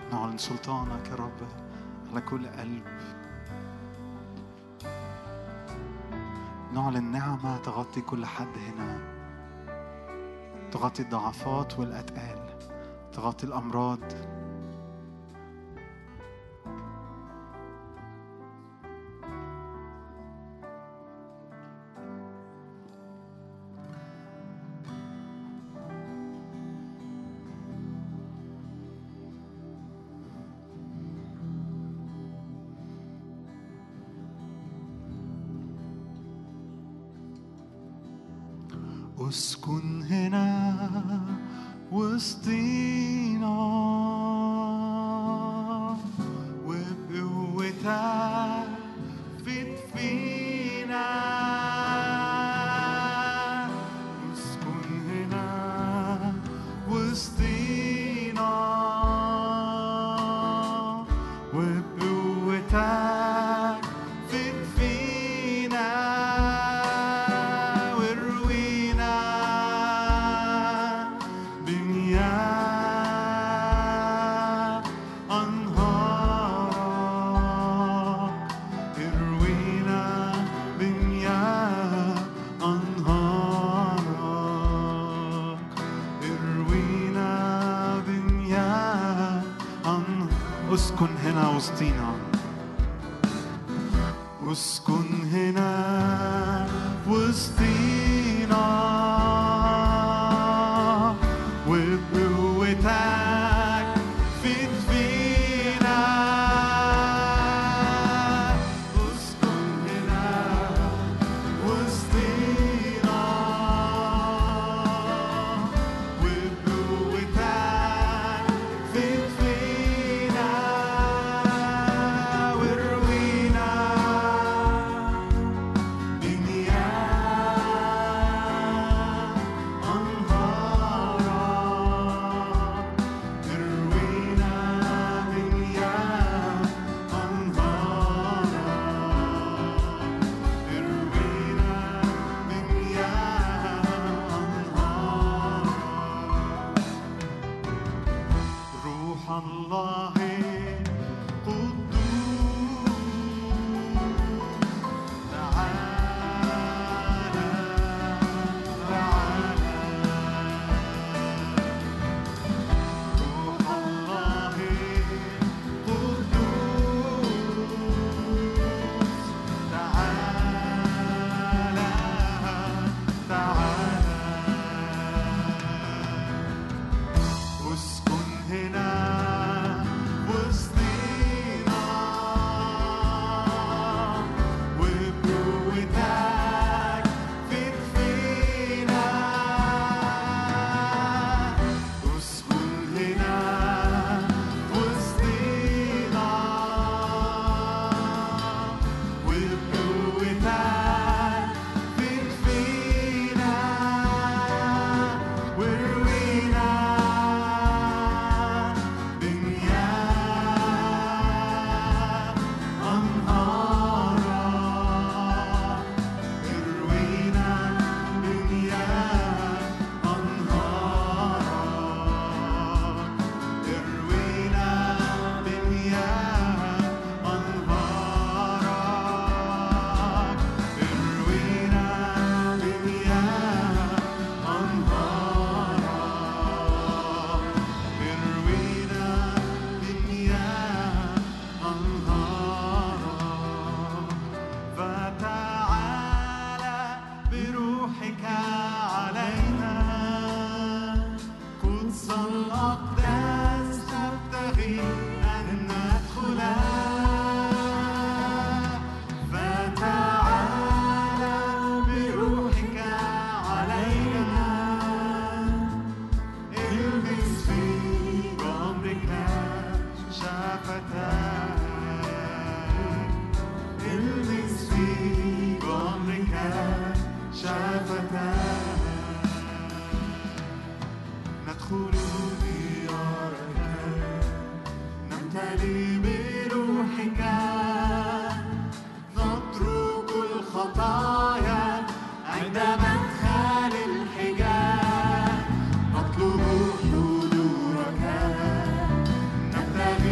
نعلن سلطانك يا رب على كل قلب. نعلن نعمة تغطي كل حد هنا، تغطي الضعفات والأتقال، تغطي الأمراض. اسكن هنا وسطينا وبقوتك فت فينا. اسكن هنا وسطينا وبقوتك فت فينا. واروينا بمياه أنهارك. اروينا بمياه أنهارك. اروينا بمياه أنهارك. اسكن هنا وسطينا. اسكن هنا وسطينا وبقوتك فت فينا. اسكن هنا وسطينا وبقوتك فت فينا. واروينا الله قدوس. تعالى تعالى روح الله قدوس. تعالى تعالى اسكن هنا وسطينا وبقوتك فت فينا. اسكن هنا وسطينا وبقوتك فت فينا. واروينا بمياه أنهارك. اروينا بمياه أنهارك. اروينا بمياه أنهارك. اروينا بمياه أنهارك. اروينا بمياه أنهارك. فتعالى بروحك علينا قدس الأقداس نبتغي أن ندخل. فتعالى بروحك علينا المس في جمرك شفتاك. المس في جمرك شفتاك. ندخل ديارك نمتلي بروحك. نترك الخطايا عند مدخل الحجاب. نطلب حضورك نبتغي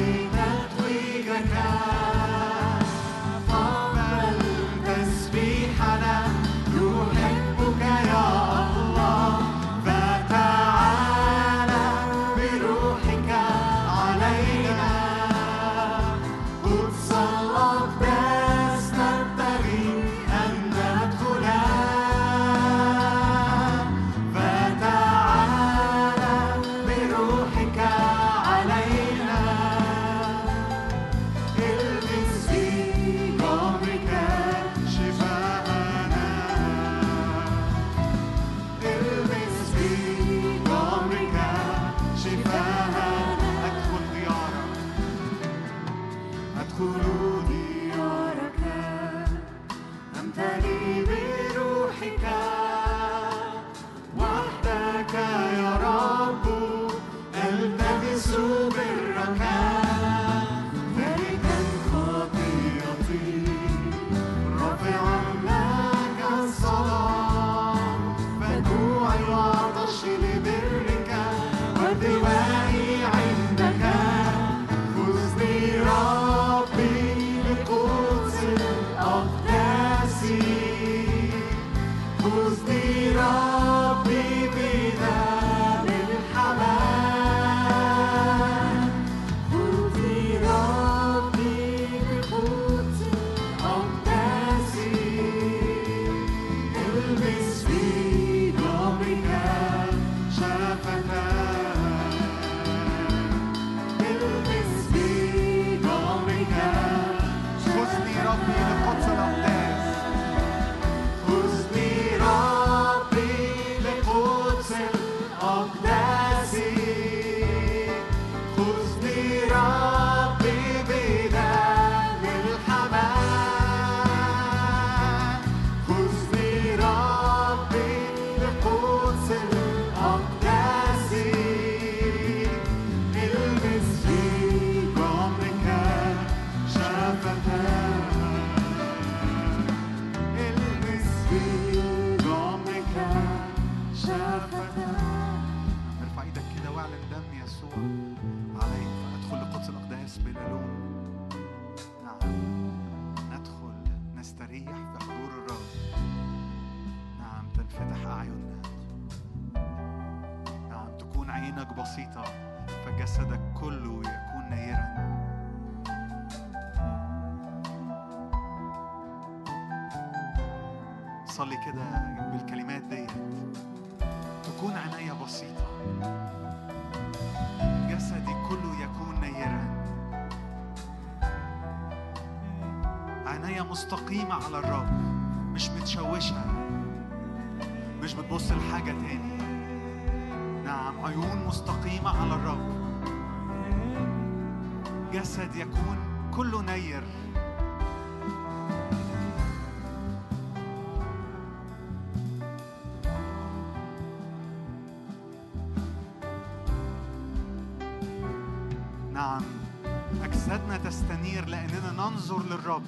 بسيطة فجسدك كله يكون نيرا. صلي كده بالكلمات دي، تكون عناية بسيطة، جسدي كله يكون نيرا، عناية مستقيمة على الرب، مش متشوشة، مش بتبص لحاجة تاني. نعم، عيون مستقيمة على الرب، جسد يكون كله نير. نعم، أجسادنا تستنير لأننا ننظر للرب.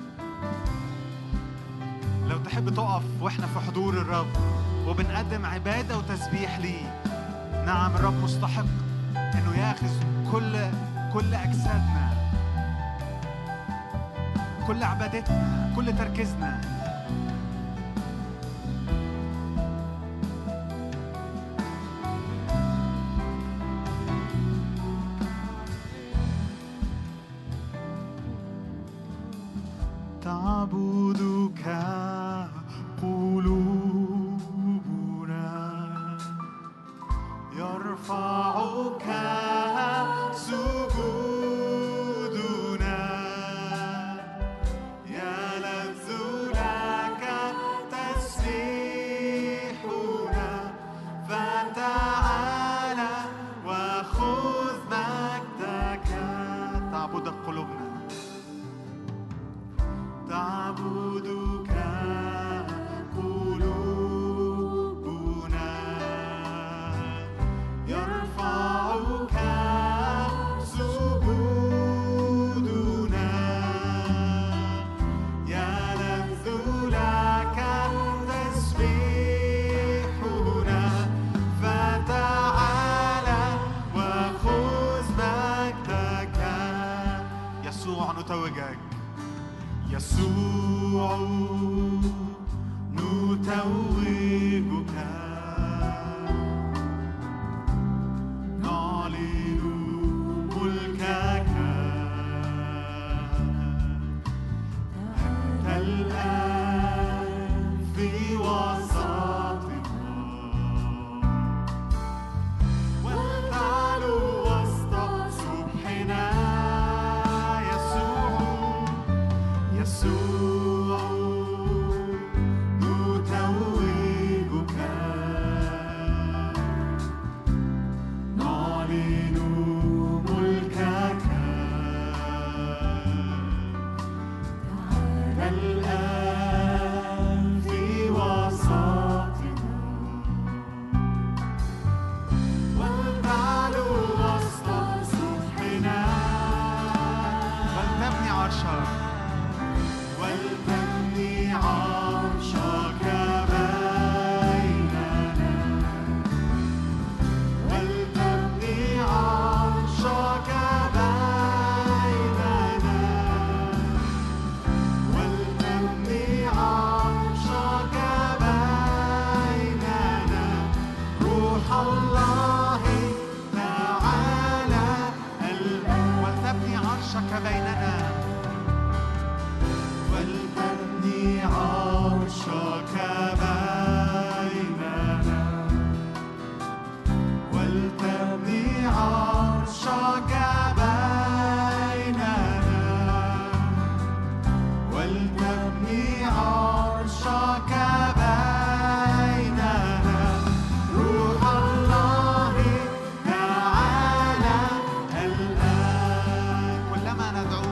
لو تحب تقف وإحنا في حضور الرب وبنقدم عبادة وتسبيح ليه. نعم، الرب مستحق إنه ياخذ كل أجسادنا، كل عبادتنا، كل تركيزنا. تعبدك قلوبنا، يرفعك سجودنا، يلذ لك تسبيحنا، فتعالى وخذ مجدك. تعبدك قلوبنا، تعبدك قلوبنا، يرفعك سجودنا، يلذ لك تسبيحنا، فتعالى وخذ مجدك. يسوع نتوجك، يسوع نتوجك، نعلن ملكك أنت الآن في وسطنا، والتعلو وسط سبحنا. يسوع نتوجك، نعلن ملكك الآن في وسطنا، والتعلو وسط سبحنا. ولتبني عرشك، ولتبني عرشك بيننا، ولتبني عرشك بيننا، ولتبني عرشك بيننا. روح الله تعالى الآن. ولتبني عرشك بيننا، ولتبني عرشك بيننا، ولتبني عرشك بيننا، ولتبني عرشك بيننا. روح الله تعالى الآن. كلما ندعو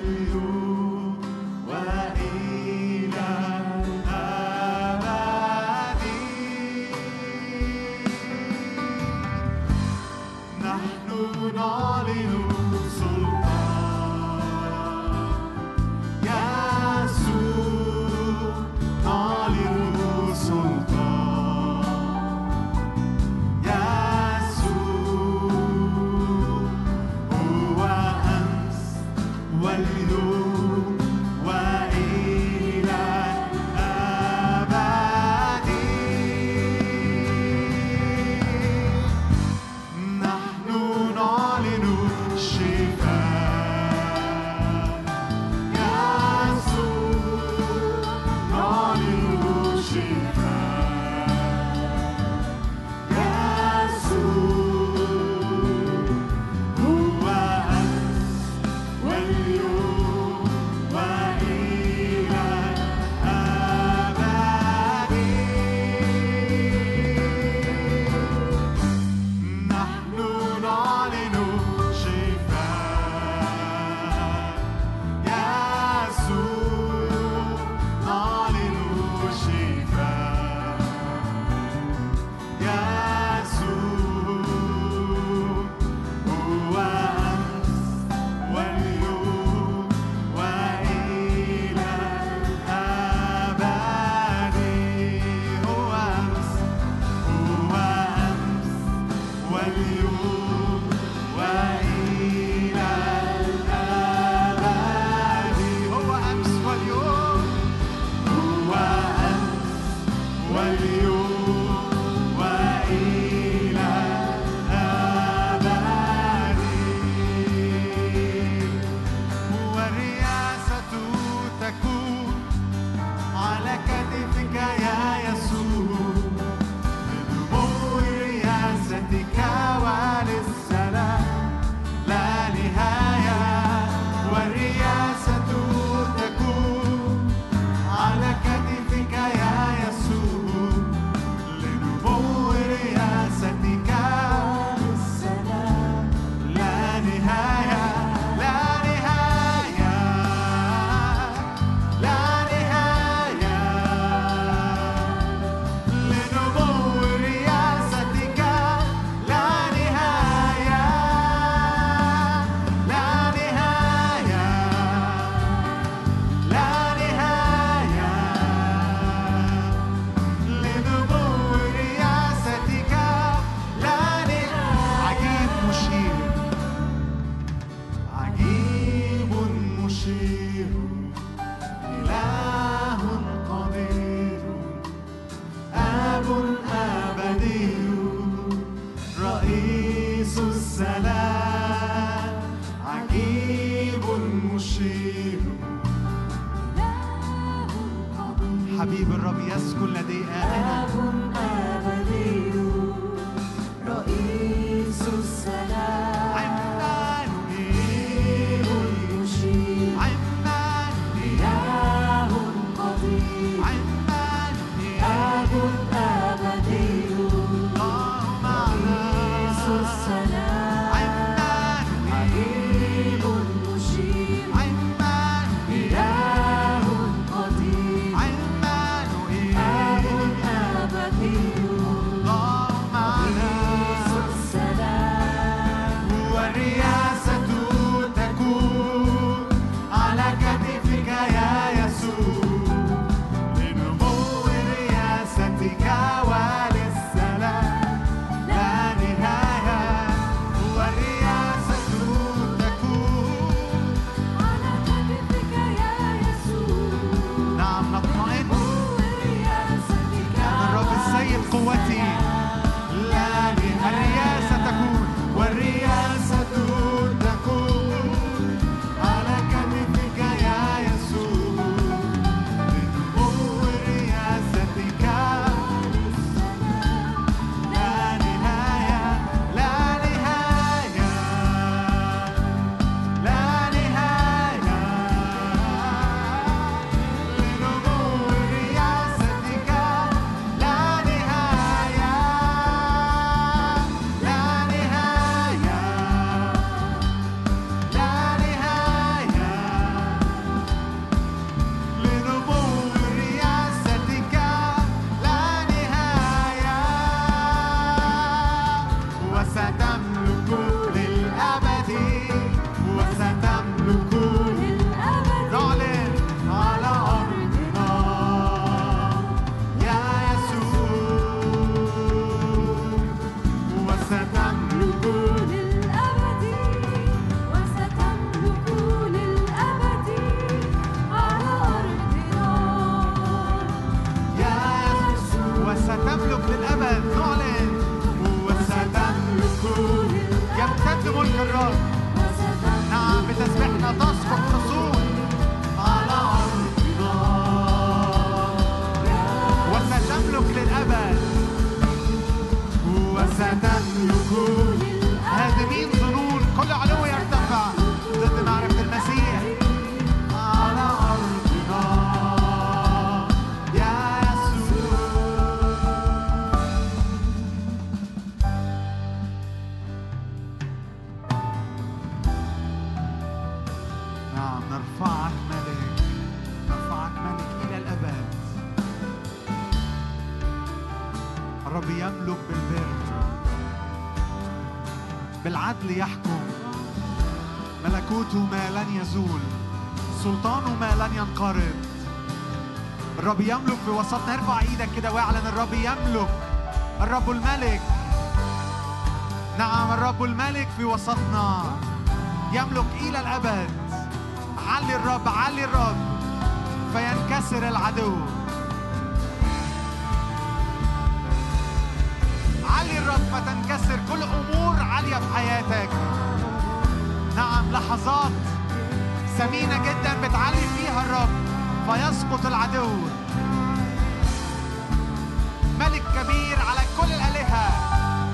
you. نرفعك ملك، نرفعك ملك إلى الأبد. الرب يملك بالبر، بالعدل يحكم، ملكوته ما لن يزول، سلطانه ما لن ينقرض. الرب يملك في وسطنا. ارفع ايدك كده واعلن الرب يملك، الرب الملك. نعم الرب الملك في وسطنا، يملك إلى الأبد. علي الرب، علي الرب فينكسر العدو. علي الرب فتنكسر كل أمور عالية في حياتك. نعم لحظات ثمينة جدا بتعلي فيها الرب فيسقط العدو. ملك كبير على كل الآلهة.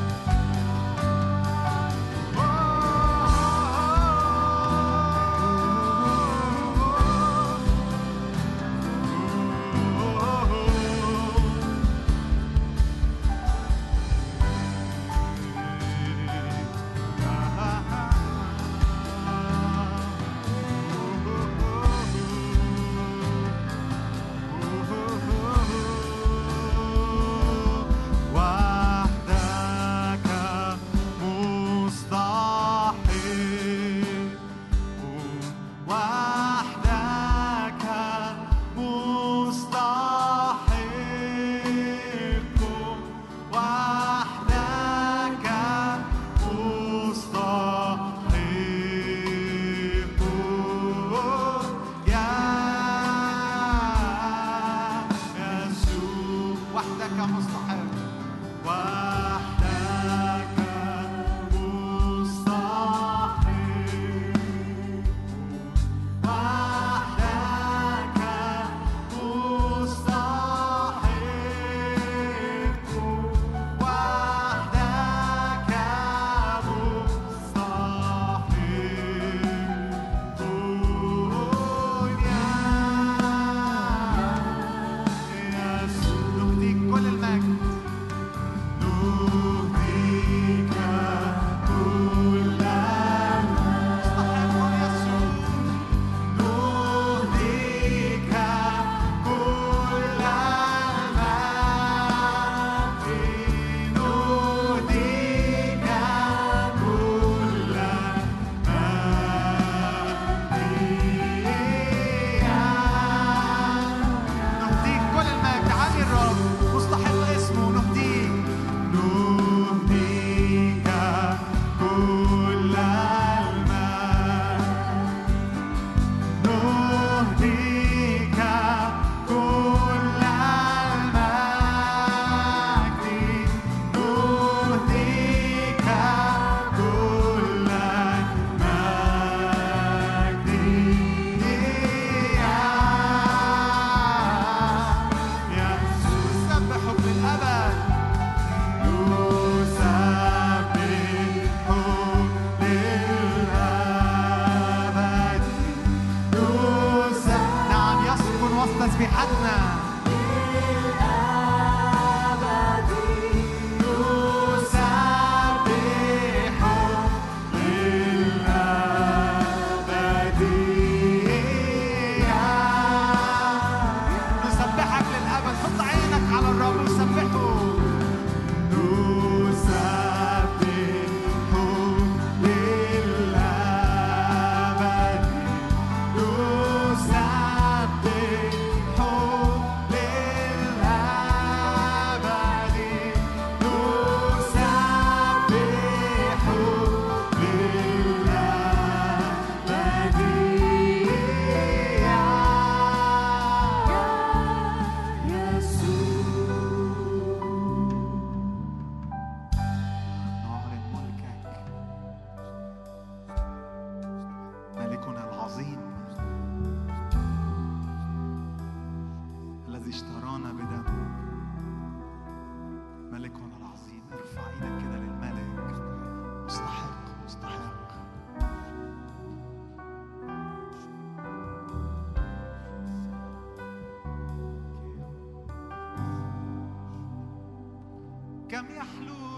كم يحلو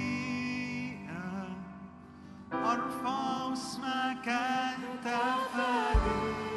لي أن أرفع اسمك أنت فادي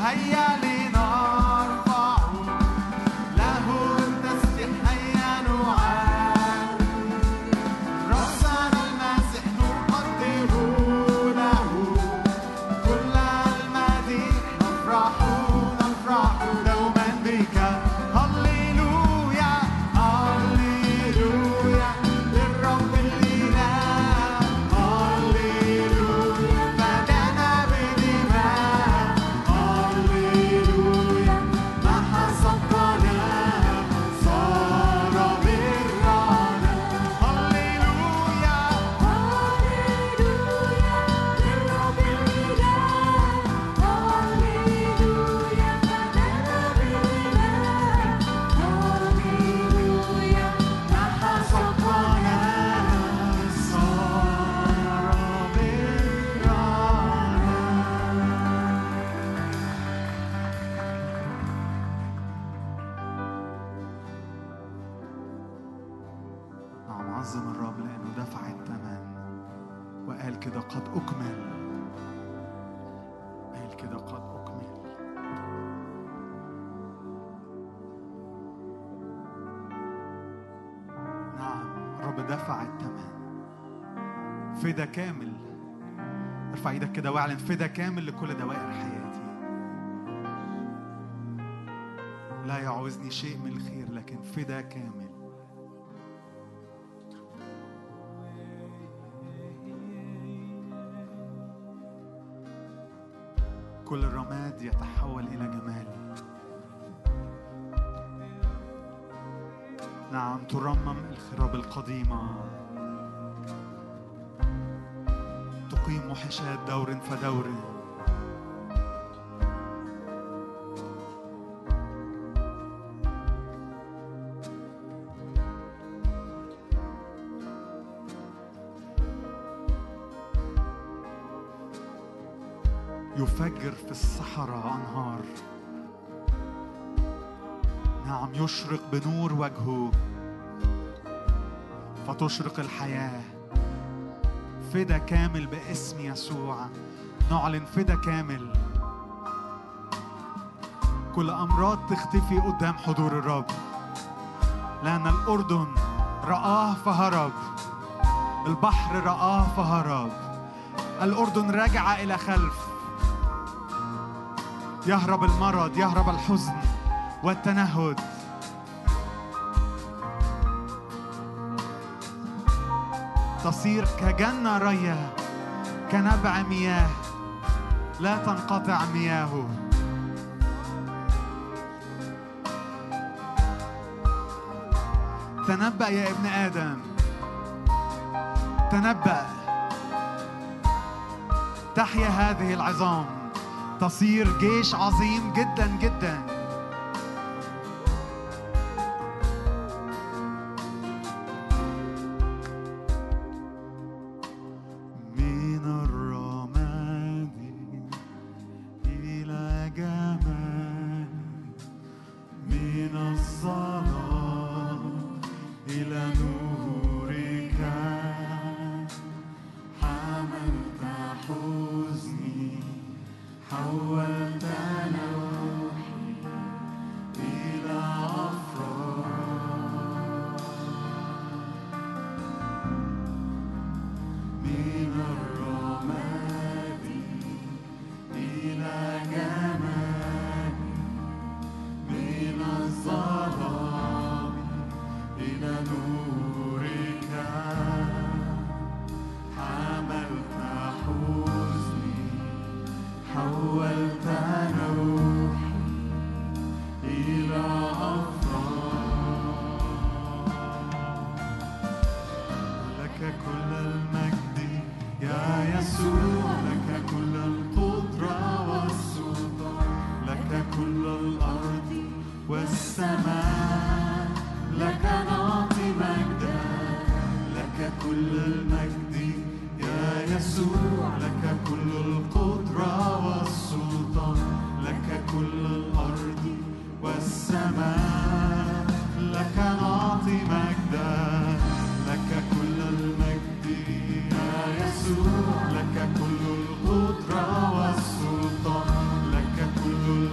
هيا لنرفع له التسبيح، هيا نعاد رأسنا المسيح نقدم له كل المديح، نفرح دوما بك. هللويا هللويا للرب الإله، هللويا فدانا بدماء، هللويا محى صدقنا صار برنا، هللويا هللويا للرب الإله، هللويا فدانا بدماء، هللويا محى صدقنا صار برنا. نعم، عظم الرب لأنه دفع الثمن وقال كده قد أكمل، قال كده قد أكمل. نعم، الرب دفع الثمن، فدا كامل. ارفع ايدك كده واعلن فدا كامل لكل دوائر حياتي. لا يعوزني شيء من الخير لكن فدا كامل. كل الرماد يتحول إلى جمال. نعم، ترمم الخراب القديمة، تقيم وحشات دور فدور. يفجر في الصحراء أنهار. نعم، يشرق بنور وجهه فتشرق الحياة. فدا كامل باسم يسوع. نعلن فدا كامل. كل أمراض تختفي قدام حضور الرب، لأن الأردن رآه فهرب، البحر رآه فهرب، الأردن رجع إلى خلف. يهرب المرض، يهرب الحزن والتنهد. تصير كجنة رية، كنبع مياه لا تنقطع مياهه. تنبأ يا ابن آدم، تنبأ. تحيا هذه العظام، تصير جيش عظيم جدا جدا. من الرماد إلى جمال، من الظلام إلى نورك، حملت حزني حولت نوحي إلى أفراح. من الرماد إلى جمال، من الظلام إلى نورك، حملت حزني حولت نوحي إلى أفراح. لك كل المجد يا يسوع، لك كل القدرة والسلطان، لك كل الأرض والسماء، لك نعطي مجدا. لك كل المجد يا يسوع، لك كل القدرة والسلطان، لك كل الأرض والسماء، لك نعطي مجدا. لك كل المجد يا يسوع، لك كل القدرة والسلطان، لك كل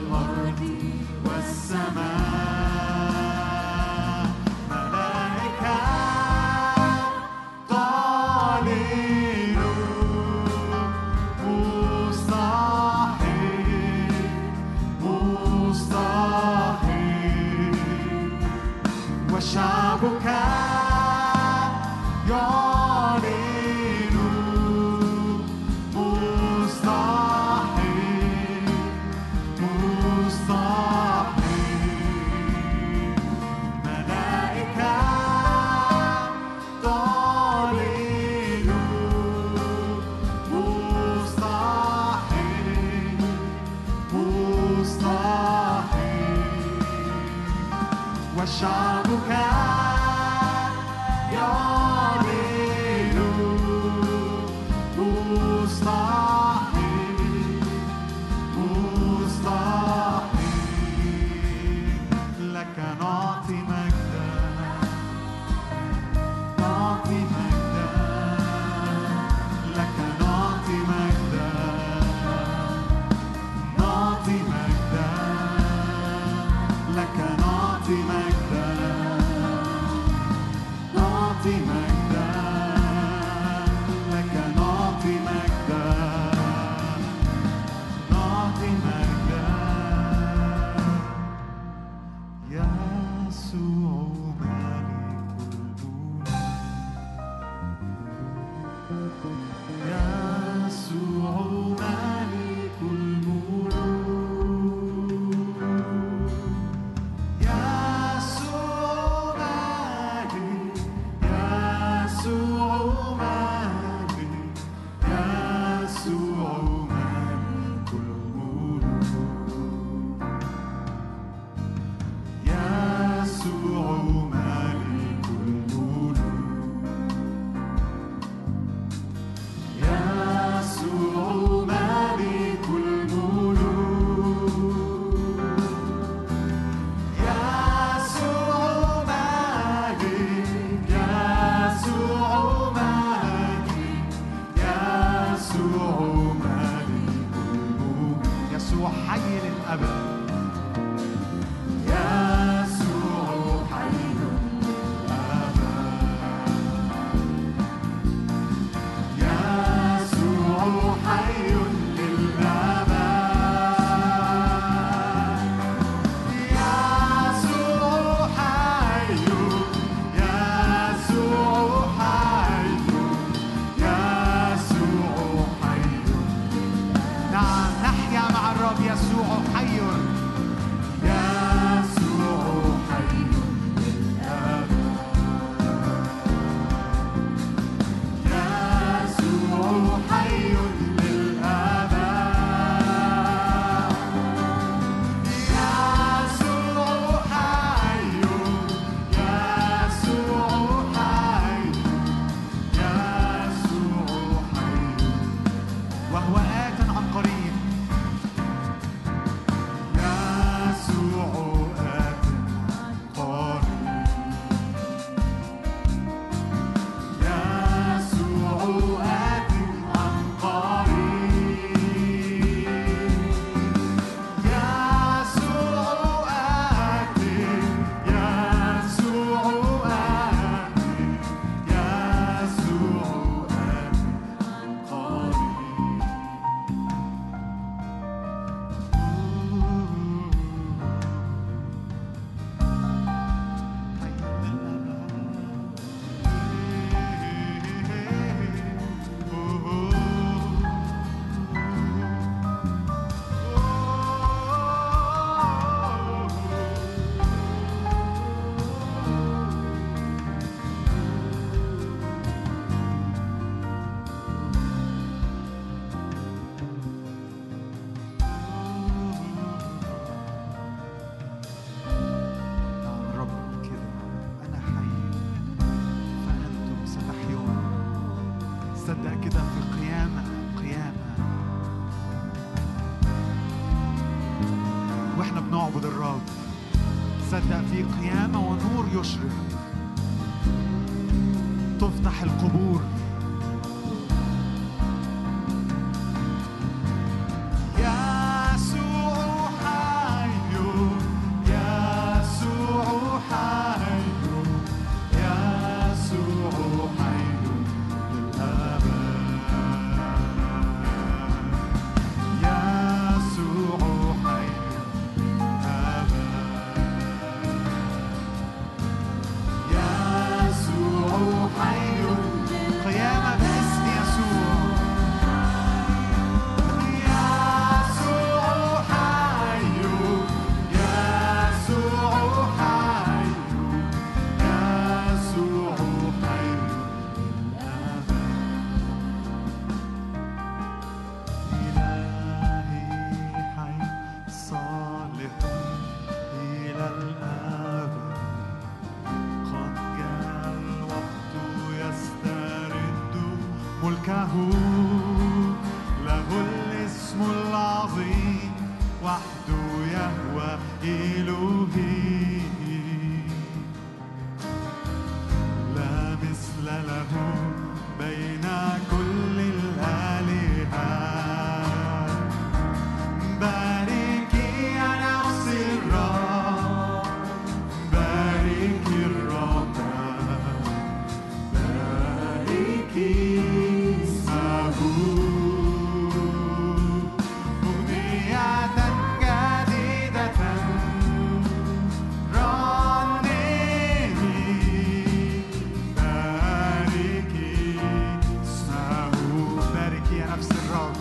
الرب.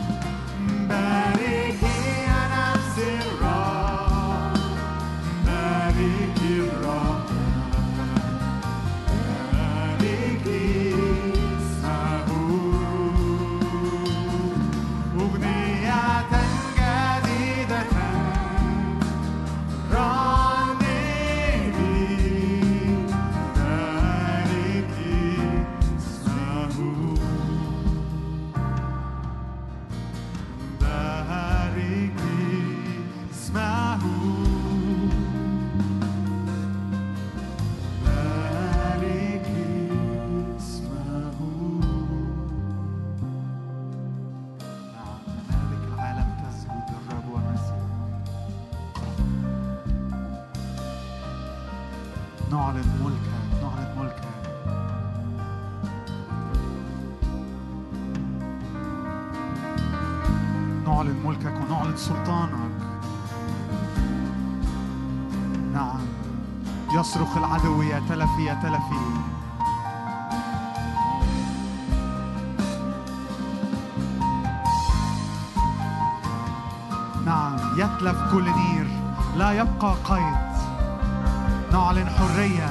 باركي يا نفس الرب، باركي الرب، باركي اسمه. أغنية جديدة رنمي، باركي اسمه، باركي اسمه، باركي اسمه. نعم، ممالك العالم تسجد للرب والمسيح. نعلن ملكك، نعلن ملكك. نعلن ملكك ونعلن سلطانك. نعم، يصرخ العدو يا تلفي يا تلفي. نعم، يتلف كل نير، لا يبقى قيد. نعلن حرية.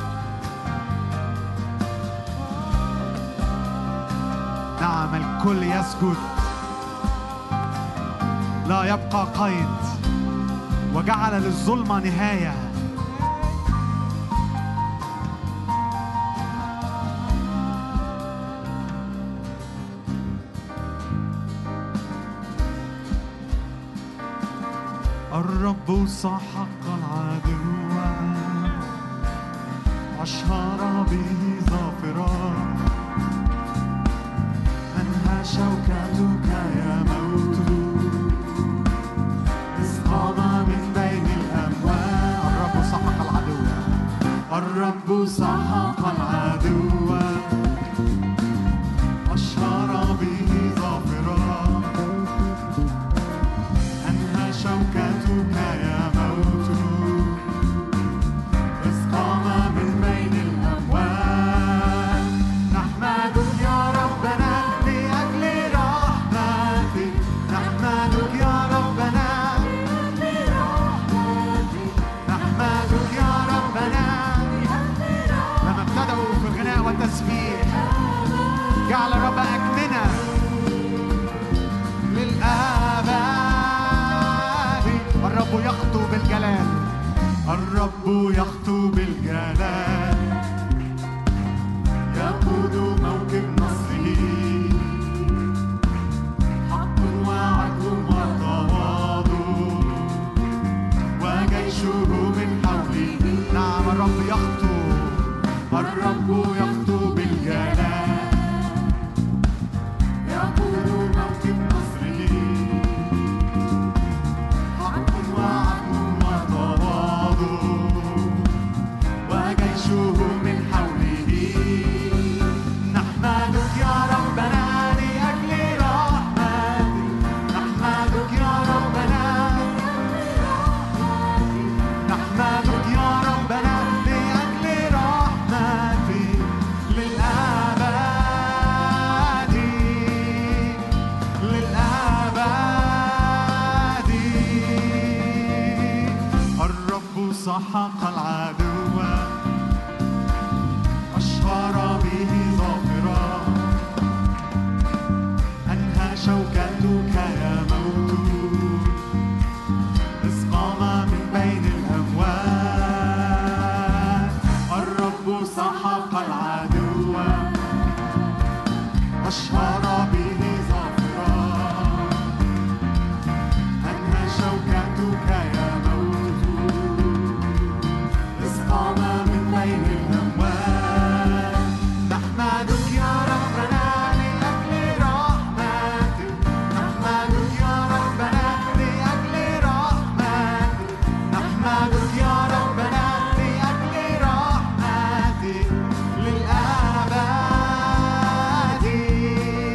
نعم، الكل يسجد، لا يبقى قيد، وجعل للظلمة نهاية. الرب سحق العدو، أشهر به ظافرا. أنهى شوكتك يا موت، اسقط من بين الأموات. الرب سحق العدو، الرب سحق العدو، أشهر به ظافرا. أنهى شوكتك يا موت، اسقط من بين الأموات. نحمدك يا ربنا لأجل رحمتك، نحمدك يا ربنا، نحمدك يا ربنا. لما ابتدأوا في الغناء والتسبيح جعل الرب أكمنة للآباد. الرب يخطو بالجلال، الرب يخطو بالجلال، يقود موكب نصره. حق وعدل وتواضع، وجيشه من حوله. نعم، الرب يخطو، الرب يخطو بالجلال، يقود موكب نصره. حق وعدل وتواضع، وجيشه من حوله. نحمدك يا ربنا لأجل رحمتك، نحمدك يا ربنا، نحمدك يا ربنا لأجل رحمتك للأبد، للأبد. الرب سحق العدو، أشهر به ظافرا. أنهى شوكتك يا موت، اسقط من بين الأموات. الرب سحق العدو، أشهر به ظافرا. أنهى شوكتك يا موت، اسقط من بين الأموات. نحمدك يا ربنا لأجل رحمتك، نحمدك يا ربنا لأجل رحمتك، نحمدك يا ربنا لأجل رحمتك للأبد.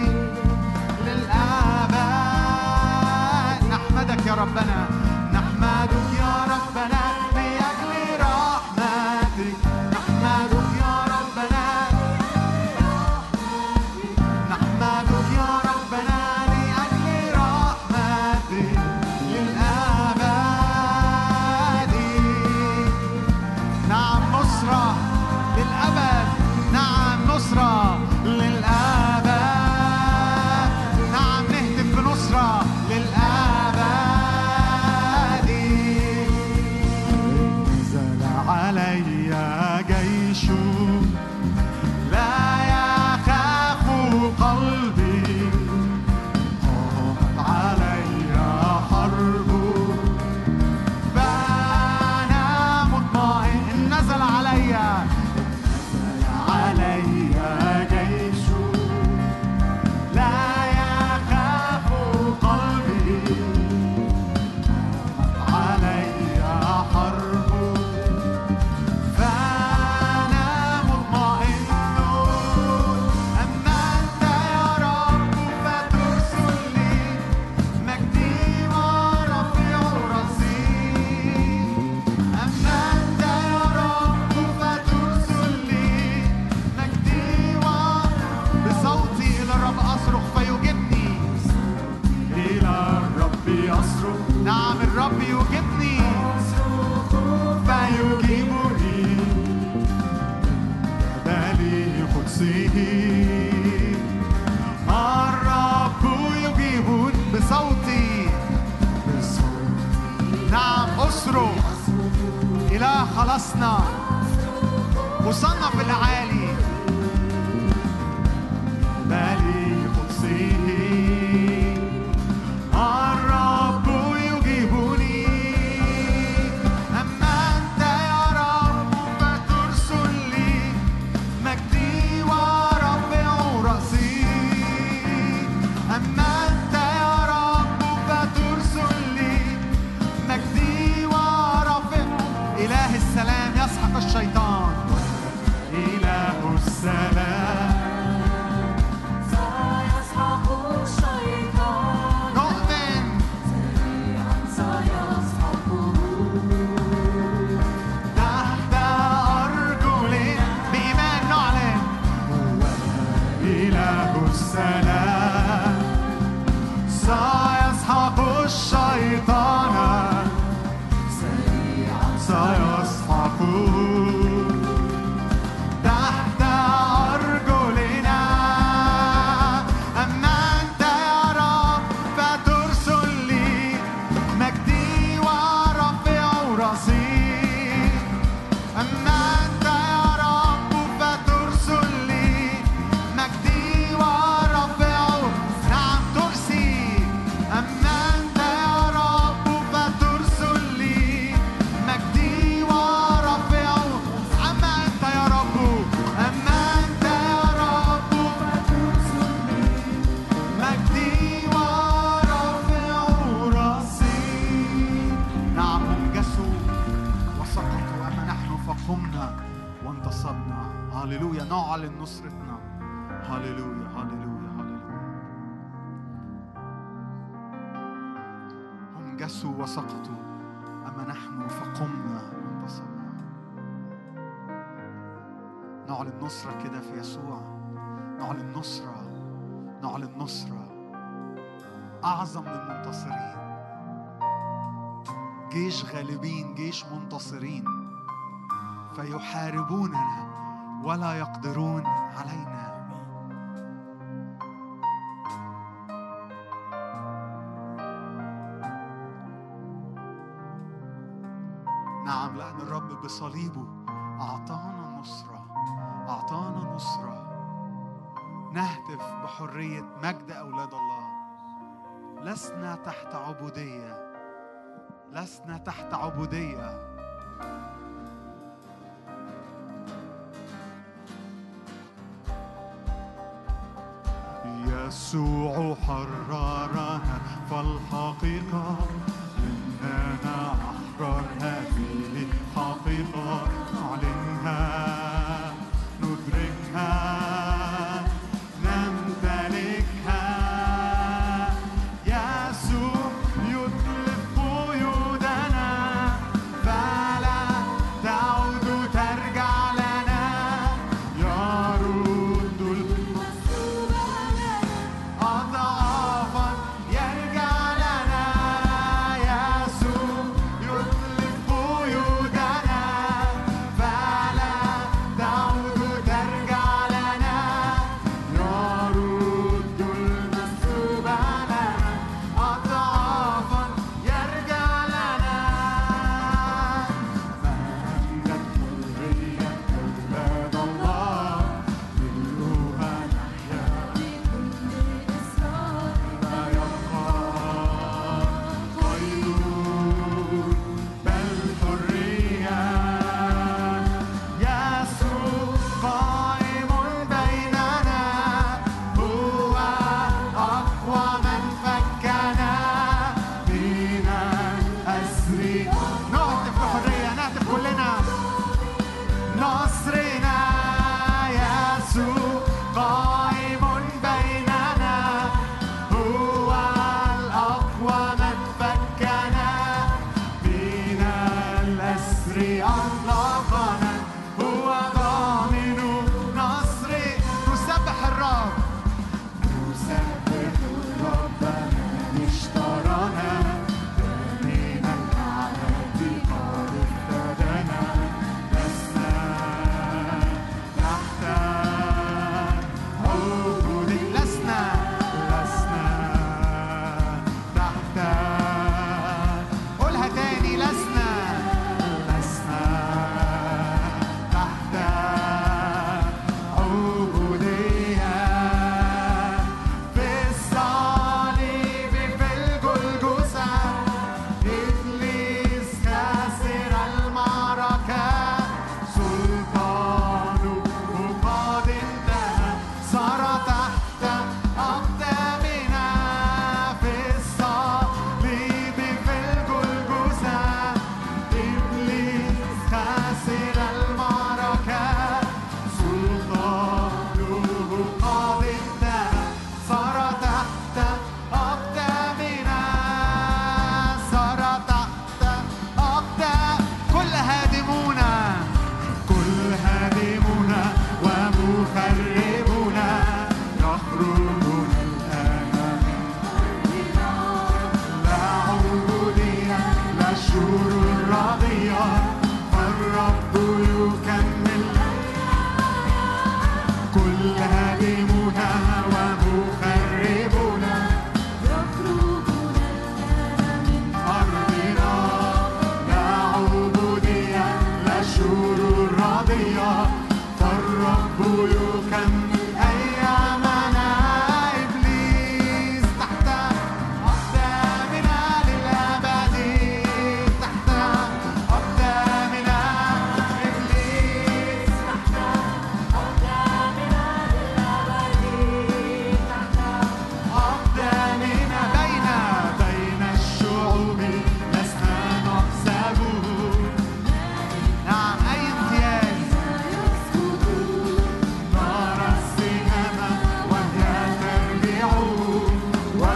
يصرخ إله خلصنا وصلنا في الأعالي بالي قدسه الرب يجيبني أما أنت يا رب فترسل لي مجدي ورفع رأسي أما أنت يا رب فترسل لي مجدي ورفع إله السلام يسحق الشيطان إله السلام سيسحق الشيطان نؤمن سيسحقه تحت أرجلنا بإيمان نعلن هو إله السلام سيسحق الشيطان سيسحقه تحت أرجلنا أما أنت يا رب فترسل لي مجدي ورفع رأسي أما أنت يا رب فترسل لي مجدي ورفع نعم ترسي أما أنت يا رب فترسل لي مجدي ورفع أما أنت يا رب أما أنت يا رب فترسل لي مجدي ورفع رأسي نعم هم جسوا وسقطوا أما نحن فقمنا وانتصبنا هللويا نعلن نصرتنا هللويا هللويا هللويا هم جسوا وسقطوا أما نحن فقمنا وانتصبنا نعلن نصرة كده في يسوع نعلن نصرة نعلن نصرة أعظم من منتصرين جيش غالبين جيش منتصرين فيحاربوننا ولا يقدرون علينا نعم لأن الرب بصليبه أعطانا نصرة أعطانا نصرة نهتف بحرية مجد أولاد الله لسنا تحت عبودية لسنا تحت عبودية يسوع حررنا فالحقيقة إننا أحرار هذه الحقيقة نعلنها ندركها نمتلكها يسوع يطلق قيودنا فلا تعود ترجع لنا يرد مسلوب لنا أضعافا يرجع لنا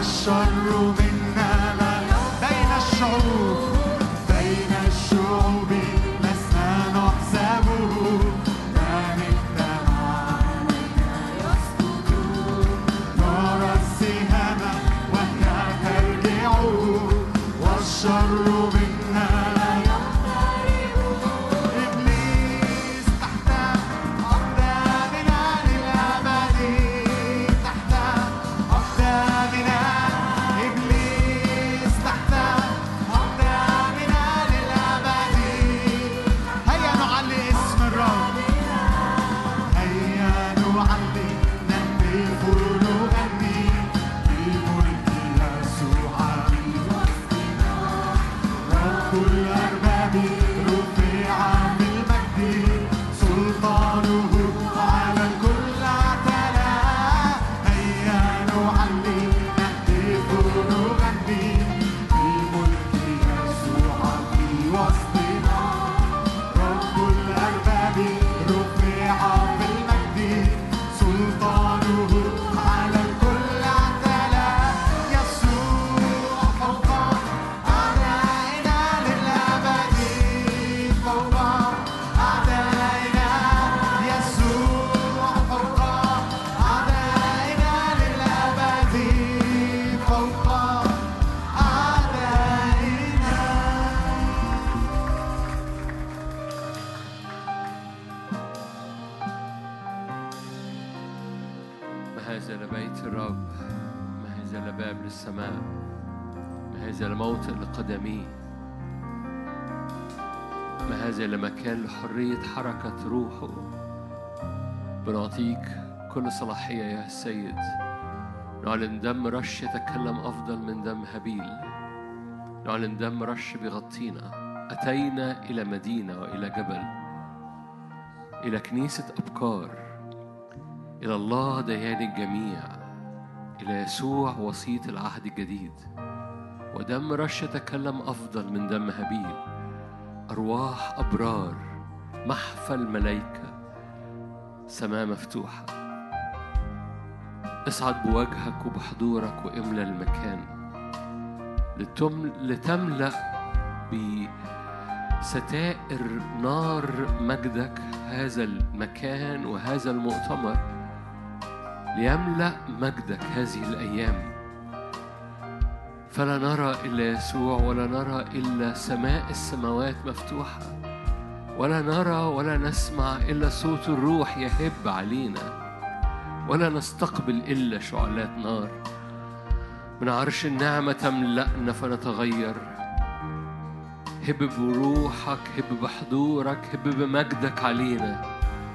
والشر منا لا بين الشعوب لسنا نحسبه من اجتمعنا نرى السهام وهي ترجع والشر منا لا إبليس تحت أقدامنا للأبد تحت أقدامنا إبليس تحت أقدامنا للأبد هيا نعلي اسم الرب هيا نعلي نهتف نغني بملك يسوع رب الأرباب رفع بالمجد سلطانه على الكل اعتلى هيا نعلي نهتف نغني بملك يسوع في وسطنا رب الأرباب رفع بالمجد سلطانه على الكل اعتلى يسوع فوق أعدائنا للأبد فوق أعدائنا يسوع فوق أعدائنا للأبد فوق أعدائنا ما هذا لبيت الرب ما هذا لباب للسماء ما هذا لموطئ لقدميه ما هذا لمكان لحرية حركة روحه بنعطيك كل صلاحية يا السيد نعلن دم رش يتكلم أفضل من دم هابيل نعلن دم رش بيغطينا أتينا إلى مدينة وإلى جبل إلى كنيسة أبكار إلى الله ديان الجميع إلى يسوع وسيط العهد الجديد ودم رش يتكلم أفضل من دم هابيل أرواح أبرار محفل ملائكة سماء مفتوحة اصعد بوجهك وبحضورك واملى المكان لتملأ بستائر نار مجدك هذا المكان وهذا المؤتمر ليملأ مجدك هذه الأيام فلا نرى إلا يسوع ولا نرى إلا سماء السماوات مفتوحة ولا نرى ولا نسمع إلا صوت الروح يهب علينا ولا نستقبل إلا شعلات نار من عرش النعمة تملأنا فنتغير هب بروحك هب بحضورك هب بمجدك علينا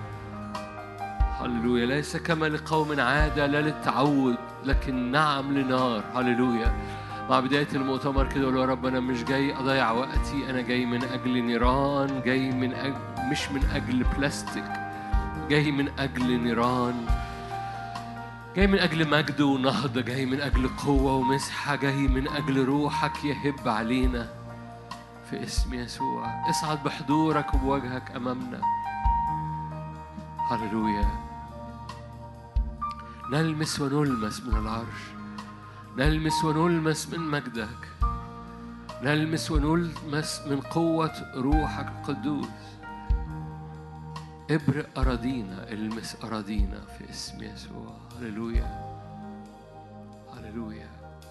هللويا ليس كما لقوم عادة لا للتعود لكن نعم لنار هللويا مع بداية المؤتمر كده قولوا يا رب أنا مش جاي أضيع وقتي أنا جاي من أجل نيران جاي من مش من أجل بلاستيك جاي من أجل نيران جاي من أجل مجد ونهضة جاي من أجل قوة ومسحة جاي من أجل روحك يهب علينا في اسم يسوع اصعد بحضورك وبوجهك أمامنا هللويا نلمس ونلمس من العرش نلمس ونلمس من مجدك نلمس ونلمس من قوة روحك القدوس ابرئ أراضينا المس أراضينا في اسم يسوع هللويا هللويا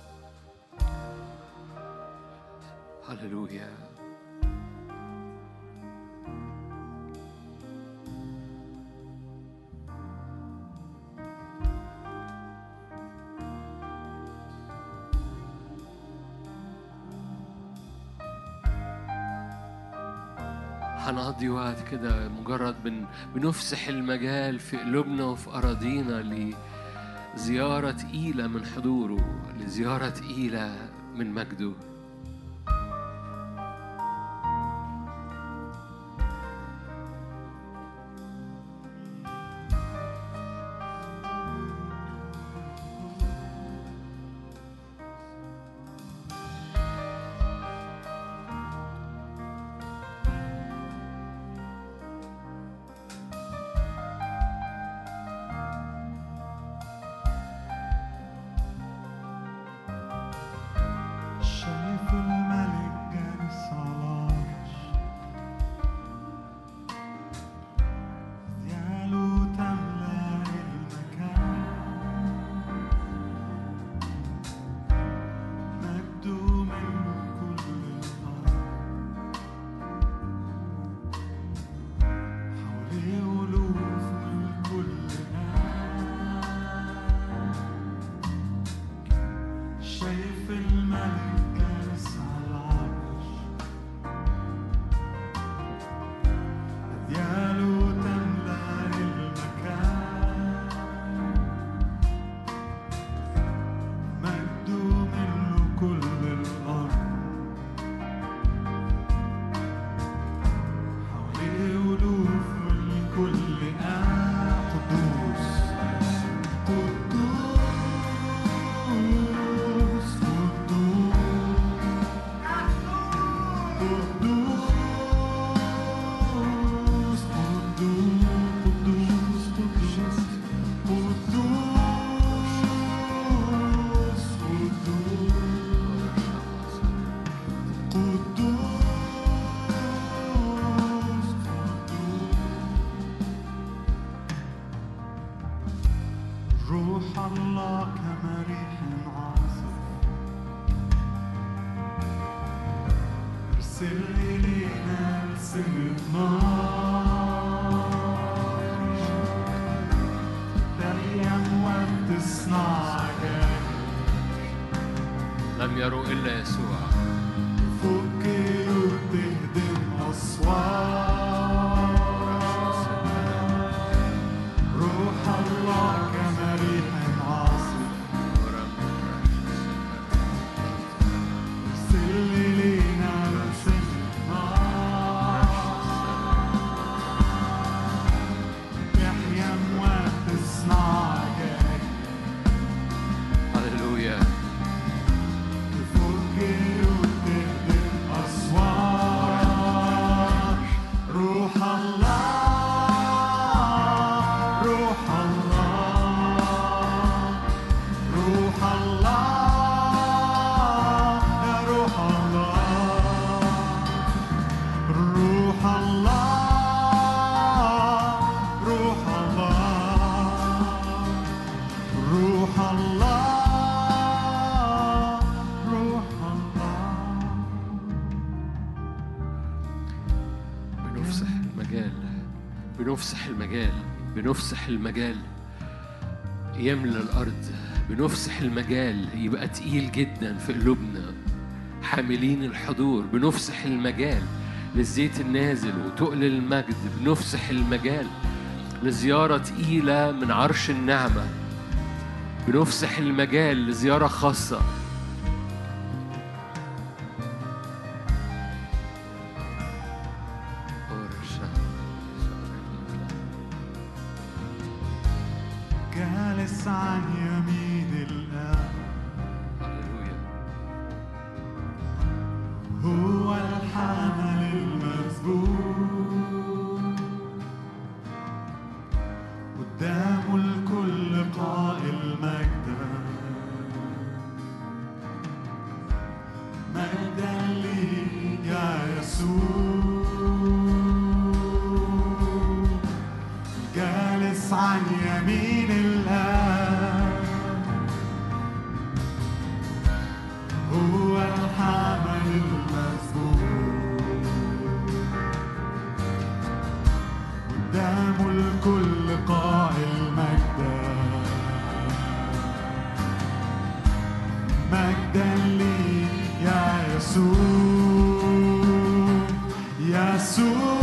هللويا هنقضي وقت كده مجرد بنفسح المجال في قلوبنا وفي أراضينا لزيارة تقيلة من حضوره لزيارة تقيلة من مجده ارسل إلينا ألسنة نار تحيم وتصنع عجائب. لم يروا إلا يسوع. فك قيود تهدم أسوار. روح الله كما ريح عاصف. ارسل إلينا ألسنة نار تحيم وتصنع عجائب. هللويا. تفك قيود تهدم أسوار. روح الله روح الله روح الله يا روح الله روح الله روح الله روح الله روح الله. بنفسح المجال، بنفسح المجال، بنفسح المجال يملى الأرض. بنفسح المجال يبقى تقيل جدا في قلوبنا حاملين الحضور. بنفسح المجال للزيت النازل وتقل المجد. بنفسح المجال لزيارة تقيلة من عرش النعمة. بنفسح المجال لزيارة خاصة. جالس عن يمين الآب هللويا. هو الحمل المذبوح قدام الكل قائل مجدا مجدا لي يا يسوع. جالس عن يمين الآب هو الحمل المذبوح قدام الكل قائل مجدا مجدا لي يا يسوع. يسوع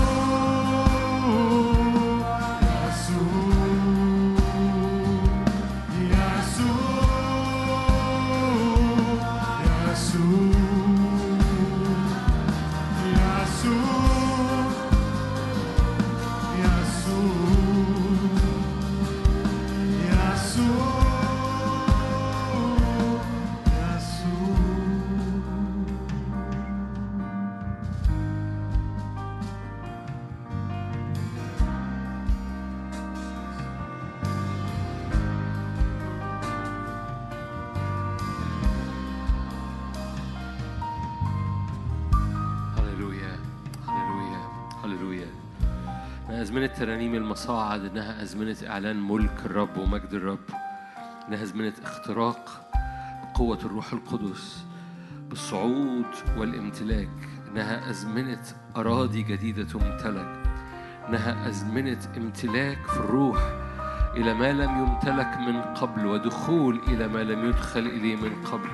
أزمنة ترانيم المصاعد إنها أزمنة إعلان ملك الرب ومجد الرب. إنها أزمنة اختراق بقوة الروح القدس بالصعود والامتلاك. إنها أزمنة أراضي جديدة تمتلك. إنها أزمنة امتلاك في الروح إلى ما لم يمتلك من قبل ودخول إلى ما لم يدخل إليه من قبل.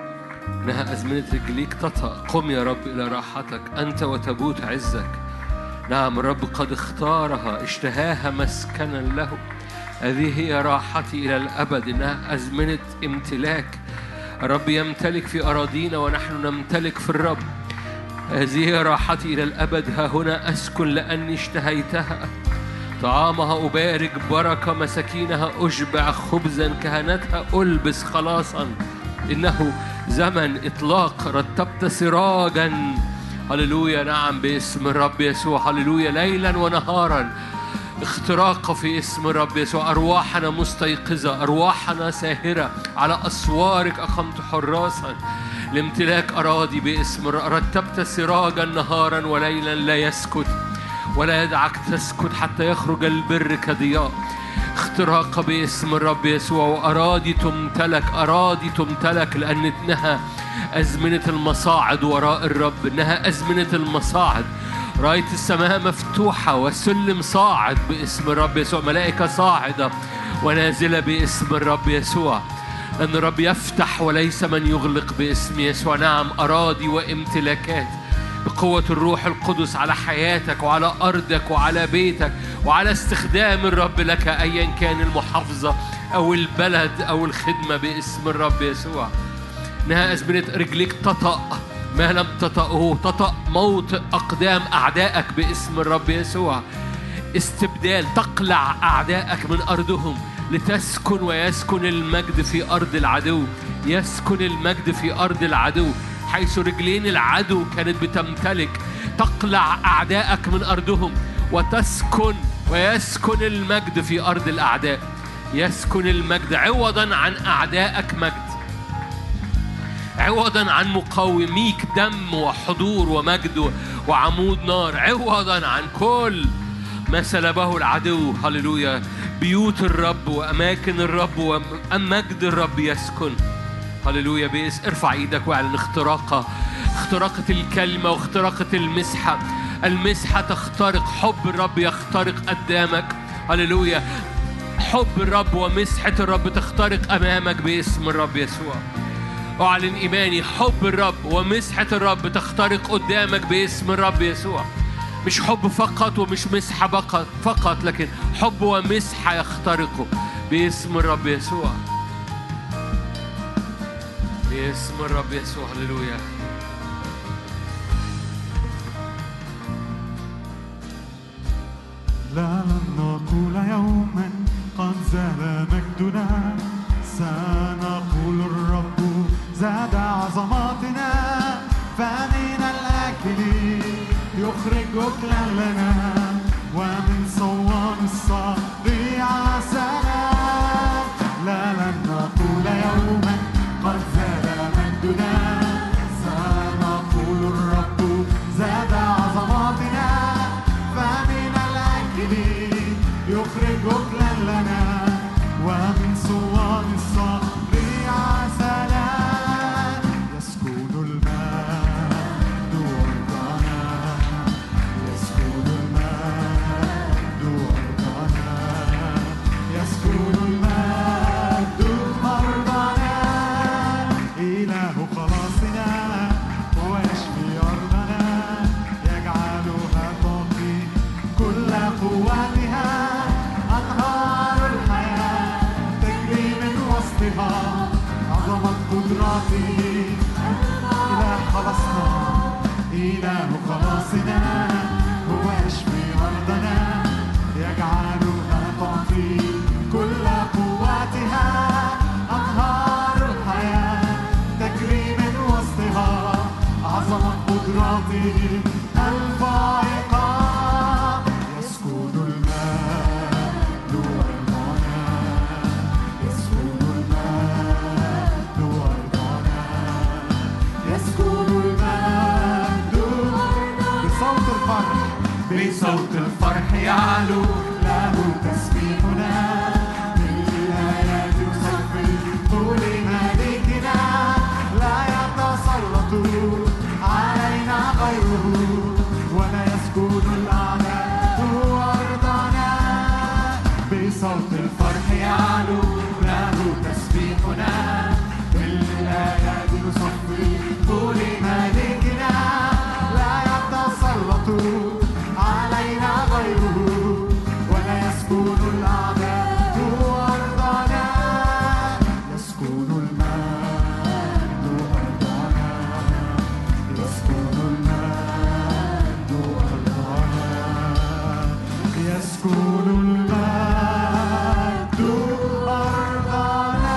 إنها أزمنة رجليك تطأ. قم يا رب إلى راحتك أنت وتبوت عزك. نعم الرب قد اختارها اشتهاها مسكنا له. هذه هي راحتي إلى الأبد. إنها أزمنة امتلاك. الرب يمتلك في أراضينا ونحن نمتلك في الرب. هذه هي راحتي إلى الأبد. ها هنا أسكن لأني اشتهيتها. طعامها أبارك بركة مساكينها أشبع خبزا كهنتها ألبس خلاصا. إنه زمن إطلاق. رتبت سراجا. هللويا. نعم باسم الرب يسوع. هللويا. ليلا ونهارا اختراق في اسم الرب يسوع. أرواحنا مستيقظة. أرواحنا ساهرة. على أسوارك أقمت حراسا لامتلاك أراضي باسم الرب. رتبت سراجا نهارا وليلا لا يسكت ولا يدعك تسكت حتى يخرج البر كضياء. اختراق باسم الرب يسوع. وأراضي تمتلك، أراضي تمتلك، لأن إنها أزمنة المصاعد وراء الرب، إنها أزمنة المصاعد. رأيت السماء مفتوحة وسلم صاعد باسم الرب يسوع، ملائكة صاعدة ونازلة باسم الرب يسوع، لأن الرب يفتح وليس من يغلق باسم يسوع. نعم، أراضي وامتلاكات بقوة الروح القدس على حياتك وعلى أرضك وعلى بيتك وعلى استخدام الرب لك، أيا كان المحافظة أو البلد أو الخدمة باسم الرب يسوع. إنها أزمنة رجليك تطأ ما لم تطأه، تطأ موطئ أقدام أعدائك باسم الرب يسوع. استبدال، تقلع أعدائك من أرضهم لتسكن، ويسكن المجد في أرض العدو. يسكن المجد في أرض العدو، حيث رجلين العدو كانت بتمتلك. تقلع أعدائك من أرضهم وتسكن، ويسكن المجد في أرض الأعداء. يسكن المجد عوضا عن أعدائك مجد، عوضا عن مقاوميك دم وحضور ومجد وعمود نار، عوضا عن كل ما سلبه العدو. هللويا. بيوت الرب وأماكن الرب ومجد الرب يسكن. هللويا. ارفع ايدك واعلن اختراقة الكلمة واختراقة المسحة. المسحة تخترق، حب الرب يخترق قدامك. هللويا. حب الرب ومسحة الرب تخترق أمامك باسم الرب يسوع. أعلن إيماني، حب الرب ومسحة الرب تخترق قدامك باسم الرب يسوع. مش حب فقط ومش مسحة فقط، لكن حب ومسحة يخترقه باسم الرب يسوع. باسم الرب يسوع. هللويا. لا لن نقول يوما قد زال مجدنا، سنقول الرب زاد عظماتنا. فمن الأكل يخرج أكلا لنا، ومن صوان الصبي عسلا. لا لن نقول يوما قد زال مجدنا، سنقول الرب زاد عظماتنا. فمن الأكل يخرج أكلا لنا، ومن صوان الصبر عسلا. يسكن المجد أرضنا، يسكن المجد أرضنا، يسكن المجد أرضنا. إله خلاصنا هو يشفي أرضنا، يجعلها تعطي كل قوتها. أنهار الحياة تجري من وسطها، عظمة قدراته. إله خلاصنا، إله خلاصنا هو يشفي أرضنا، يجعلها تعطي كل قوتها. أنهار الحياة تجري من وسطها، عظمة قدراته الفائقة. يسكن المجد أرضنا، يسكن المجد أرضنا، يسكن المجد أرضنا. بصوت الفرح، بصوت الفرح يعلو له تسبيحنا. بالآيات يصفق لملكنا، لا يتسلط علينا غيره، ولا يسكن الأعداء أرضنا. بصوت الفرح يعلو له تسبيحنا. بالآيات يصفق لملكنا، لا يتسلط علينا غيره، ولا يسكن الأعداء أرضنا. يسكن المجد أرضنا، يسكن المجد أرضنا، يسكن المجد أرضنا.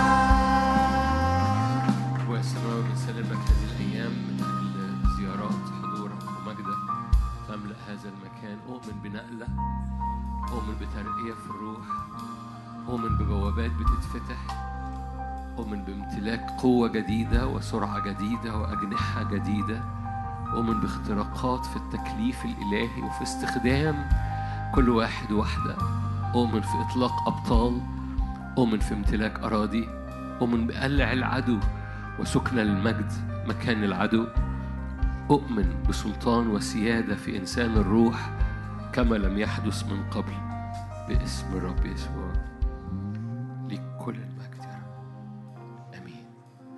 ويسمعوا بنسلمك هذه الأيام من أجل زيارات حضورك ومجدك تملأ هذا المكان. أؤمن بنقلة، أؤمن بترقية في الروح، أؤمن ببوابات بتتفتح، أؤمن بامتلاك قوة جديدة وسرعة جديدة وأجنحة جديدة. أؤمن باختراقات في التكليف الإلهي وفي استخدام كل واحد وحدة أؤمن في إطلاق أبطال، أؤمن في امتلاك أراضي، أؤمن بقلع العدو وسكن المجد مكان العدو، أؤمن بسلطان وسيادة في إنسان الروح كما لم يحدث من قبل باسم الرب يسوع. لكل المجد يا رب، آمين.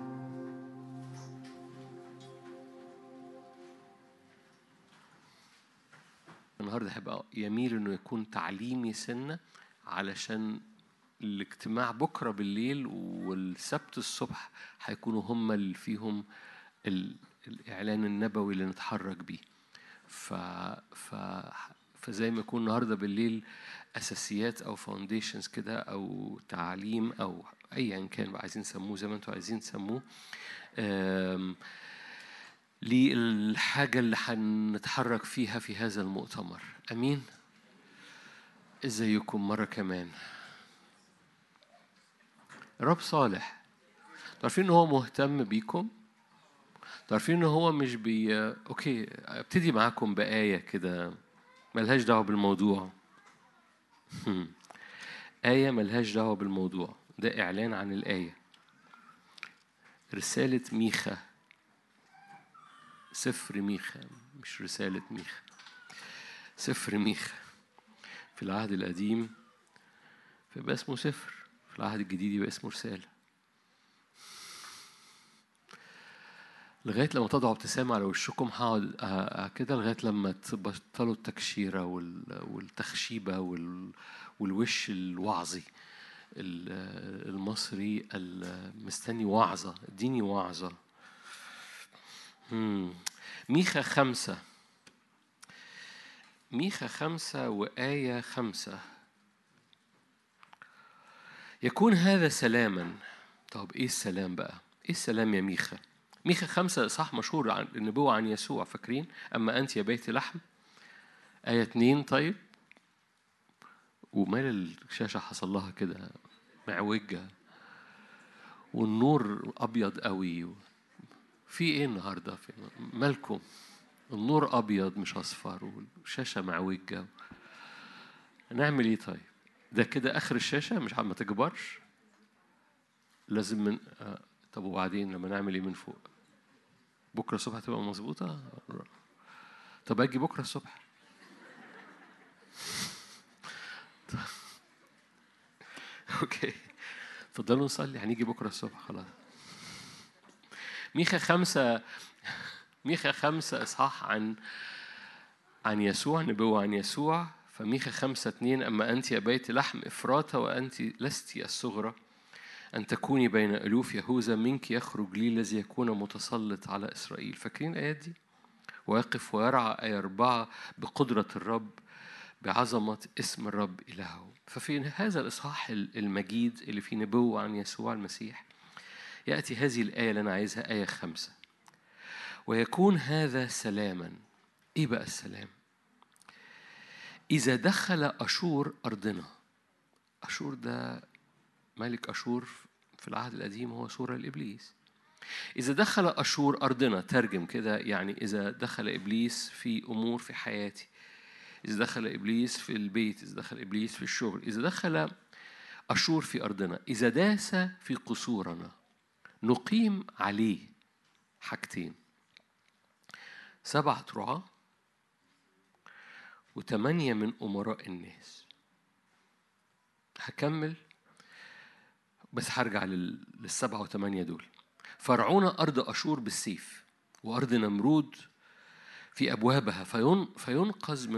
النهارده هيبقى يميل إنه يكون تعليمي سنة، علشان الاجتماع بكرة بالليل والسبت الصبح هيكونوا هم اللي فيهم الإعلان النبوي اللي نتحرك بيه. فزي ما يكون النهارده بالليل أساسيات أو فاونديشنز كده أو تعليم أو أيا كان عايزين نسموه زي ما أنتوا عايزين تسموه، للحاجة اللي هنتحرك فيها في هذا المؤتمر. أمين. ازيكم مرة كمان. رب صالح، تعرفين ان هو مهتم بيكم، تعرفين ان هو مش اوكي ابتدي معاكم بآية كده ملهاش دعوة بالموضوع. آية ملهاش دعوة بالموضوع، ده إعلان عن الآية. رسالة ميخا، سفر ميخا، مش رسالة ميخا، سفر ميخا. في العهد القديم فيبقى اسمه سفر، في العهد الجديد يبقى اسمه رسالة. لغاية لما تضعوا ابتسامة على وشكم هقعد كده لغاية لما تبطلوا التكشيرة والتخشيبة والوش الوعظي المصري المستني وعظة. اديني وعظة. ميخا 5، ميخا 5 وآية 5. يكون هذا سلاما. طب ايه السلام بقى؟ ايه السلام يا ميخا؟ ميخا 5 صح مشهور عن النبوة عن يسوع، فاكرين؟ أما أنت يا بيت لحم. آية 2. طيب ومال الشاشة حصل لها كده معوجة والنور أبيض قوي. في إيه النهاردة؟ في مالكم؟ النور أبيض مش أصفر والشاشة معوجة. نعمل إيه طيب؟ ده كده آخر الشاشة مش ما تكبرش. لازم من طب وبعدين لما نعمل إيه من فوق؟ بكرة الصبح هتبقى مظبوطة؟ طب أجي بكرة الصبح. أوكي تفضلوا نصلي، هنيجي بكرة الصبح خلاص. ميخا 5، ميخا 5 إصحاح عن يسوع، نبوة عن يسوع. فميخا 5:2 أما أنت يا بيت لحم إفراطة وأنت لست الصغرى أن تكوني بين ألوف يهوذا، منك يخرج لي الذي يكون متسلط على إسرائيل. فاكرين الآيات دي؟ ويقف ويرعى. آية 4 بقدرة الرب بعظمة اسم الرب إلهه. ففي هذا الإصحاح المجيد اللي فيه نبوة عن يسوع المسيح يأتي هذه الآية اللي أنا عايزها، آية 5. ويكون هذا سلاما. إيه بقى السلام؟ إذا دخل أشور أرضنا. أشور ده ملك أشور في العهد القديم، هو صورة لإبليس. إذا دخل أشور أرضنا، ترجم كده يعني إذا دخل إبليس في أمور في حياتي، إذا دخل إبليس في البيت، إذا دخل إبليس في الشغل، إذا دخل أشور في أرضنا، إذا داس في قصورنا، نقيم عليه حاجتين: 7 رعاة و8 من أمراء الناس. هكمل بس هرجع لل7 و8 دول. فرعون أرض أشور بالسيف، وأرض نمرود في أبوابها، فينقذ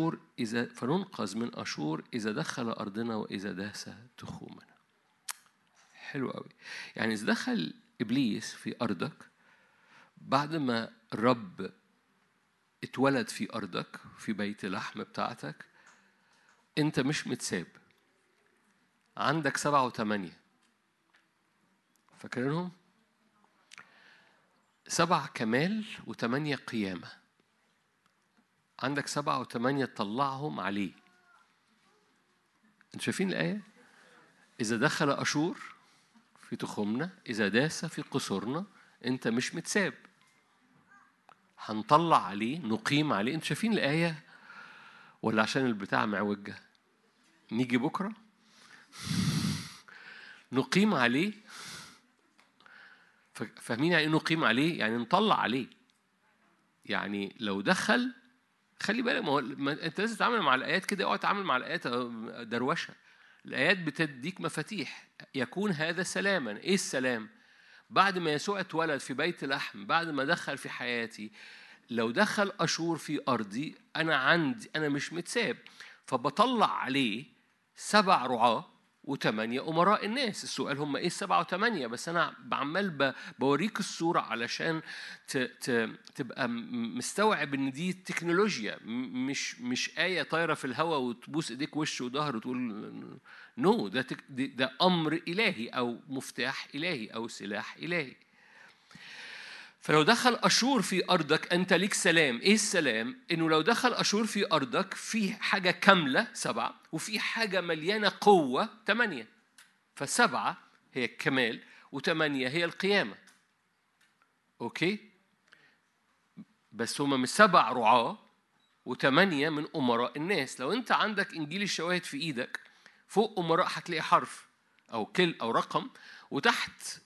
من أشور إذا دخل أرضنا وإذا داس تخومنا. حلو قوي. يعني إذا دخل إبليس في أرضك بعد ما الرب اتولد في أرضك في بيت لحم بتاعتك، أنت مش متساب. عندك 7 و8، فاكرينهم؟ 7 كمال و8 قيامة. عندك 7 و8 تطلعهم عليه. انتوا شايفين الآية؟ إذا دخل أشور في تخومنا، إذا داس في قصورنا، أنت مش متساب. هنطلع عليه، نقيم عليه. انتوا شايفين الآية ولا عشان البتاع معوجة؟ نيجي بكرة نقيم عليه. فاهمين يعني ايه نقيم عليه؟ يعني نطلع عليه. يعني لو دخل، خلي بالك، انت لازم تتعامل مع الايات كده. اوعى تتعامل مع الايات دروشه. الايات بتديك مفاتيح. يكون هذا سلاما. ايه السلام؟ بعد ما يسوع اتولد في بيت لحم، بعد ما دخل في حياتي، لو دخل أشور في أرضي، أنا مش متساب، فبطلع عليه 7 رعاة و8 أمراء الناس. السؤال هم إيه 7 و8؟ بس أنا بعمل بوريك الصورة علشان تبقى مستوعب إن دي تكنولوجيا، مش آية طايرة في الهواء وتبوس إيديك وش وظهر وتقول نو. ده أمر إلهي أو مفتاح إلهي أو سلاح إلهي. فلو دخل أشور في أرضك أنت ليك سلام. إيه السلام؟ إنه لو دخل أشور في أرضك في حاجة كاملة 7 وفي حاجة مليانة قوة 8. ف7 هي الكمال و8 هي القيامة. أوكي؟ بس هما من 7 رعاة و8 من أمراء الناس. لو أنت عندك إنجيل الشواهد في إيدك، فوق أمراء هتلاقي حرف أو كل أو رقم، وتحت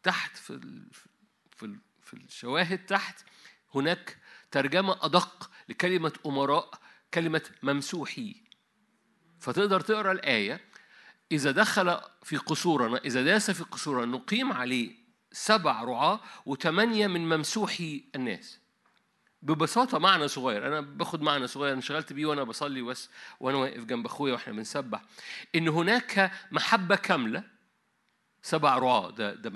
في الشواهد تحت هناك ترجمة أدق لكلمة أمراء، كلمة ممسوحي. فتقدر تقرأ الآية: إذا دخل في قصورنا، إذا داس في قصورنا، نقيم عليه 7 رعاة و8 من ممسوحي الناس. ببساطة معنى صغير، أنا باخد معنى صغير انشغلت بيه وأنا بصلي بس، وأنا واقف جنب أخويا وإحنا بنسبح، إن هناك محبة كاملة. 7 رعاة ده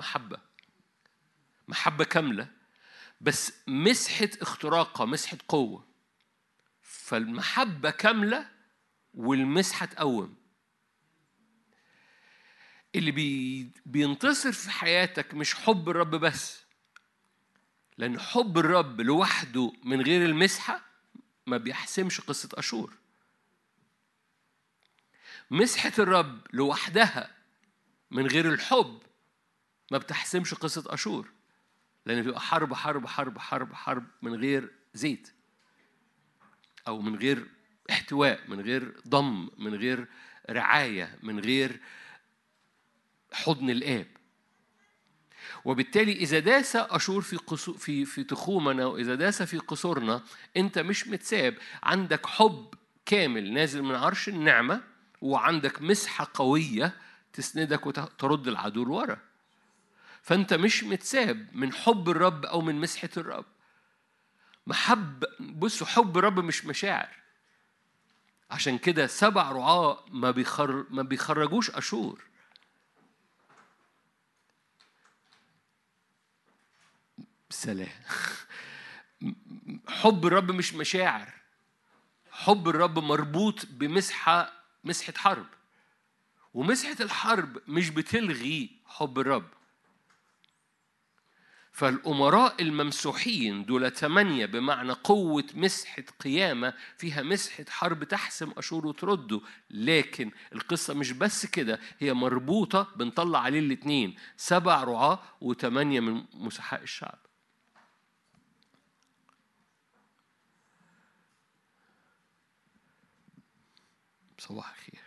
محبة كاملة، بس مسحة اختراقة، مسحة قوة. فالمحبة كاملة والمسحة تقوم. اللي بينتصر في حياتك مش حب الرب بس، لأن حب الرب لوحده من غير المسحة ما بيحسمش قصة أشور. مسحة الرب لوحدها من غير الحب ما بتحسمش قصة أشور، لأن بيبقى حرب حرب حرب حرب حرب من غير زيت، أو من غير احتواء، من غير ضم، من غير رعاية، من غير حضن الآب. وبالتالي إذا داس أشور في تخومنا، وإذا داس في قصورنا، أنت مش متساب. عندك حب كامل نازل من عرش النعمة، وعندك مسحة قوية تسندك وترد العدو لورا. فأنت مش متساب من حب الرب أو من مسحة الرب. بصوا، حب الرب مش مشاعر. عشان كده 7 رعاة ما بيخرجوش أشور. سلام. حب الرب مش مشاعر. حب الرب مربوط مسحة حرب، ومسحة الحرب مش بتلغي حب الرب. فالأمراء الممسوحين دول 8 بمعنى قوة مسحة قيامة فيها مسحة حرب تحسم أشور وترده. لكن القصة مش بس كده، هي مربوطة بنطلع عليه 2 7 رعاة و8 من مسحاء الشعب. صباح الخير.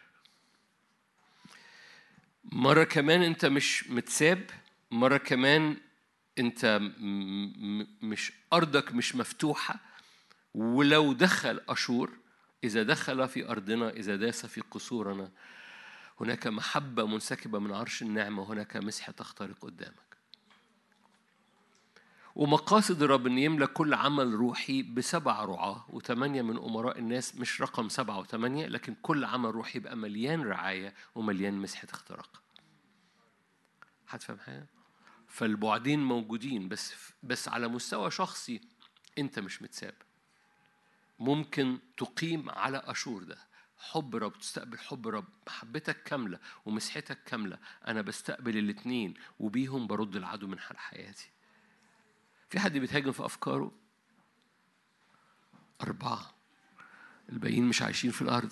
مرة كمان أنت مش متساب. مرة كمان أنت مش أرضك مش مفتوحة. ولو دخل أشور، إذا دخل في أرضنا، إذا داس في قصورنا، هناك محبة منسكبة من عرش النعمة، وهناك مسحة تخترق قدامك. ومقاصد الرب أن يملك كل عمل روحي ب7 رعاة و8 من أمراء الناس. مش رقم 7 و8، لكن كل عمل روحي يبقى مليان رعاية ومليان مسحة اختراق. هتفهم حاجة؟ فالبعدين موجودين، بس على مستوى شخصي أنت مش متساب. ممكن تقيم على أشور ده. حب رب، تستقبل حب رب، محبتك كاملة ومسحتك كاملة. أنا بستقبل 2 وبيهم برد العدو من حال حياتي. في حد بيتهاجم في أفكاره؟ 4 الباقيين مش عايشين في الأرض.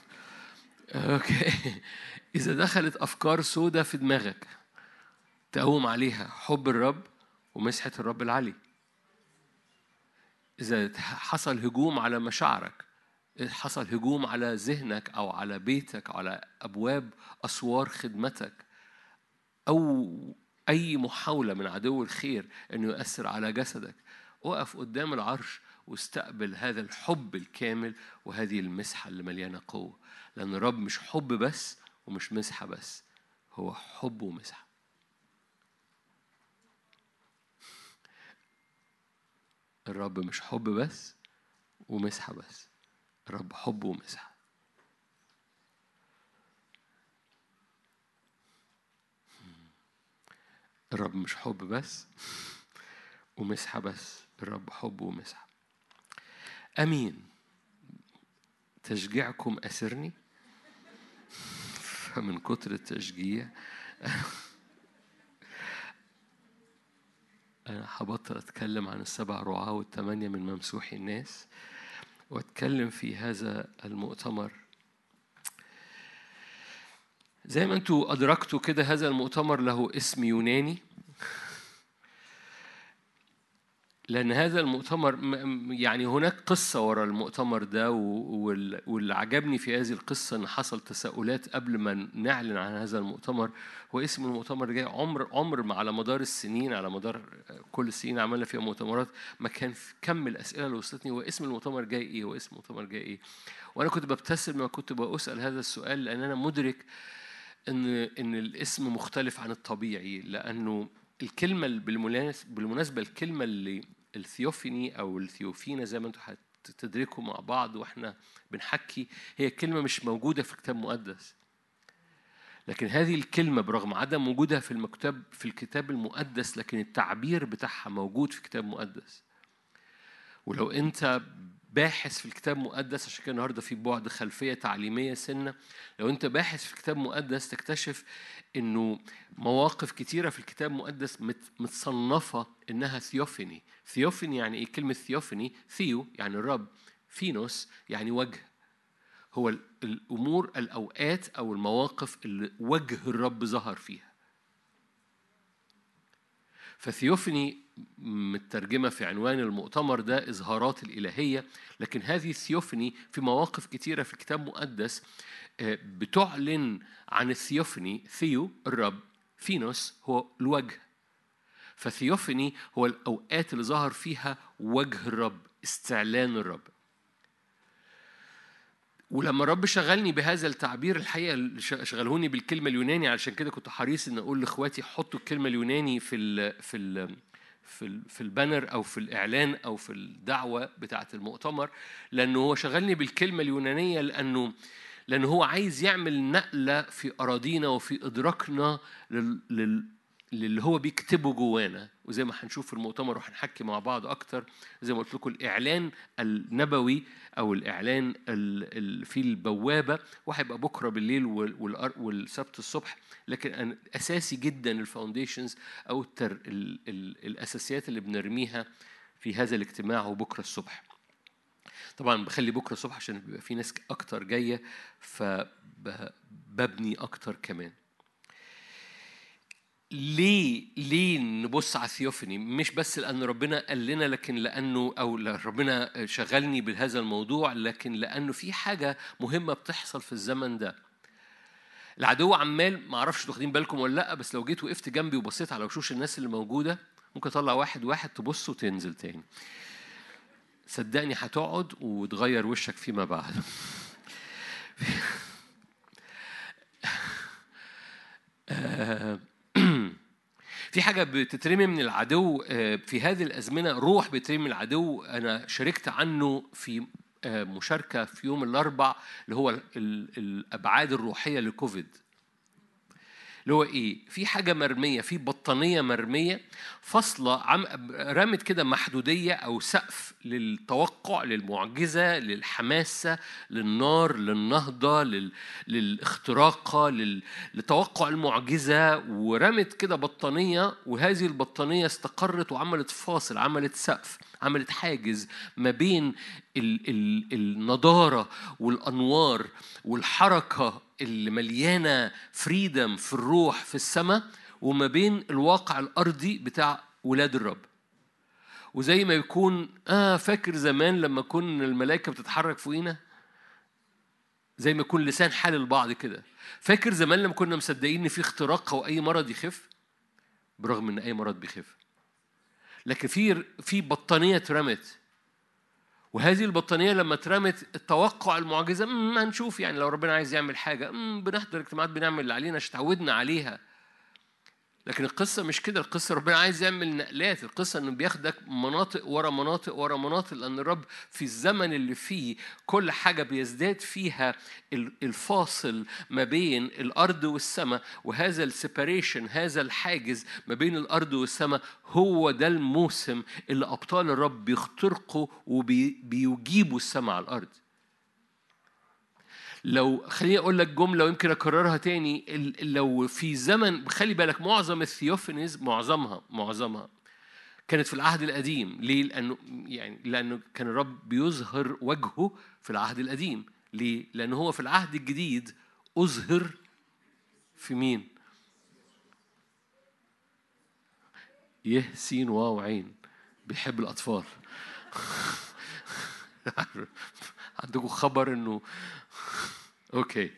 أوكي. إذا دخلت أفكار سودة في دماغك، تقوم عليها حب الرب ومسحة الرب العلي. إذا حصل هجوم على مشاعرك، حصل هجوم على ذهنك أو على بيتك أو على أبواب أسوار خدمتك، أو أي محاولة من عدو الخير أنه يؤثر على جسدك، وقف قدام العرش واستقبل هذا الحب الكامل وهذه المسحة اللي مليانة قوة. لأن الرب مش حب بس ومش مسحة بس، هو حب ومسحة. الرب مش حب بس ومسحة بس، الرب حب ومسحة. الرب مش حب بس ومسحة بس، الرب حب ومسحة. أمين. تشجيعكم أسرني، فمن كتر التشجيع أنا هبطل أتكلم عن 7 رعاة و8 من ممسوحي الناس، وأتكلم في هذا المؤتمر. زي ما أنتوا أدركتوا كده، هذا المؤتمر له اسم يوناني، لأن هذا المؤتمر يعني هناك قصة وراء المؤتمر ده، واللي عجبني في هذه القصة أن حصل تساؤلات قبل ما نعلن عن هذا المؤتمر. واسم المؤتمر جاي عمر على مدار السنين، على مدار كل السنين عملنا فيها مؤتمرات، ما كان في كم الأسئلة اللي وصلتني هو اسم المؤتمر جاي إيه، واسم المؤتمر جاي إيه. وأنا كنت ببتسم لما كنت بسأل هذا السؤال، لأن أنا مدرك إن الاسم مختلف عن الطبيعي. لأنه الكلمة بالمناسبة الكلمة اللي الثيوفيني أو الثيوفينا زي ما أنتم هتدركوا مع بعض وإحنا بنحكي، هي كلمة مش موجودة في الكتاب المقدس. لكن هذه الكلمة برغم عدم وجودها في الكتاب المقدس، لكن التعبير بتاعها موجود في الكتاب المقدس. ولو أنت باحث في الكتاب المقدس، عشان كده النهارده في بعد خلفية تعليمية سنة، لو أنت باحث في الكتاب المقدس تكتشف إنه مواقف كتيرة في الكتاب المقدس متصنفة إنها ثيوفيني. ثيوفيني يعني إيه؟ كلمة ثيوفيني، ثيو يعني الرب، فينوس يعني وجه. هو الأمور، الأوقات أو المواقف اللي وجه الرب ظهر فيها. فثيوفيني مترجمة في عنوان المؤتمر ده إظهارات الإلهية، لكن هذه الثيوفيني في مواقف كتيرة في الكتاب المقدس بتعلن عن الثيوفيني. ثيو الرب، فينوس هو الوجه. فثيوفيني هو الأوقات اللي ظهر فيها وجه الرب، استعلان الرب. ولما الرب شغلني بهذا التعبير، الحقيقة شغلوني بالكلمة اليوناني، علشان كده كنت حريص إن أقول لإخواتي حطوا الكلمة اليوناني في البانر أو في الإعلان أو في الدعوة بتاعة المؤتمر، لأنه هو شغلني بالكلمة اليونانية، لأنه هو عايز يعمل نقلة في أراضينا وفي إدراكنا اللي هو بيكتبه جوانا. وزي ما هنشوف في المؤتمر وهنحكي مع بعض أكتر، زي ما قلت لكم الإعلان النبوي أو الإعلان في البوابة، وهيبقى بكرة بالليل والسبت الصبح. لكن أساسي جدا الفاونديشنز أو الأساسيات اللي بنرميها في هذا الاجتماع وبكرة الصبح. طبعا بخلي بكرة الصبح عشان بيبقى في ناس أكتر جاية، فببني أكتر كمان. ليه نبص على الثيوفيني؟ مش بس لأن ربنا قال لنا، لكن لأنه أو ربنا شغلني بهذا الموضوع، لكن لأنه في حاجة مهمة بتحصل في الزمن ده. العدو عمال، ما اعرفش واخدين بالكم ولا لا، بس لو جيت وقفت جنبي وبصيت على وشوش الناس اللي موجودة، ممكن اطلع واحد تبص وتنزل تاني. صدقني هتقعد وتغير وشك فيما بعد. في حاجة بتترمي من العدو في هذه الأزمنة، روح بتترمي من العدو. أنا شاركت عنه في مشاركة في يوم الأربع، اللي هو الأبعاد الروحية لكوفيد. اللي هو إيه؟ في حاجة مرمية، في بطانية مرمية فاصلة رمت كده محدودية أو سقف للتوقع، للمعجزة، للحماسة، للنار، للنهضة، للاختراقة، لتوقع المعجزة، ورمت كده بطانية. وهذه البطانية استقرت وعملت فاصل، عملت سقف، عملت حاجز ما بين النضارة والأنوار والحركة اللي مليانة فريدم في الروح في السماء، وما بين الواقع الأرضي بتاع ولاد الرب. وزي ما يكون فاكر زمان لما كنا الملائكة بتتحرك فوقينا، زي ما يكون لسان حال البعض كده. فاكر زمان لما كنا مصدقين ان في اختراق او اي مرض يخف، برغم ان اي مرض بيخف، لكن في بطانيه اترمت، وهذه البطانيه لما اترمت التوقع المعجزه ما هنشوف، يعني لو ربنا عايز يعمل حاجه بنحضر اجتماعات بنعمل اللي علينا عشان تعودنا عليها. لكن القصة مش كده، القصة ربنا عايز يعمل نقلات، القصة إنه بياخدك مناطق ورا مناطق ورا مناطق، لأن الرب في الزمن اللي فيه كل حاجة بيزداد فيها الفاصل ما بين الأرض والسماء، وهذا السيباريشن، هذا الحاجز ما بين الأرض والسماء، هو ده الموسم اللي أبطال الرب بيخترقوا وبيجيبوا السماء على الأرض. لو خليني أقول لك جملة ويمكن أكررها تاني، لو في زمن، خلي بالك معظم الثيوفانيز معظمها كانت في العهد القديم. ليه؟ لأنه كان الرب بيظهر وجهه في العهد القديم. ليه؟ لأنه هو في العهد الجديد أظهر في مين؟ سين واو عين، بيحب الأطفال. عندكم خبر إنه أوكي.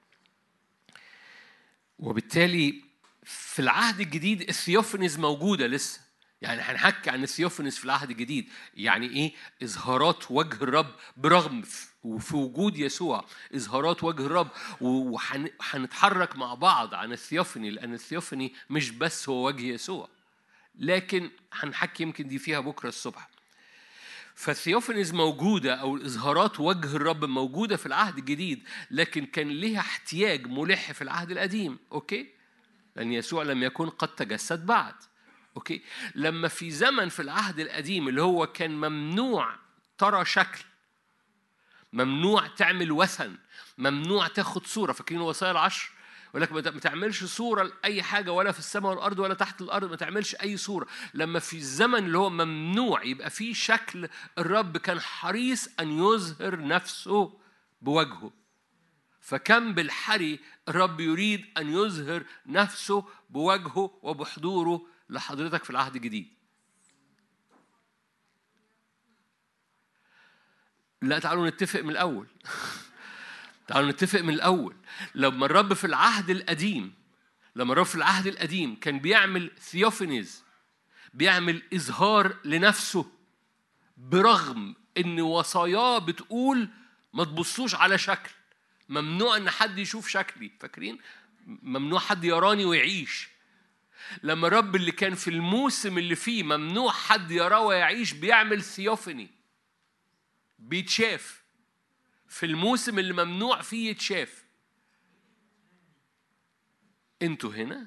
وبالتالي في العهد الجديد الثيوفانيز موجودة لسه. يعني هنحكي عن الثيوفانيز في العهد الجديد. يعني إيه؟ إظهارات وجه الرب برغم وفي وجود يسوع، إظهارات وجه الرب. وهنتحرك مع بعض عن الثيوفاني، لأن الثيوفاني مش بس هو وجه يسوع، لكن هنحكي يمكن دي فيها بكرة الصبح. فالثيوفانيز موجودة، أو الإظهارات وجه الرب موجودة في العهد الجديد، لكن كان لها احتياج ملح في العهد القديم. أوكي؟ لأن يسوع لم يكن قد تجسد بعد. أوكي؟ لما في زمن في العهد القديم اللي هو كان ممنوع ترى شكل، ممنوع تعمل وثن، ممنوع تاخد صورة. فاكرين الوصايا العشر؟ يقول لك ما تعملش صورة لأي حاجة، ولا في السماء والأرض ولا تحت الأرض، ما تعملش أي صورة. لما في الزمن اللي هو ممنوع يبقى فيه شكل، الرب كان حريص أن يظهر نفسه بوجهه. فكم بالحري الرب يريد أن يظهر نفسه بوجهه وبحضوره لحضرتك في العهد الجديد. لا، تعالوا نتفق من الأول. تعالوا نتفق من الأول. لما الرب في العهد القديم كان بيعمل ثيوفانيز، بيعمل إظهار لنفسه، برغم إن وصاياه بتقول ما تبصوش على شكل، ممنوع إن حد يشوف شكلي. فاكرين؟ ممنوع حد يراني ويعيش. لما الرب اللي كان في الموسم اللي فيه ممنوع حد يراه ويعيش، بيعمل ثيوفاني، بيتشاف في الموسم اللي ممنوع فيه يتشاف. انتوا هنا،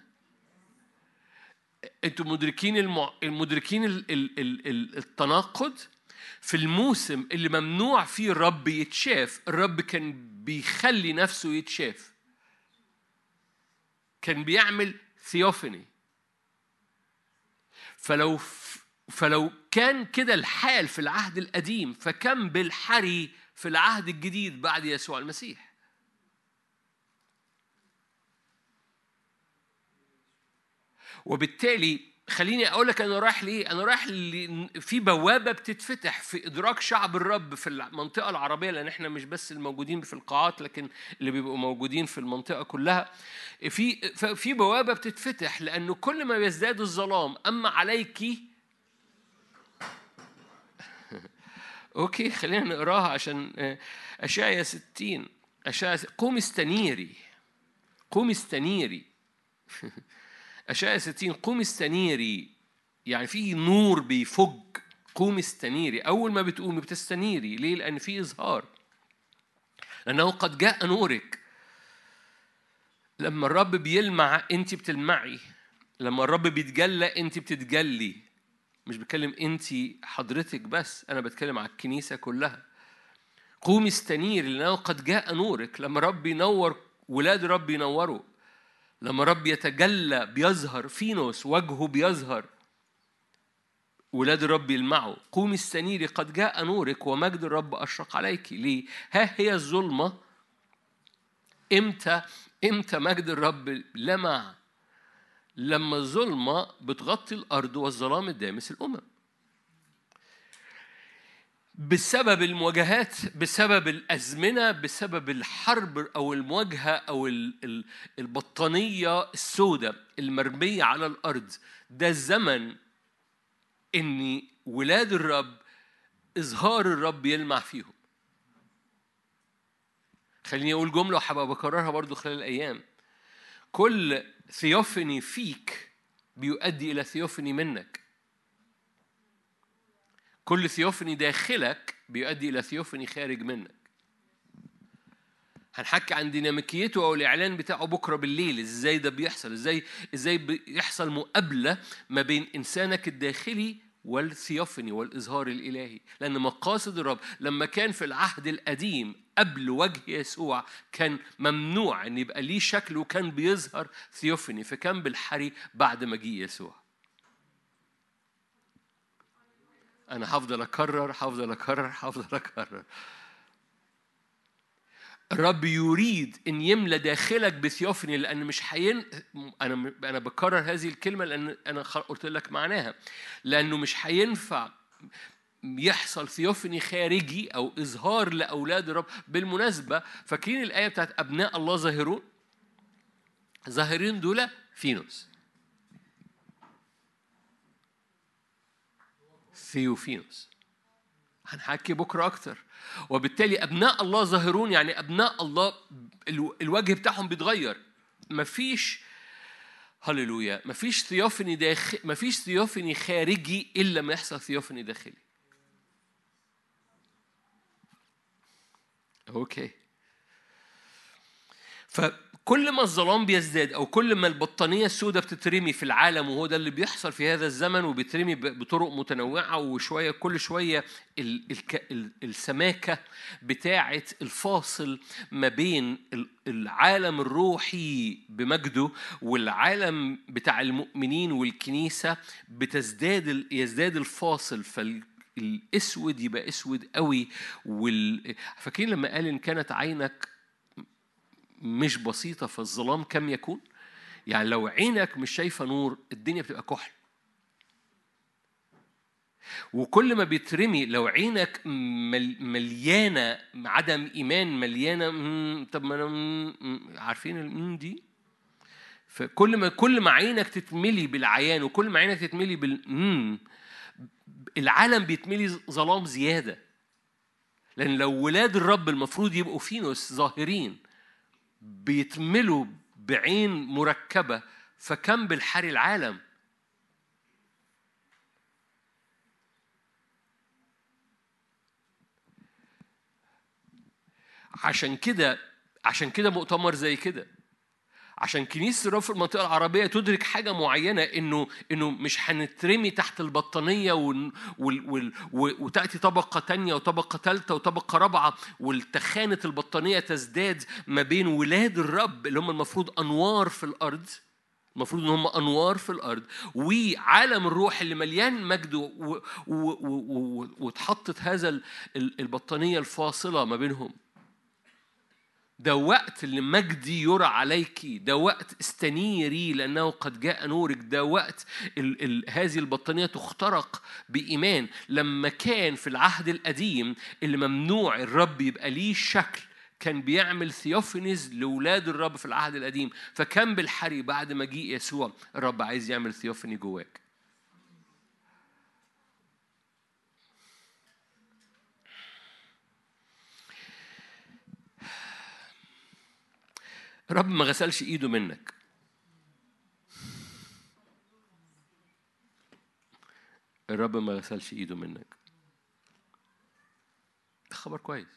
انتوا مدركين التناقض. في الموسم اللي ممنوع فيه الرب يتشاف، الرب كان بيخلي نفسه يتشاف، كان بيعمل ثيوفاني. فلو كان كده الحال في العهد القديم، فكم بالحري في العهد الجديد بعد يسوع المسيح. وبالتالي خليني أقول لك أنا رايح ليه. أنا رايح في بوابة بتتفتح في إدراك شعب الرب في المنطقة العربية، لأن إحنا مش بس الموجودين في القاعات، لكن اللي بيبقوا موجودين في المنطقة كلها. في بوابة بتتفتح، لأنه كل ما يزداد الظلام أما عليك. أوكي، خلينا نقراها عشان أشعياء 60. قوم استنيري، قوم استنيري. أشعياء 60، قوم استنيري، يعني في نور بيفج. قوم استنيري، أول ما بتقومي بتستنيري. ليه؟ لأن في إظهار، لأنه قد جاء نورك. لما الرب بيلمع أنت بتلمعي، لما الرب بيتجلى أنت بتتجلي. مش بتكلم أنت حضرتك بس، أنا بتكلم على الكنيسة كلها. قوم استنيري لأنه قد جاء نورك. لما رب ينور، ولاد رب ينوروا. لما رب يتجلى بيظهر، فينوس وجهه بيظهر، ولاد الرب يلمعوا. قوم استنيري قد جاء نورك ومجد الرب أشرق عليك. ليه؟ ها هي الظلمة. إمتى مجد الرب لمع؟ لما الظلمة بتغطي الأرض والظلام الدامس الأمم. بسبب المواجهات، بسبب الأزمنة، بسبب الحرب أو المواجهة أو البطانية السوداء المرمية على الأرض. ده الزمن إن ولاد الرب إظهار الرب يلمع فيهم. خليني أقول جملة وحابب أكررها برضو خلال الأيام. كل ثيوفني فيك بيؤدي إلى ثيوفني منك. كل ثيوفني داخلك بيؤدي إلى ثيوفني خارج منك. هنحكي عن ديناميكيته أو الإعلان بتاعه بكرة بالليل. إزاي ده بيحصل؟ إزاي بيحصل مقابلة ما بين إنسانك الداخلي والثيوفني والإظهار الإلهي. لأن مقاصد الرب لما كان في العهد القديم قبل وجه يسوع كان ممنوع أن يبقى ليه شكل، وكان بيظهر ثيوفني، فكان بالحري بعد مجيء يسوع. أنا هفضل أكرر. الرب يريد أن يملى داخلك بثيوفني، لأن مش أنا بكرر هذه الكلمة لأن أنا قلت لك معناها. لأنه مش هينفع يحصل ثيوفني خارجي أو إظهار لأولاد الرب. بالمناسبة فاكرين الآية بتاعت أبناء الله ظاهرون؟ ظاهرين دول فينوس، ثيوفينوس. هنحكي بكرة أكتر. وبالتالي أبناء الله ظاهرون، يعني أبناء الله الوجه بتاعهم بيتغير. مفيش هللويا، مفيش ثيوفني خارجي إلا ما يحصل ثيوفني داخلي. أوكي. فكل ما الظلام بيزداد أو كل ما البطانية السوداء بتترمي في العالم، وهو ده اللي بيحصل في هذا الزمن، وبترمي بطرق متنوعة، وشوية كل شوية السماكة بتاعة الفاصل ما بين العالم الروحي بمجده والعالم بتاع المؤمنين والكنيسة يزداد الفاصل. فالأسود يبقى أسود قوي. فاكرين لما قال إن كانت عينك مش بسيطة فالظلام كم يكون؟ يعني لو عينك مش شايفة نور الدنيا بتبقى كحل. وكل ما بيترمي لو عينك مليانة عدم إيمان، مليانة طب ما أنا عارفين دي. فكل ما عينك تتملي بالعيان، وكل ما عينك تتملي العالم بيتملي ظلام زيادة. لأن لو ولاد الرب المفروض يبقوا فينوس ظاهرين بيتملوا بعين مركبة، فكم بالحري العالم. عشان كده مؤتمر زي كده، عشان كنيسة الرب في المنطقة العربية تدرك حاجة معينة، إنه مش هنترمي تحت البطانية وتأتي طبقة تانية وطبقة ثالثة وطبقة رابعة، والتخانة البطانية تزداد ما بين ولاد الرب اللي هم المفروض أنوار في الأرض، المفروض إن هم أنوار في الأرض، وعالم الروح اللي مليان مجد، وتحطت هذا البطانية الفاصلة ما بينهم. ده وقت اللي مجدي يرى عليك، ده وقت استنيري لأنه قد جاء نورك، ده وقت هذه البطانية تخترق بإيمان. لما كان في العهد القديم اللي ممنوع الرب يبقى ليه شكل، كان بيعمل ثيوفينيز لولاد الرب في العهد القديم، فكان بالحري بعد مجيء يسوع الرب عايز يعمل ثيوفيني جواك. الرب ما غسلش ايده منك. الرب ما غسلش ايده منك. ده خبر كويس.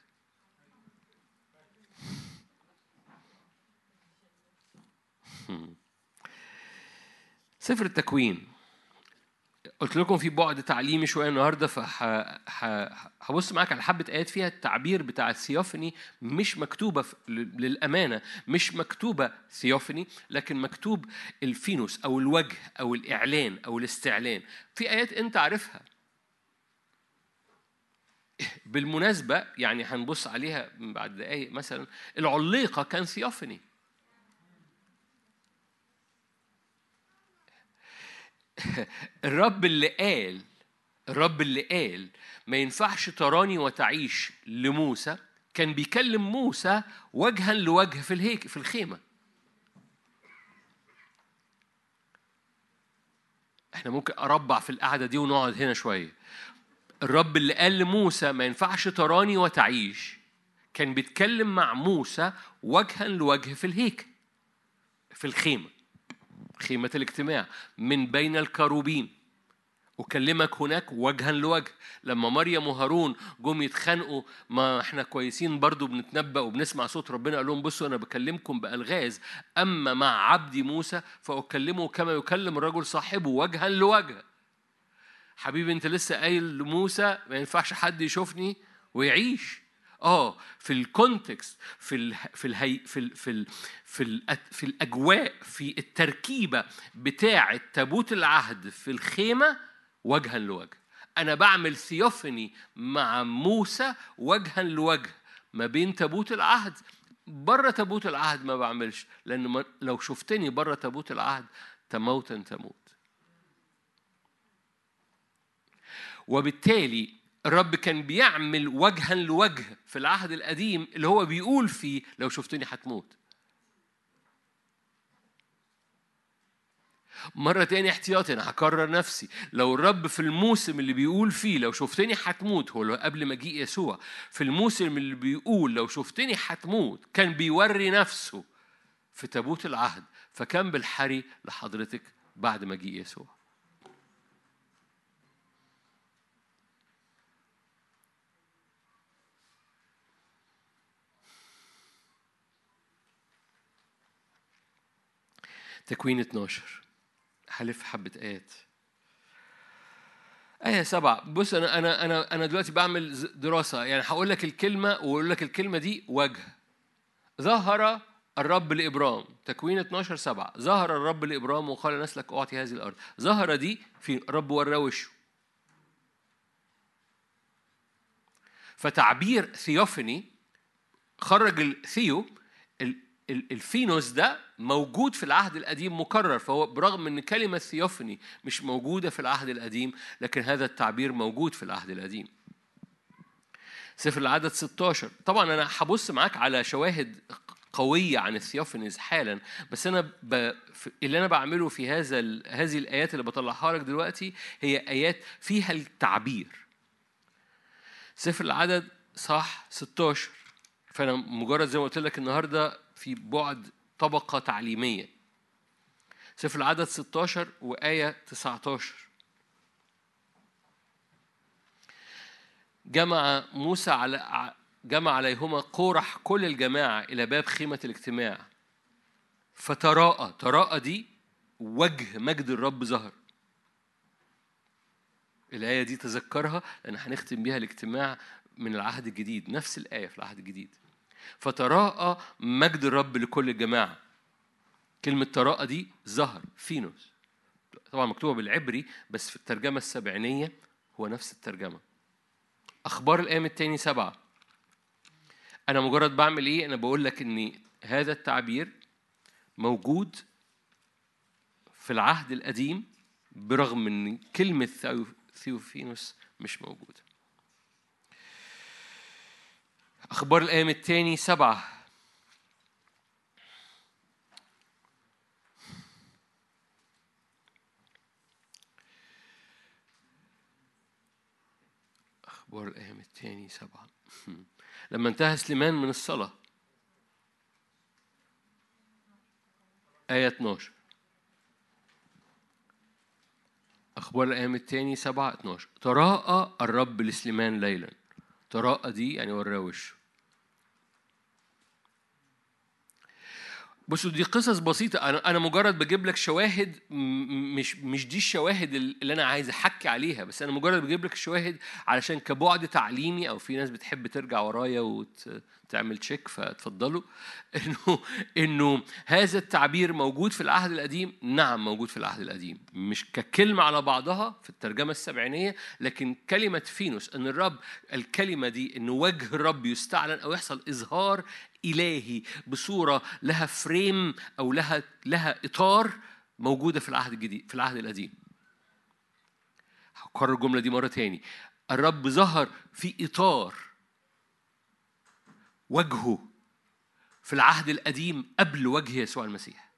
سفر التكوين، قلت لكم في بعد تعليمي شويه النهارده، فهبص معاك على حبه ايات فيها التعبير بتاع الثيوفني مش مكتوبه للامانه، مش مكتوبه ثيوفني، لكن مكتوب الفينوس او الوجه او الاعلان او الاستعلان. في ايات انت عارفها بالمناسبه، يعني هنبص عليها بعد دقايق. مثلا العليقه كان ثيوفني. الرب اللي قال الرب اللي قال ما ينفعش تراني وتعيش لموسى كان بيكلم موسى وجها لوجه في الخيمة. احنا ممكن أربع في القعدة دي ونقعد هنا شوية. الرب اللي قال لموسى ما ينفعش تراني وتعيش كان بيتكلم مع موسى وجها لوجه في الخيمة، خيمة الاجتماع من بين الكروبين. أكلمك هناك وجها لوجه. لما مريم وهارون جم يتخانقوا، ما احنا كويسين برضو بنتنبأ وبنسمع صوت ربنا، قال لهم بصوا أنا بكلمكم بألغاز، أما مع عبدي موسى فأكلمه كما يكلم الرجل صاحبه وجها لوجه. حبيبي أنت لسه قايل لموسى ما ينفعش حد يشوفني ويعيش. في الكونتكست، في الأجواء، في التركيبة بتاعة تابوت العهد في الخيمة وجها لوجه. أنا بعمل ثيوفني مع موسى وجها لوجه ما بين تابوت العهد. بره تابوت العهد ما بعملش، لأن لو شفتني بره تابوت العهد تموتا تموت. وبالتالي الرب كان بيعمل وجها لوجه في العهد القديم اللي هو بيقول فيه لو شفتني هتموت. مرة تاني احتياطي أنا هكرر نفسي، لو الرب في الموسم اللي بيقول فيه لو شفتني هتموت، هو قبل مجيء يسوع، في الموسم اللي بيقول لو شفتني هتموت كان بيوري نفسه في تابوت العهد، فكان بالحري لحضرتك بعد مجيء يسوع. تكوين 12 هلف حبة آيات. آية 7. بص أنا دلوقتي بعمل دراسة، يعني هقول لك الكلمة وأقول لك الكلمة دي وجه. ظهر الرب لإبرام، تكوين 12:7. ظهر الرب لإبرام وقال نسلك أعطي هذه الأرض. ظهر دي في رب وراه وشه. فتعبير ثيوفني خرج الثيو، الفينوس ده موجود في العهد القديم مكرر، فهو برغم ان كلمة ثيوفني مش موجودة في العهد القديم لكن هذا التعبير موجود في العهد القديم. سفر العدد 16. طبعا انا هبص معاك على شواهد قوية عن الثيوفنيز حالا، بس انا اللي انا بعمله في هذه الايات اللي بطلعها لك دلوقتي هي ايات فيها التعبير. سفر العدد صح 16. فانا مجرد زي ما قلت لك النهارده في بعد طبقة تعليمية. سفر العدد 16 وآية 19. جمع عليهما قورح كل الجماعة إلى باب خيمة الاجتماع، فتراءى دي وجه مجد الرب ظهر. الآية دي تذكرها لأن هنختم بيها الاجتماع من العهد الجديد، نفس الآية في العهد الجديد. فتراءى مجد الرب لكل الجماعة. كلمة تراءى دي ظهر فينوس، طبعا مكتوبة بالعبري بس في الترجمة السبعينية هو نفس الترجمة. أخبار الأيام التاني 7. أنا مجرد بعمل إيه؟ أنا بقول لك إن هذا التعبير موجود في العهد القديم برغم إن كلمة ثيوفينوس مش موجودة. أخبار الأيام التاني 7. أخبار الأيام التاني 7. لما انتهى سليمان من الصلاة، آية 12. أخبار الأيام التاني 7:12. تراءى الرب لسليمان ليلا. تراءى دي يعني وراه وشه. بصوا دي قصص بسيطة، أنا مجرد بجيب لك شواهد، مش دي الشواهد اللي أنا عايز أحكي عليها، بس أنا مجرد بجيب لك الشواهد علشان كبعد تعليمي، أو في ناس بتحب ترجع ورايا وتعمل تشيك فتفضلوا. إنه هذا التعبير موجود في العهد القديم. نعم موجود في العهد القديم، مش ككلمة على بعضها في الترجمة السبعينية، لكن كلمة فينوس إن الرب، الكلمة دي إنه وجه الرب يستعلن أو يحصل إظهار إلهي بصورة لها فريم أو لها إطار، موجودة في العهد الجديد، في العهد القديم. هكرر الجملة دي مرة تاني. الرب ظهر في إطار وجهه في العهد القديم قبل وجه يسوع المسيح.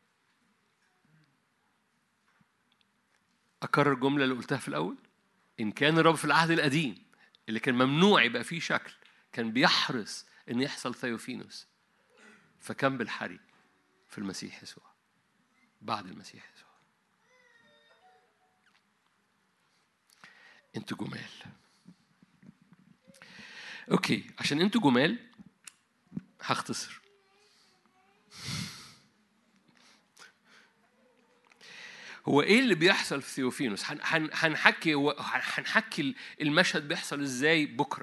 أكرر الجملة اللي قلتها في الأول. إن كان الرب في العهد القديم اللي كان ممنوع يبقى فيه شكل، كان بيحرص إن يحصل ثيوفينوس، فكان بالحري في المسيح يسوع بعد المسيح يسوع. انتوا جمال. اوكي، عشان انتوا جمال هختصر. هو ايه اللي بيحصل في ثيوفينوس؟ هنحكي المشهد بيحصل ازاي بكره.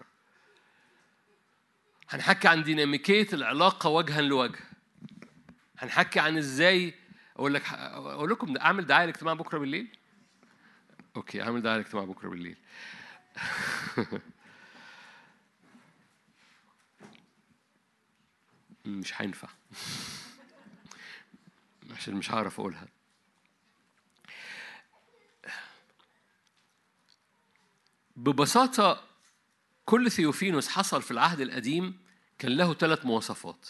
هنحكي عن ديناميكية العلاقة وجها لوجه. هنحكي عن ازاي اقول لكم اعمل دعاية الاجتماع بكره بالليل. اوكي، اعمل دعاية الاجتماع بكره بالليل. مش هينفع عشان مش هعرف اقولها. ببساطة كل ثيوفينوس حصل في العهد القديم كان له 3 مواصفات.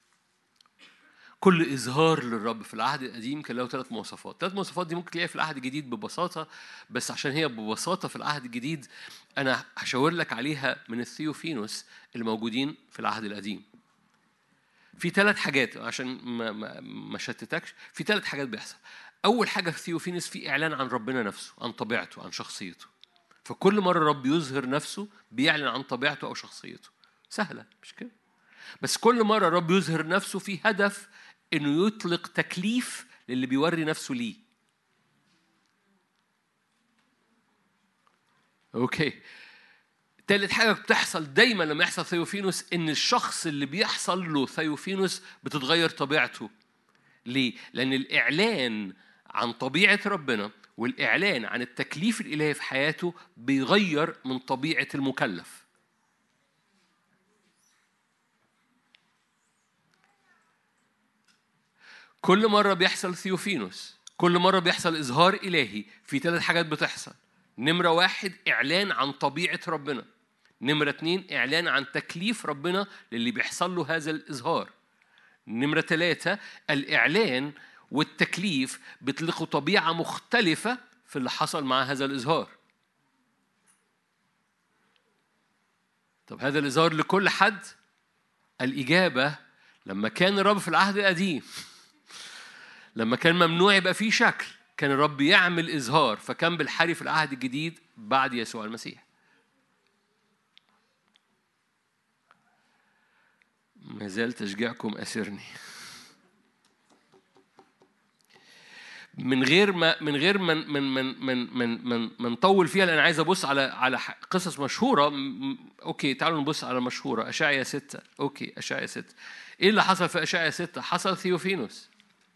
كل إظهار للرب في العهد القديم كان له 3 مواصفات. 3 مواصفات دي ممكن تلاقيها في العهد الجديد ببساطة، بس عشان هي ببساطة في العهد الجديد أنا هشاور لك عليها من الثيوفينوس الموجودين في العهد القديم. في 3 حاجات عشان ما شتتكش. في 3 حاجات بيحصل. أول حاجة في ثيوفينوس في إعلان عن ربنا نفسه، عن طبيعته، عن شخصيته. فكل مرة الرب يظهر نفسه بيعلن عن طبيعته أو شخصيته. سهلة مش كده؟ بس كل مرة الرب يظهر نفسه في هدف إنه يطلق تكليف للي بيوري نفسه ليه. أوكي. تالت حاجة بتحصل دايما لما يحصل ثيوفينوس إن الشخص اللي بيحصل له ثيوفينوس بتتغير طبيعته. ليه؟ لأن الإعلان عن طبيعة ربنا والإعلان عن التكليف الإلهي في حياته بيغير من طبيعة المكلف. كل مرة بيحصل ثيوفينوس، كل مرة بيحصل إظهار إلهي، في 3 حاجات بتحصل. نمرة 1 إعلان عن طبيعة ربنا. نمرة 2 إعلان عن تكليف ربنا للي بيحصل له هذا الإظهار. نمرة 3 الإعلان والتكليف بيطلقوا طبيعة مختلفة في اللي حصل مع هذا الإظهار. طب هذا الإظهار لكل حد؟ الإجابة لما كان الرب في العهد القديم لما كان ممنوع يبقى فيه شكل، كان الرب يعمل إظهار، فكان بالحري في العهد الجديد بعد يسوع المسيح. ما زال تشجيعكم أسرني. من غير ما نطول فيها، لأن عايز أبص على قصص مشهورة. أوكي، تعالوا نبص على مشهورة. أشعيا 6. أوكي، أشعيا 6. إيه اللي حصل في أشعيا 6؟ حصل ثيوفينوس،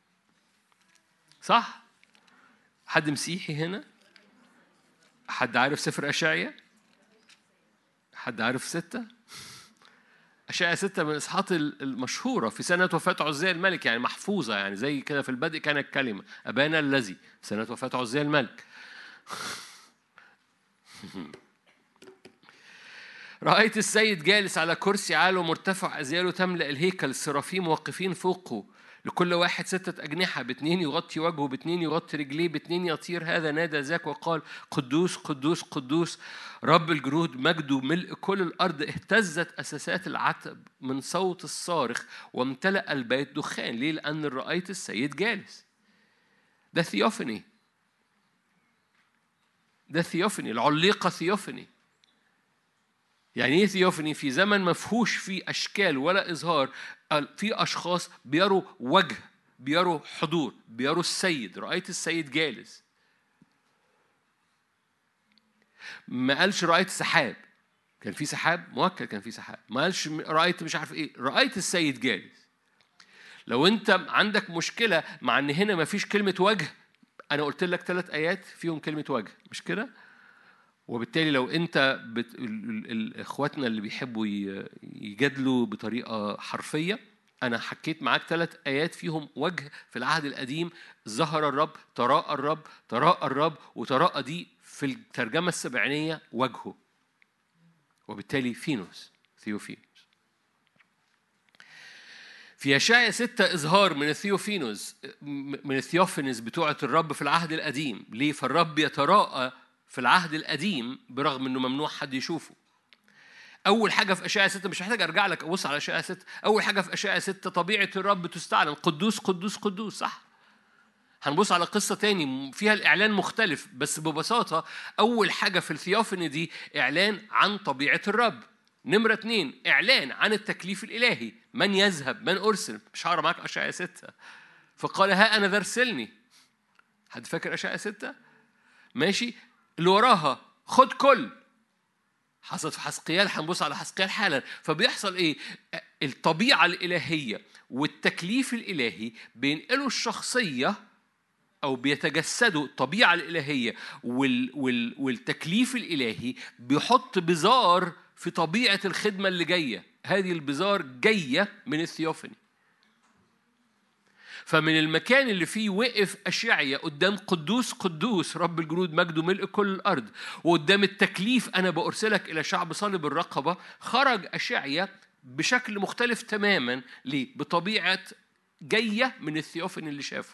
صح؟ حد مسيحي هنا؟ حد عارف سفر أشعيا؟ حد عارف 6؟ أشعيا 6 من الإصحاحات المشهورة في سنة وفاة عزية الملك، يعني محفوظة، يعني زي كده في البدء كان الكلمة أبانا الذي، سنة وفاة عزية الملك. رأيت السيد جالس على كرسي عال ومرتفع، أزياله تملأ الهيكل، السرافيم واقفين فوقه، لكل واحد 6 أجنحة، ب2 يغطي وجهه، ب2 يغطي رجليه، ب2 يطير. هذا نادى ذاك وقال قدوس قدوس قدوس رب الجنود، مجده ملء كل الأرض. اهتزت أساسات العتب من صوت الصارخ وامتلأ البيت دخان. ليه؟ لأن رأيت السيد جالس. ده ثيوفني، ده ثيوفني، العليقة ثيوفني. يعني ايه ثيوفني؟ في زمن مفهوش فيه أشكال ولا إظهار، في أشخاص بيروا وجه، بيروا حضور، بيروا السيد. رأيت السيد جالس. ما قالش رأيت سحاب، كان في سحاب مؤكد، كان في سحاب. ما قالش رأيت مش عارف ايه، رأيت السيد جالس. لو انت عندك مشكلة مع ان هنا ما فيش كلمة وجه، انا قلت لك 3 آيات فيهم كلمة وجه، مش كده؟ وبالتالي لو انت اخواتنا اللي بيحبوا يجادلوا بطريقه حرفيه، انا حكيت معاك 3 آيات فيهم وجه في العهد القديم. ظهر الرب، تراءى الرب، تراءى الرب، وتراءى دي في الترجمة السبعينية وجهه، وبالتالي ثيوفينوس. في أشعياء 6 إظهار من من الثيوفينوس بتوعة الرب في العهد القديم. ليه؟ فالرب يتراءى في العهد القديم برغم إنه ممنوع حد يشوفه. أول حاجة في أشعياء 6، مش محتاج أرجع لك أبص على أشعياء 6. أول حاجة في أشعياء 6 طبيعة الرب تستعلن، قدوس قدوس قدوس، صح؟ هنبص على قصة تاني فيها الإعلان مختلف، بس ببساطة أول حاجة في الثيوفاني دي إعلان عن طبيعة الرب. نمرة 2 إعلان عن التكليف الإلهي، من يذهب من أرسل. مش هقرا معاك أشعياء 6. فقال ها أنا ذا ارسلني. حد فاكر أشعياء 6؟ ماشي. اللي وراها خد كل. حصلت في حسقيال، هنبص على حسقيال حالا. فبيحصل إيه؟ الطبيعة الإلهية والتكليف الإلهي بينقلوا الشخصية أو بيتجسدوا الطبيعة الإلهية والتكليف الإلهي، بيحط بزار في طبيعة الخدمة اللي جاية. هذه البزار جاية من الثيوفاني. فمن المكان اللي فيه وقف أشعياء قدام قدوس قدوس رب الجنود مجده ملء كل الأرض، وقدام التكليف أنا بأرسلك إلى شعب صلب الرقبة، خرج أشعياء بشكل مختلف تماما. ليه؟ بطبيعة جاية من الثيوفاني اللي شافه.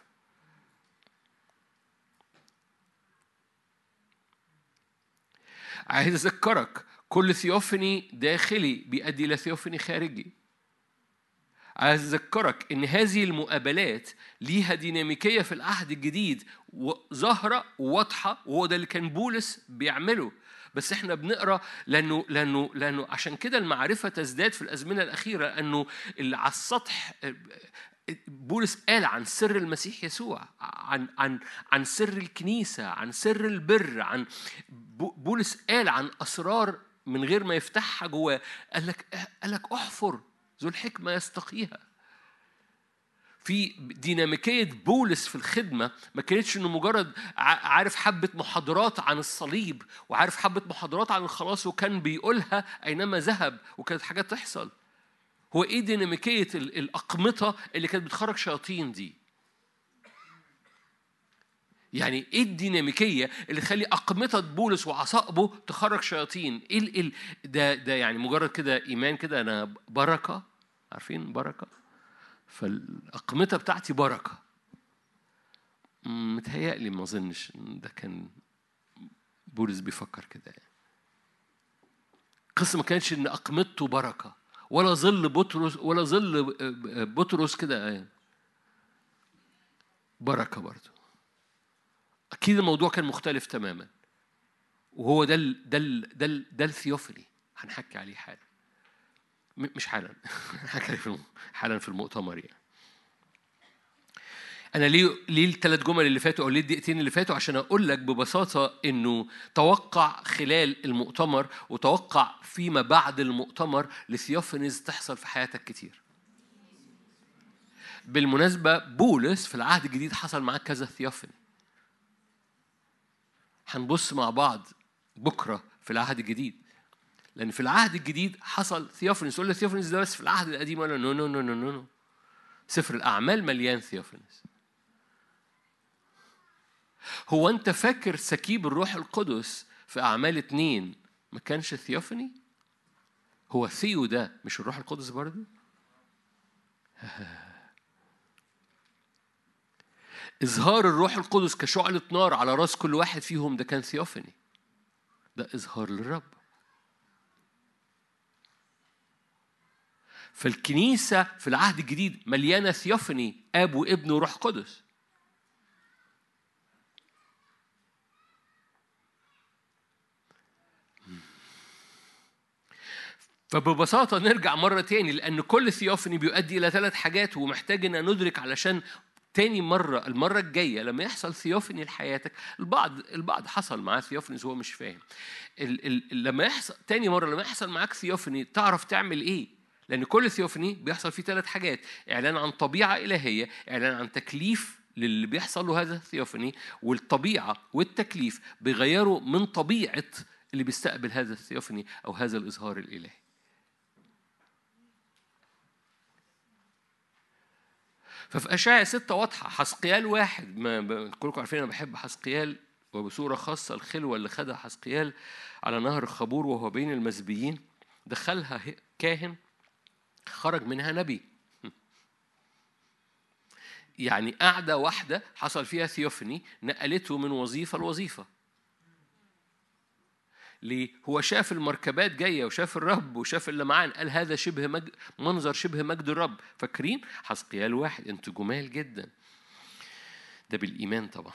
عايز أذكرك كل ثيوفاني داخلي بيؤدي إلى ثيوفاني خارجي. عايز أذكرك إن هذه المقابلات ليها ديناميكية في العهد الجديد ظاهرة وواضحة، وهو ده اللي كان بولس بيعمله. بس إحنا بنقرأ لأنه عشان كده المعرفة تزداد في الأزمنة الأخيرة، لأنه اللي على السطح بولس قال عن سر المسيح يسوع، عن سر الكنيسة، عن سر البر، بولس قال عن أسرار من غير ما يفتحها جواه. قال لك احفر ذو الحكمة يستقيها. في ديناميكية بولس في الخدمة ما كانتش إنه مجرد عارف حبة محاضرات عن الصليب وعارف حبة محاضرات عن الخلاص وكان بيقولها أينما ذهب وكانت حاجات تحصل. هو إيه ديناميكية الأقمطة اللي كانت بتخرج شياطين دي؟ يعني إيه الديناميكية اللي تخلي أقمطة بولس وعصائبه تخرج شياطين؟ إيه ده يعني مجرد كده إيمان كده أنا بركة، عارفين بركة؟ فالأقمطة بتاعتي بركة. متهيألي ما أظنش ده كان بولس بيفكر كده. القصة ما كانش إن أقمطته بركة ولا ظل بطرس كده بركة برضو. أكيد الموضوع كان مختلف تماما، وهو ده الثيوفاني هنحكي عليه حالا. مش حالا هنحكي عليه حالا في المؤتمر. يعني أنا ليه الثلاث جمل اللي فاتوا أو ليه الدقيقتين اللي فاتوا؟ عشان أقول لك ببساطة إنه توقع خلال المؤتمر وتوقع فيما بعد المؤتمر لثيوفانيز تحصل في حياتك كتير. بالمناسبة بولس في العهد الجديد حصل معاه كذا ثيوفاني. هنبص مع بعض بكرة في العهد الجديد، لأن في العهد الجديد حصل ثيوفانيز. تقول لي ثيوفانيز ده بس في العهد القديم؟ ولا نو نو نو نو نو. سفر الأعمال مليان ثيوفانيز. هو أنت فاكر سكيب الروح القدس في أعمال 2 ما كانش ثيوفاني؟ هو ثيو ده مش الروح القدس برضه؟ إظهار الروح القدس كشعلة نار على رأس كل واحد فيهم ده كان ثيوفاني. ده إظهار للرب. فالكنيسة في العهد الجديد مليانة ثيوفاني، آب وابن وروح قدس. فببساطة نرجع مرة تاني، لأن كل ثيوفاني بيؤدي إلى 3 حاجات، ومحتاج أن ندرك علشان تاني المرة الجاية لما يحصل ثيوفاني لحياتك. البعض حصل معاه ثيوفاني وهو مش فاهم. لما يحصل تاني مرة، لما يحصل معاك ثيوفاني تعرف تعمل إيه؟ لأن كل ثيوفاني بيحصل فيه 3 حاجات: إعلان عن طبيعة إلهية، إعلان عن تكليف للي بيحصل له هذا الثيوفاني، والطبيعة والتكليف بيغيروا من طبيعة اللي بيستقبل هذا الثيوفاني أو هذا الإظهار الإلهي. ففي أشعياء 6 واضحة. حسقيال 1 كلكم عارفين أنا بحب حسقيال وبصورة خاصة الخلوة اللي خدها حزقيال على نهر خابور وهو بين المزبيين دخلها كاهن خرج منها نبي. يعني قعدة واحدة حصل فيها ثيوفني نقلته من وظيفة لوظيفة. ليه؟ هو شاف المركبات جاية وشاف الرب وشاف اللمعان، قال هذا شبه منظر شبه مجد الرب. فاكرين حزقيال 1؟ انتوا جمال جدا. ده بالإيمان طبعا.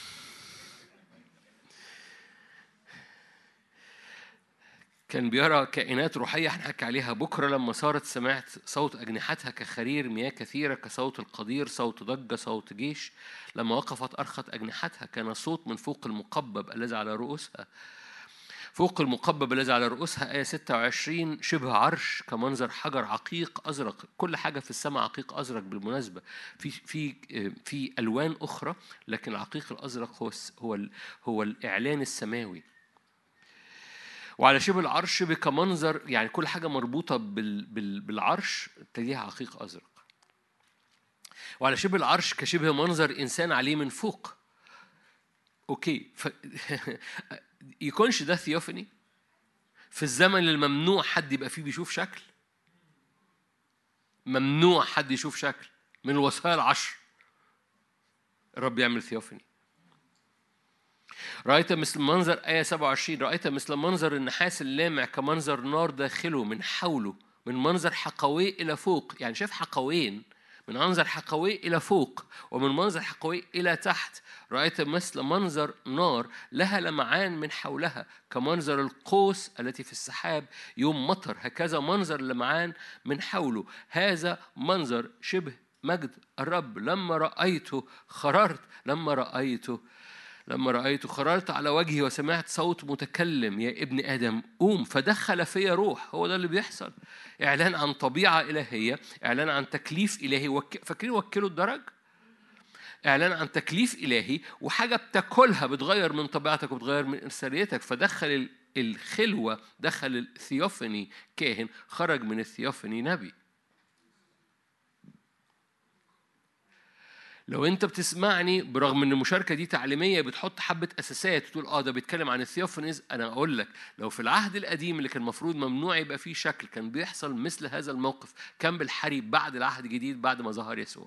كان بيرى كائنات روحية هنحكي عليها بكرة. لما صارت سمعت صوت أجنحتها كخرير مياه كثيرة، كصوت القدير، صوت ضجة، صوت جيش. لما وقفت أرخت أجنحتها كان صوت من فوق المقبب الذي على رؤوسها. فوق المقبب الذي على رؤوسها آية 26 شبه عرش كمنظر حجر عقيق أزرق. كل حاجة في السماء عقيق أزرق بالمناسبة. في ألوان أخرى، لكن العقيق الأزرق هو الإعلان السماوي. وعلى شبه العرش كمنظر، يعني كل حاجة مربوطة بالعرش تلاقيها عقيق أزرق. وعلى شبه العرش كشبه منظر إنسان عليه من فوق. أوكي يكونش ده ثيوفني في الزمن الممنوع حد يبقى فيه بيشوف شكل؟ ممنوع حد يشوف شكل من الوصايا 10. الرب يعمل ثيوفني. رأيت مثل منظر آية 27 رأيت مثل منظر النحاس اللامع كمنظر نار داخله من حوله، من منظر حقوي إلى فوق. يعني شاف حقوين، من منظر حقوي إلى فوق ومن منظر حقوي إلى تحت. رأيت مثل منظر نار لها لمعان من حولها كمنظر القوس التي في السحاب يوم مطر، هكذا منظر لمعان من حوله. هذا منظر شبه مجد الرب. لما رأيته خررت، لما رأيته خررت على وجهي وسمعت صوت متكلم يا ابن آدم قوم. فدخل فيا روح. هو ده اللي بيحصل. إعلان عن طبيعة إلهية، إعلان عن تكليف إلهي. فاكرين وكلوا الدرج؟ إعلان عن تكليف إلهي وحاجة بتاكلها بتغير من طبيعتك وبتغير من إرساليتك. فدخل الخلوة، دخل الثيوفني كاهن، خرج من الثيوفني نبي. لو انت بتسمعني برغم ان المشاركه دي تعليميه بتحط حبه اساسات وتقول ده بيتكلم عن الثيوفنيز، انا اقول لك لو في العهد القديم اللي كان المفروض ممنوع يبقى فيه شكل كان بيحصل مثل هذا الموقف، كان بالحري بعد العهد الجديد بعد ما ظهر يسوع.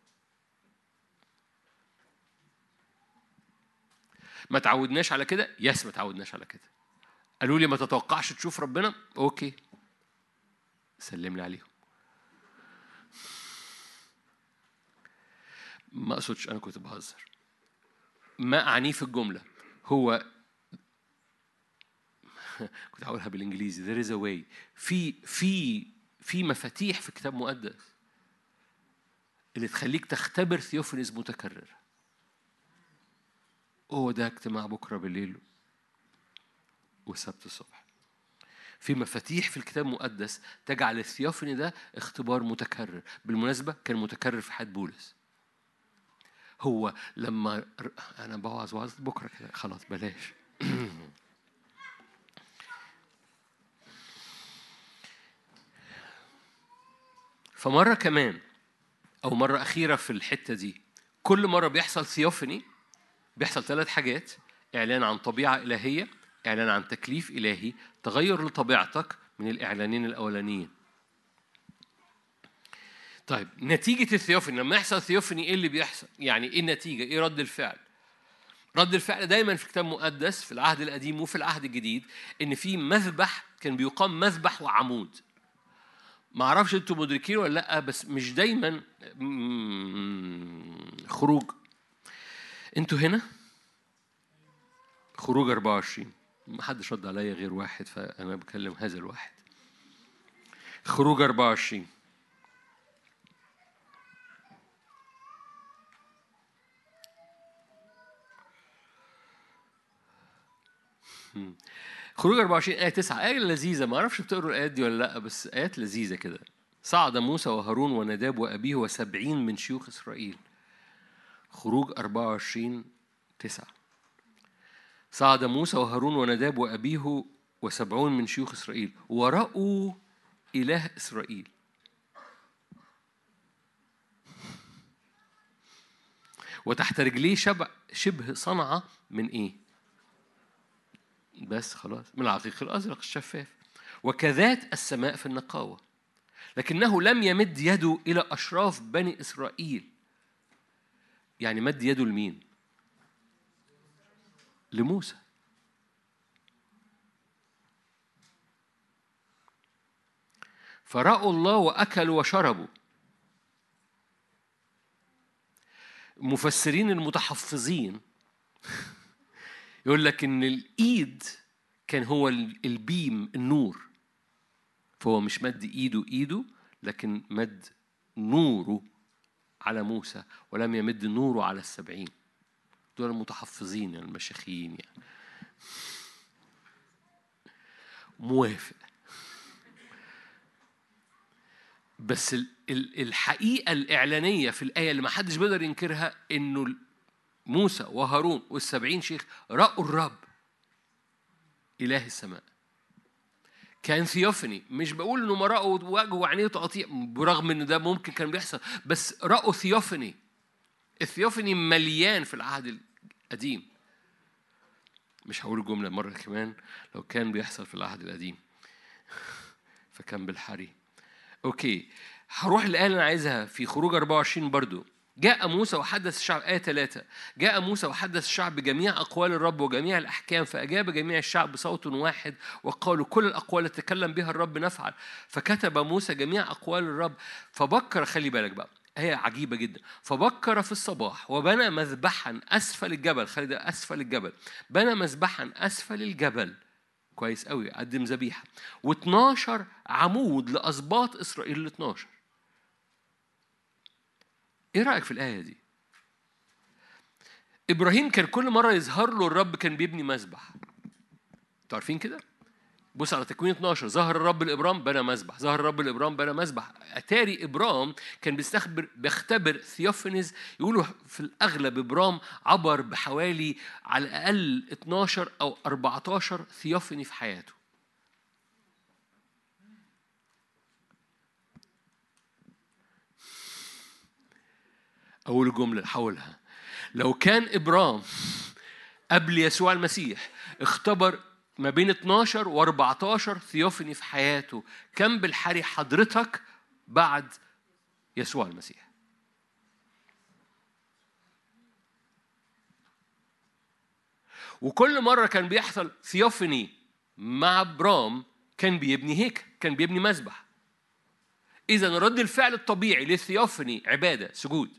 ما تعودناش على كده؟ ما تعودناش على كده. قالوا لي ما تتوقعش تشوف ربنا؟ اوكي، سلم لي عليهم. ما أقصدش، أنا كنت بهزر. ما أعنيه في الجملة هو كنت هقولها بالإنجليزي there is a way. في مفاتيح في كتاب مقدس اللي تخليك تختبر ثيوفنيز متكرر. ده اجتماع بكرة بالليل والسبت الصبح. في مفاتيح في الكتاب المقدس تجعل الثيوفني ده اختبار متكرر. بالمناسبة كان متكرر في حياة بولس. هو لما أنا بوعظ بكرة كده خلاص بلاش. فمرة كمان أو مرة أخيرة في الحتة دي، كل مرة بيحصل ثيوفني بيحصل 3 حاجات: إعلان عن طبيعة إلهية، إعلان عن تكليف إلهي، تغير لطبيعتك من الإعلانين الأولانيين. طيب نتيجة الثيوفني لما يحصل ثيوفني إيه اللي بيحصل؟ يعني إيه النتيجة؟ إيه رد الفعل؟ رد الفعل دايما في الكتاب المقدس في العهد القديم وفي العهد الجديد إن في مذبح، كان بيقام مذبح وعمود. ما أعرفش أنتوا مدركين ولا لأ، بس مش دايما. خروج، أنتوا هنا خروج 24 ما حدش رد عليا غير واحد، فأنا بكلم هذا الواحد. خروج 24 خروج 24 آية 9، آية لذيذة. ما أعرفش بتقروا الآيات دي ولا لأ، بس آيات لذيذة كده. صعد موسى وهارون ونداب وأبيه و70 من شيوخ إسرائيل. خروج 24 9. صعد موسى وهارون ونداب وأبيه و70 من شيوخ إسرائيل ورأوا إله إسرائيل. وتحت رجليه شبه صنعة من إيه؟ بس خلاص، من العقيق الأزرق الشفاف. وكذات السماء في النقاوة، لكنه لم يمد يده إلى أشراف بني إسرائيل. يعني مد يده لمين؟ لموسى. فرأوا الله وأكلوا وشربوا. مفسرين المتحفظين يقول لك إن الإيد كان هو البيم، النور. فهو مش مد إيده لكن مد نوره على موسى، ولم يمد نوره على 70. دول المتحفظين يعني المشاخين يعني. موافق. بس الحقيقة الإعلانية في الآية اللي ما حدش بيقدر ينكرها إنه موسى وهارون وال70 شيخ رأوا الرب إله السماء. كان ثيوفني. مش بقول إنه ما رأوا وجهه وعينيه تقطيع، برغم إن ده ممكن كان بيحصل، بس رأوا ثيوفني. الثيوفني مليان في العهد القديم. مش هقول الجملة مرة كمان، لو كان بيحصل في العهد القديم فكان بالحري. أوكي، هروح الآية اللي أنا عايزها في خروج 24 برضو. جاء موسى وحدث الشعب، آية 3. جاء موسى وحدث الشعب بجميع أقوال الرب وجميع الأحكام، فأجاب جميع الشعب بصوت واحد وقالوا كل الأقوال التي تكلم بها الرب نفعل. فكتب موسى جميع أقوال الرب. فبكر، خلي بالك بقى، هي عجيبة جدا. فبكر في الصباح وبنى مذبحا أسفل الجبل. خلي ده أسفل الجبل. بنى مذبحا أسفل الجبل، كويس قوي، قدم ذبيحة. و12 عمود لأسباط إسرائيل 12. إيه رأيك في الآية دي؟ إبراهيم كان كل مرة يظهر له الرب كان بيبني مذبح. انتوا عارفين كده؟ بص على تكوين 12. ظهر الرب لإبرام بنى مذبح، ظهر الرب لإبرام بنى مذبح. أتاري إبرام كان بيختبر ثيوفنيز. يقولوا في الأغلب إبرام عبر بحوالي على الأقل 12 أو 14 ثيوفني في حياته. أول جملة حولها. لو كان إبرام قبل يسوع المسيح اختبر ما بين 12 و14 ثيوفني في حياته، كم بالحري حضرتك بعد يسوع المسيح؟ وكل مرة كان بيحصل ثيوفني مع إبرام كان بيبني هيك، كان بيبني مذبح. إذن رد الفعل الطبيعي للثيوفني عبادة، سجود.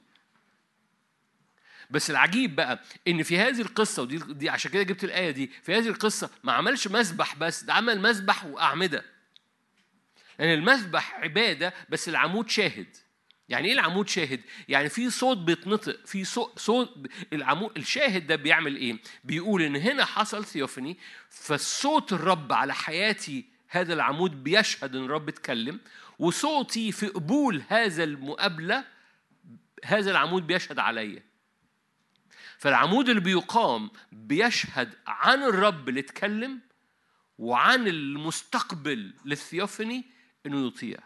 بس العجيب بقى إن في هذه القصة، ودي عشان كده جبت الآية دي، في هذه القصة ما عملش مذبح بس، ده عمل مذبح وأعمدة. لأن يعني المذبح عبادة بس العمود شاهد. يعني إيه العمود شاهد؟ يعني في صوت بيتنطق، في صوت العمود الشاهد ده بيعمل إيه؟ بيقول إن هنا حصل ثيوفني، فالصوت الرب على حياتي هذا العمود بيشهد إن الرب اتكلم، وصوتي في قبول هذا المقابلة هذا العمود بيشهد عليا. فالعمود اللي بيقام بيشهد عن الرب اللي اتكلم وعن المستقبل للثيوفني انه يطيع.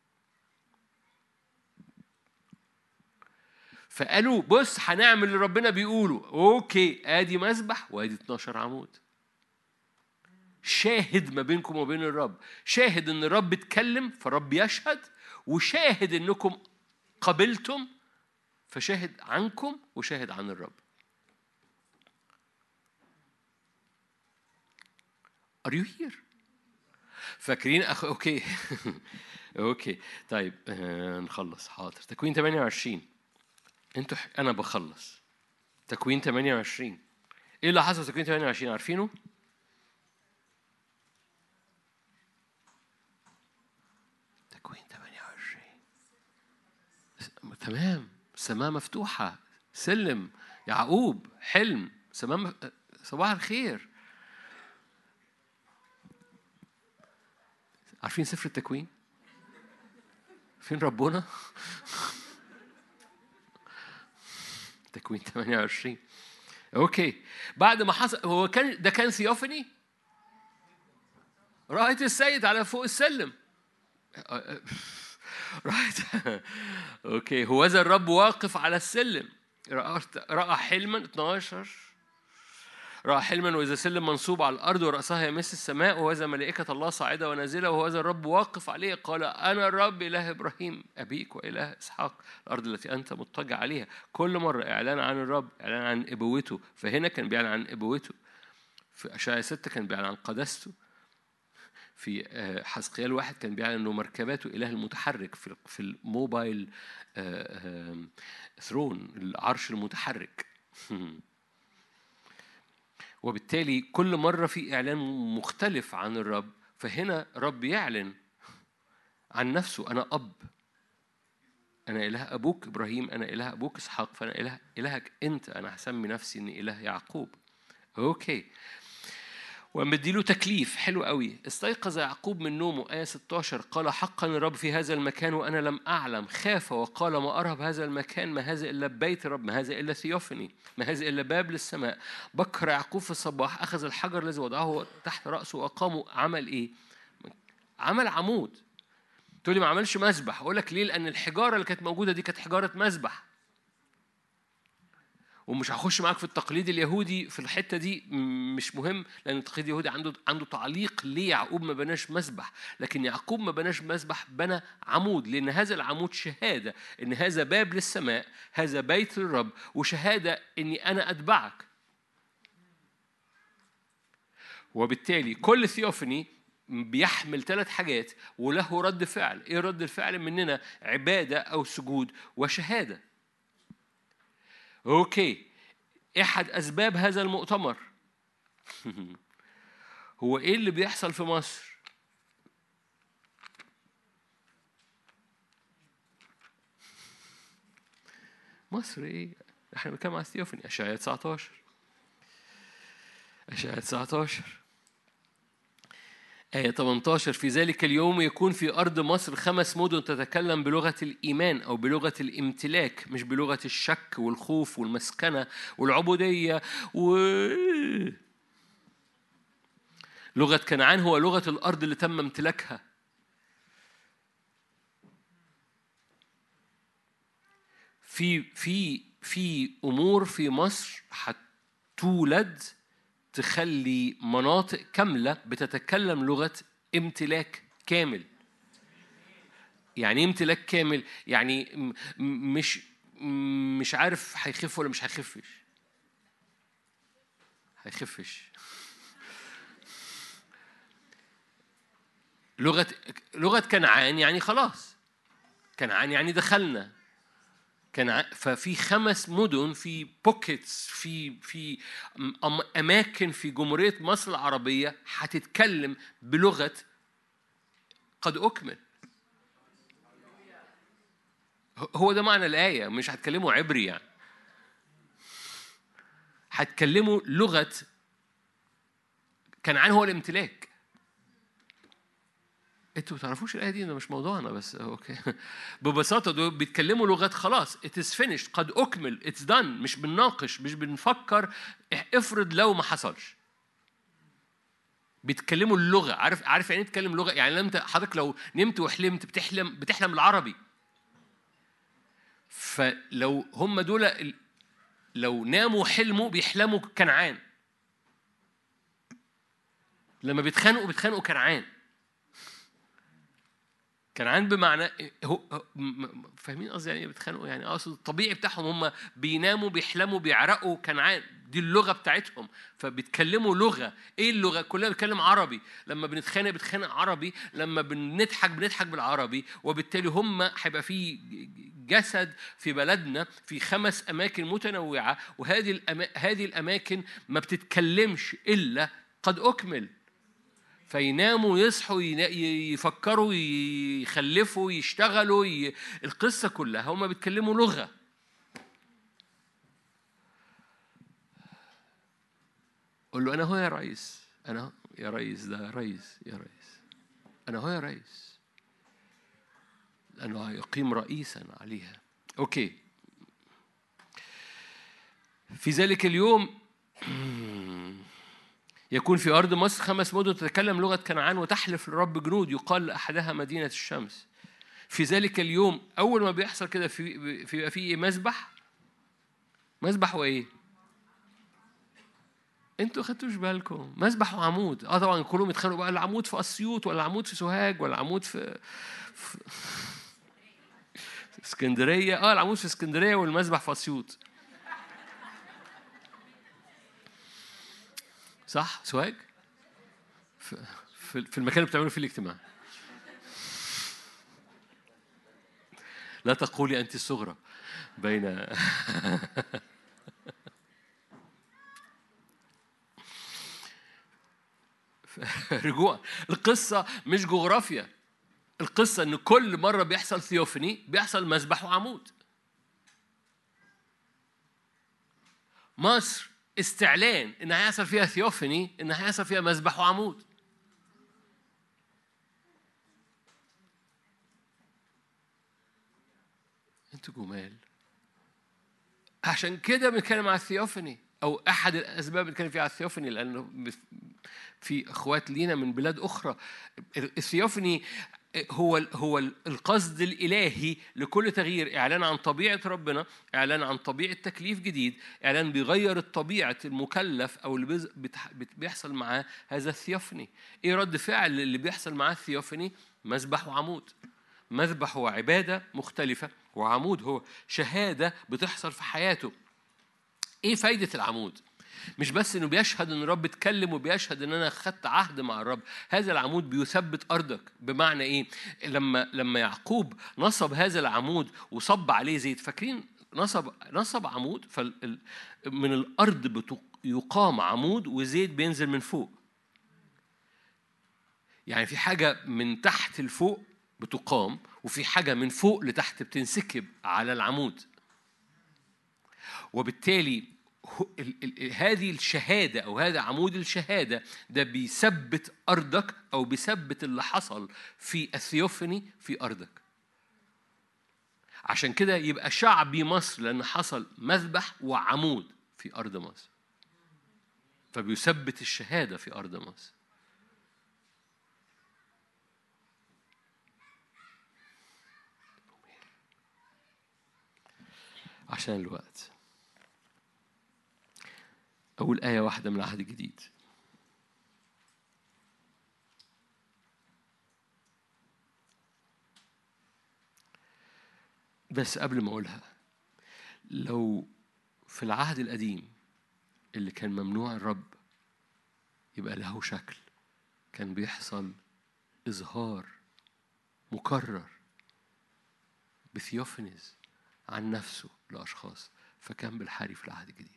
فقالوا بص هنعمل اللي ربنا بيقوله. اوكي، ادي مذبح وادي 12 عمود، شاهد ما بينكم وبين الرب، شاهد ان الرب اتكلم فالرب يشهد، وشاهد انكم قبلتم فشاهد عنكم وشاهد عن الرب. Are you here؟ فاكرين اوكي اوكي طيب نخلص. حاضر. تكوين 28. انتوا انا بخلص. تكوين 28. ايه اللي حصل في تكوين 28 عارفينه؟ تكوين 28 تمام. سماء مفتوحة، سلم يعقوب، حلم، سماء صباح الخير. عارفين سفر التكوين؟ فين ربنا؟ تكوين 28. اوكي، بعد ما حصل هو كان ثيوفني. رأيت السيد على فوق السلم. رأيت اوكي، هو ذا الرب واقف على السلم. رأى حلما 12 رأى حلما وإذا سلم منصوب على الأرض ورأسها يمس السماء وإذا ملائكة الله صاعدة ونازلة وهذا الرب واقف عليه قال أنا الرب إله إبراهيم أبيك وإله إسحاق الأرض التي أنت مضطجع عليها. كل مرة إعلان عن الرب، إعلان عن إبوته. فهنا كان بيعلن عن إبوته، في أشعياء 6 كان بيعلن عن قداسته، في حزقيال 1 كان بيعلن أنه مركباته إله المتحرك، في الموبايل ثرون العرش المتحرك. وبالتالي كل مرة في إعلان مختلف عن الرب. فهنا رب يعلن عن نفسه، أنا أب، أنا إله أبوك إبراهيم، أنا إله أبوك إسحاق، فأنا إلهك أنت. أنا هسمي نفسي إني إله يعقوب. أوكي. ومديله تكليف حلو قوي. استيقظ يعقوب من نومه، آية 16 قال حقا الرب في هذا المكان وأنا لم أعلم. خاف وقال ما أرهب هذا المكان، ما هذا إلا بيت الرب، ما هذا إلا ثيوفني، ما هذا إلا باب للسماء. بكر يعقوب في الصباح، أخذ الحجر الذي وضعه تحت رأسه وقام. عمل إيه؟ عمل عمود. تقول لي ما عملش مسبح. أقول لك ليه؟ لأن الحجارة اللي كانت موجودة دي كانت حجارة مسبح. ومش هخش معاك في التقليد اليهودي في الحتة دي، مش مهم، لأن التقليد اليهودي عنده تعليق ليه يعقوب ما بناش مسبح. لكن يعقوب ما بناش مسبح، بنى عمود، لأن هذا العمود شهادة إن هذا باب للسماء، هذا بيت للرب، وشهادة إني أنا أتبعك. وبالتالي كل ثيوفني بيحمل 3 حاجات وله رد فعل. إيه رد الفعل مننا؟ عبادة أو سجود وشهادة. أوكي. أحد أسباب هذا المؤتمر هو إيه اللي بيحصل في مصر؟ مصر إيه؟ إحنا بنتكلم عن ثيوفني. أشعياء 19 آية 18 في ذلك اليوم يكون في أرض مصر 5 مدن تتكلم بلغة الإيمان أو بلغة الامتلاك، مش بلغة الشك والخوف والمسكنة والعبودية لغة كنعان هو لغة الأرض اللي تم امتلاكها. في أمور في مصر هتولد تخلي مناطق كاملة بتتكلم لغة امتلاك كامل. يعني ايه امتلاك كامل؟ يعني مش عارف هيخف ولا مش هيخفش. لغة كنعان يعني خلاص، كنعان يعني دخلنا ففي 5 مدن، في بوكيتس، في أماكن في جمهورية مصر العربية هتتكلم بلغة قد أكمل. هو ده معنى الآية. مش هتكلموا عبري، يعني هتكلموا لغة كنعان هو الامتلاك. انتوا ما تعرفوش الآية دي، ده مش موضوعنا، بس اوكي. ببساطة دول بيتكلموا لغات خلاص، it is finished، قد أكمل، it's done. مش بنناقش، مش بنفكر افرض لو ما حصلش. بيتكلموا اللغة. عارف يعني تتكلم لغة؟ يعني انت حضرتك لو نمت وحلمت بتحلم العربي. فلو هم دول لو ناموا وحلموا بيحلموا كنعان. لما بيتخانقوا كنعان. كنعان بمعنى فاهمين قصدي يعني بيتخانقوا؟ يعني اقصد الطبيعي بتاعهم هم بيناموا بيحلموا بيعرقوا كنعان، دي اللغه بتاعتهم. فبيتكلموا لغه. ايه اللغه؟ كلنا بنتكلم عربي. لما بنتخانق عربي، لما بنضحك بالعربي. وبالتالي هم هيبقى في جسد في بلدنا في 5 أماكن متنوعه، وهذه الاماكن ما بتتكلمش الا قد اكمل. فيناموا يصحوا يفكروا يخلفوا يشتغلوا القصة كلها هم بيتكلموا لغة. قل له أنا هو يا رئيس، أنا يا رئيس، ده رئيس يا رئيس، أنا هو يا رئيس، لأنه يقيم رئيسا عليها. أوكي. في ذلك اليوم يكون في أرض مصر 5 مدن تتكلم لغة كنعان وتحلف للرب جنود يقال لأحدها مدينة الشمس. في ذلك اليوم أول ما بيحصل كده في مسبح مذبح وإيه؟ انتوا خدتوش بالكم؟ مذبح وعمود. طبعا كلهم يتخانقوا بقى، العمود في اسيوط ولا العمود في سوهاج ولا العمود في اسكندريه. العمود في اسكندريه والمذبح في اسيوط. صح؟ سوهاج في المكان اللي بتعملوا فيه الاجتماع. لا تقولي انت الصغرى بين رجوع. القصة مش جغرافيا، القصة إن كل مرة بيحصل ثيوفني بيحصل مذبح وعمود. مصر استعلان إن هيحصل فيها ثيوفني، إن هيحصل فيها مذبح وعمود. أنتوا جمال. عشان كده بنتكلم على الثيوفني، أو أحد الأسباب بنتكلم فيها على الثيوفني، لأنه في أخوات لينا من بلاد أخرى. الثيوفني هو القصد الإلهي لكل تغيير، إعلان عن طبيعة ربنا، إعلان عن طبيعة تكليف جديد، إعلان بيغير الطبيعة المكلف أو اللي بيحصل معاه هذا الثيوفني. إيه رد فعل اللي بيحصل معاه الثيوفني؟ مذبح وعمود. مذبح هو عبادة مختلفة، وعمود هو شهادة بتحصل في حياته. إيه فايدة العمود؟ مش بس إنه بيشهد إن الرب اتكلم وبيشهد إن أنا خدت عهد مع الرب. هذا العمود بيثبت أرضك. بمعنى إيه؟ لما يعقوب نصب هذا العمود وصب عليه زيت، فاكرين نصب عمود، من الأرض يقام عمود وزيت بينزل من فوق. يعني في حاجة من تحت لفوق بتقام، وفي حاجة من فوق لتحت بتنسكب على العمود. وبالتالي هذه الشهادة أو هذا عمود الشهادة ده بيثبت أرضك، أو بيثبت اللي حصل في الثيوفني في أرضك. عشان كده يبقى شعبي مصر، لأن حصل مذبح وعمود في أرض مصر، فبيثبت الشهادة في أرض مصر. عشان الوقت أول آية واحدة من العهد الجديد. بس قبل ما أقولها، لو في العهد القديم اللي كان ممنوع الرب يبقى له شكل، كان بيحصل إظهار مكرر بثيوفنيز عن نفسه لأشخاص، فكان بالحري في العهد الجديد.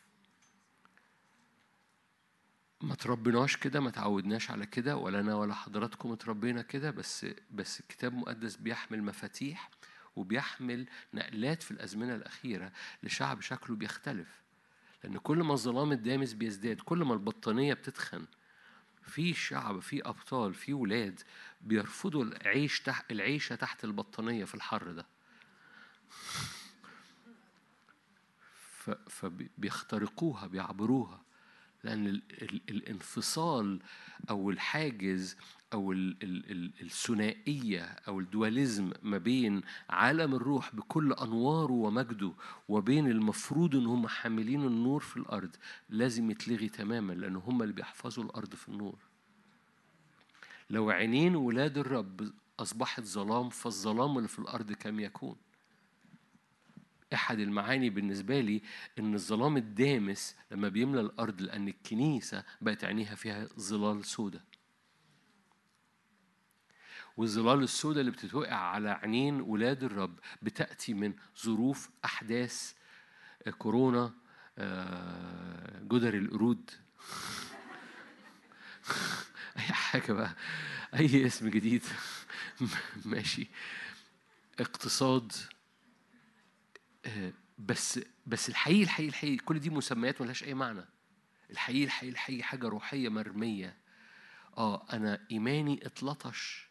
ما تربناش كده، ما تعودناش على كده، ولا أنا ولا حضراتكم اتربينا كده. بس الكتاب المقدس بيحمل مفاتيح وبيحمل نقلات في الأزمنة الأخيرة لشعب شكله بيختلف. لأن كل ما الظلام الدامس بيزداد، كل ما البطانية بتتخن، في شعب، في أبطال، في ولاد بيرفضوا العيشة تحت البطانية في الحر ده. فبيخترقوها، بيعبروها، لأن الانفصال أو الحاجز أو الثنائية أو الدواليزم ما بين عالم الروح بكل أنواره ومجده وبين المفروض أن هم حاملين النور في الأرض لازم يتلغي تماما، لأن هم اللي بيحفظوا الأرض في النور. لو عينين ولاد الرب أصبحت ظلام، فالظلام اللي في الأرض كم يكون؟ أحد المعاني بالنسبة لي إن الظلام الدامس لما بيملى الأرض، لأن الكنيسة بقت عينيها فيها ظلال سودة، والظلال السودة اللي بتتوقع على عينين ولاد الرب بتأتي من ظروف، أحداث، كورونا، جدر القرود، أي حاجة بقى، أي اسم جديد ماشي، اقتصاد. بس الحقيقي كل دي مسميات ملهاش أي معنى. الحقيقي حاجة روحية مرمية. أنا إيماني اتلطش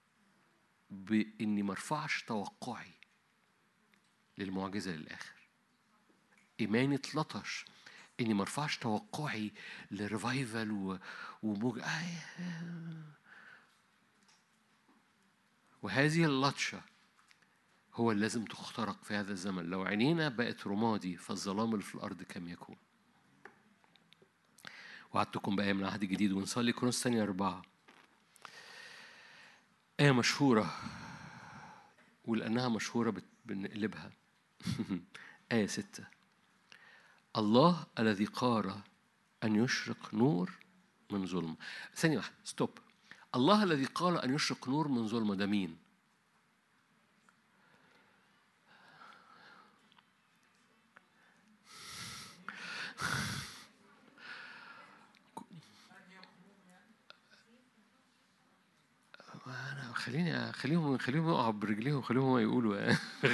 بإني مرفعش توقعي للمعجزة للآخر. إيماني اتلطش إني مرفعش توقعي لريفايفل وهذه اللطشة هو اللي لازم تخترق في هذا الزمن. لو عينينا بقت رمادي فالظلام اللي في الأرض كم يكون. وعدتكم بآية من العهد الجديد، ونصلي كورنثوس الثانية 4. آية مشهورة، ولأنها مشهورة بنقلبها. آية 6: الله الذي قال أن يشرق نور من ظلمة. ثانية واحدة، ستوب. الله الذي قال أن يشرق نور من ظلمة ده مين؟ أنا خليهم يقعوا برجليهم، خليهم يقولوا.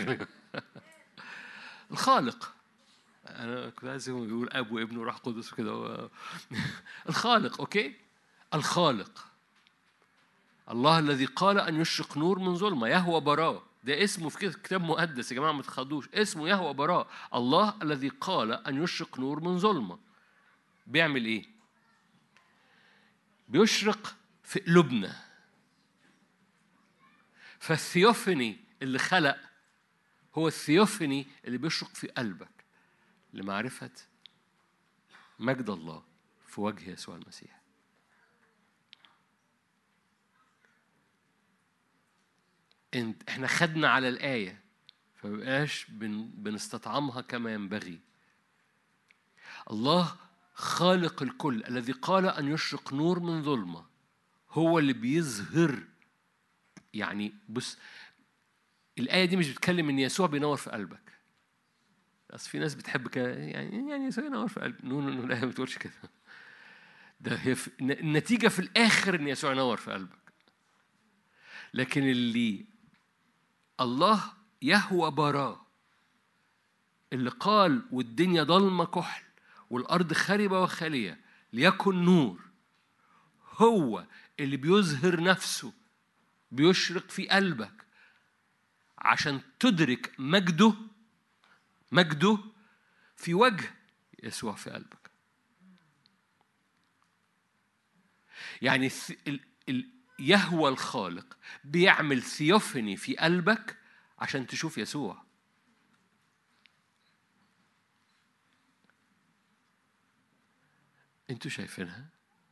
الخالق. أنا كنت عايز يقول أب وابن وروح قدس وكده. الخالق، أوكي؟ الخالق. الله الذي قال أن يشرق نور من ظلمة. يهوه براء، ده اسمه في كتاب مقدس يا جماعة، ما تخضوش. اسمه يهوه براء. الله الذي قال أن يشرق نور من ظلمة بيعمل إيه؟ بيشرق في قلوبنا. فالثيوفني اللي خلق هو الثيوفني اللي بيشرق في قلبك لمعرفة مجد الله في وجه يسوع المسيح. احنا خدنا على الآية فمبقاش بنستطعمها كما ينبغي. الله خالق الكل الذي قال أن يشرق نور من ظلمة هو اللي بيظهر. يعني بص، الآية دي مش بتتكلم إن يسوع بينور في قلبك. بس في ناس بتحب كده، يعني يسوع ينور في قلبك. نو الآية ما بتقولش كده. ده هي النتيجة في الآخر إن يسوع ينور في قلبك. لكن اللي الله يهوه براء اللي قال والدنيا ضلمة كحل والأرض خربة وخالية ليكن نور، هو اللي بيظهر نفسه، بيشرق في قلبك عشان تدرك مجده في وجه يسوع في قلبك. يعني يهوه الخالق بيعمل ثيوفني في قلبك عشان تشوف يسوع. انتوا شايفينها؟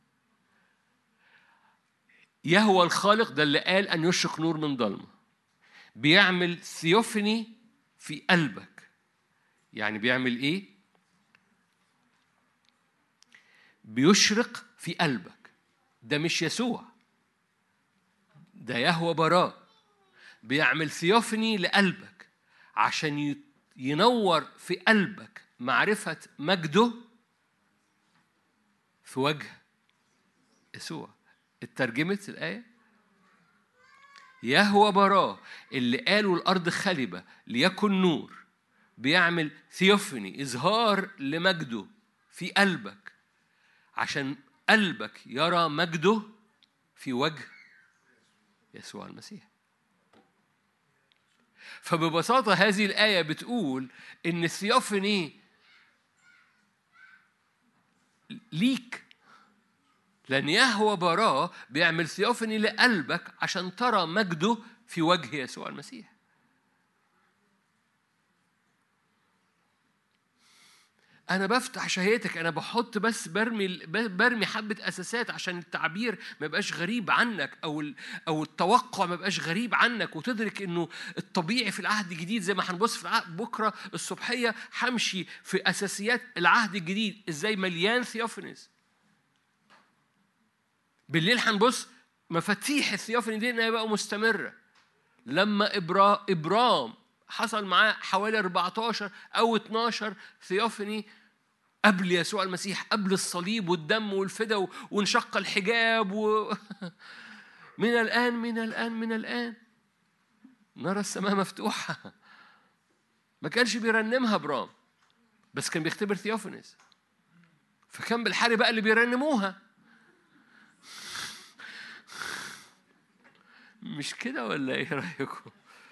يهوه الخالق ده اللي قال أن يشرق نور من ظلمة بيعمل ثيوفني في قلبك. يعني بيعمل ايه؟ بيشرق في قلبك. ده مش يسوع، ده يهوه براء بيعمل ثيوفني لقلبك عشان ينور في قلبك معرفة مجده في وجه يسوع. اترجمت الآية؟ يهوه براء اللي قالوا الأرض خلبة ليكن نور بيعمل ثيوفني، إظهار لمجده في قلبك عشان قلبك يرى مجده في وجه يسوع المسيح. فببساطة هذه الآية بتقول إن الثيوفني ليك، لأن يهوه براء بيعمل ثيوفني لقلبك عشان ترى مجده في وجه يسوع المسيح. أنا بفتح شهيتك، أنا بحط بس برمي حبة أساسات عشان التعبير ما يبقاش غريب عنك أو التوقع ما يبقاش غريب عنك، وتدرك إنه الطبيعي في العهد الجديد زي ما هنبص في بكرة الصبحية همشي في أساسيات العهد الجديد إزاي مليان ثيوفنيز. بالليل هنبص مفاتيح الثيوفني دي إنها بقى مستمرة. لما إبرام حصل معاه حوالي 14 أو 12 ثيوفني قبل يسوع المسيح، قبل الصليب والدم والفدا وانشق الحجاب من الآن نرى السماء مفتوحة. ما كانش بيرنمها إبرام، بس كان بيختبر ثيوفنيز، فكان بالحري بقى اللي بيرنموها. مش كده ولا ايه رأيكم؟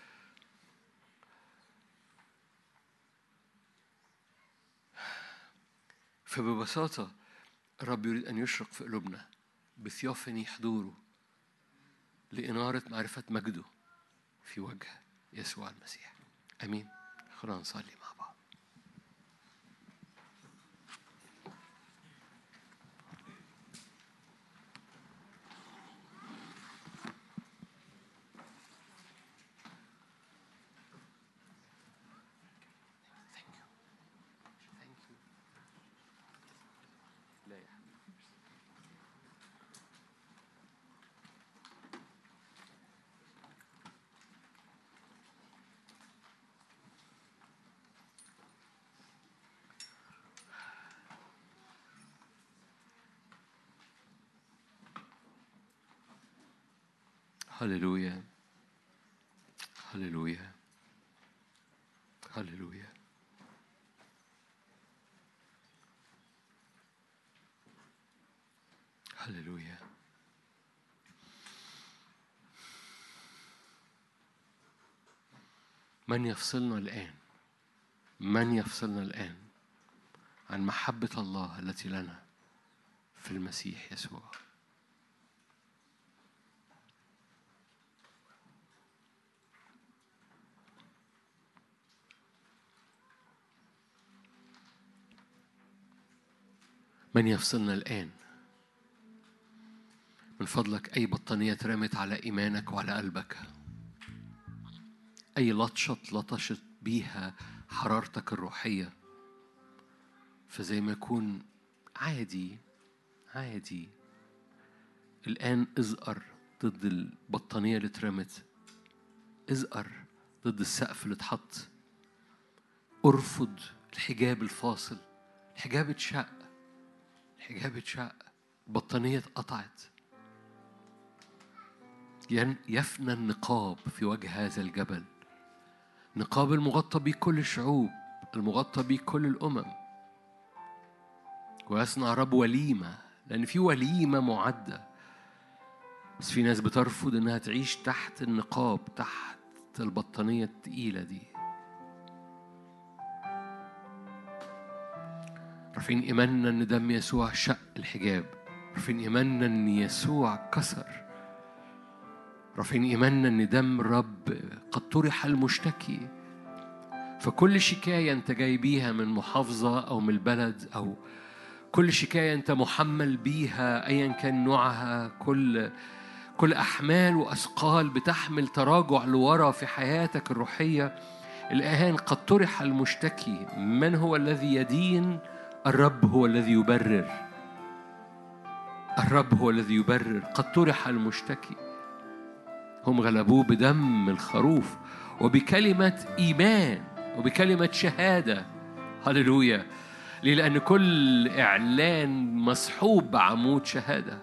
فببساطة الرب يريد أن يشرق في قلوبنا بثيوفني حضوره لإنارة معرفة مجده في وجه يسوع المسيح. امين. خلونا نصلي مع بعض. هللويا هللويا هللويا. هللويا. من يفصلنا الآن؟ من يفصلنا الآن عن محبة الله التي لنا في المسيح يسوع؟ من يفصلنا الآن؟ من فضلك أي بطانية اترمت على إيمانك وعلى قلبك، أي لطشة لطشت بيها حرارتك الروحية، فزي ما يكون عادي عادي، الآن ازقر ضد البطانية اللي اترمت، ازقر ضد السقف اللي اتحط، ارفض الحجاب الفاصل. الحجاب اتشق، الحجاب اتشق، البطانية اتقطعت. يفنى النقاب في وجه هذا الجبل، نقاب المغطى به كل الشعوب، المغطى به كل الأمم. ويصنع رب وليمة، لأن في وليمة معدة، بس في ناس بترفض إنها تعيش تحت النقاب، تحت البطانية التقيلة دي. رافعين إيماننا إن دم يسوع شق الحجاب، رافعين إيماننا إن يسوع كسر، رافعين إيماننا إن دم الرب قد طرح المشتكي. فكل شكاية أنت جاي بيها من محافظة أو من البلد، أو كل شكاية أنت محمل بيها أيا كان نوعها، كل أحمال وأثقال بتحمل تراجع لورا في حياتك الروحية، الآن قد طرح المشتكي. من هو الذي يدين؟ الرب هو الذي يبرر، الرب هو الذي يبرر. قد طرح المشتكي، هم غلبوه بدم الخروف وبكلمة إيمان وبكلمة شهادة. هللويا. ليه؟ لأن كل إعلان مصحوب بعمود شهادة.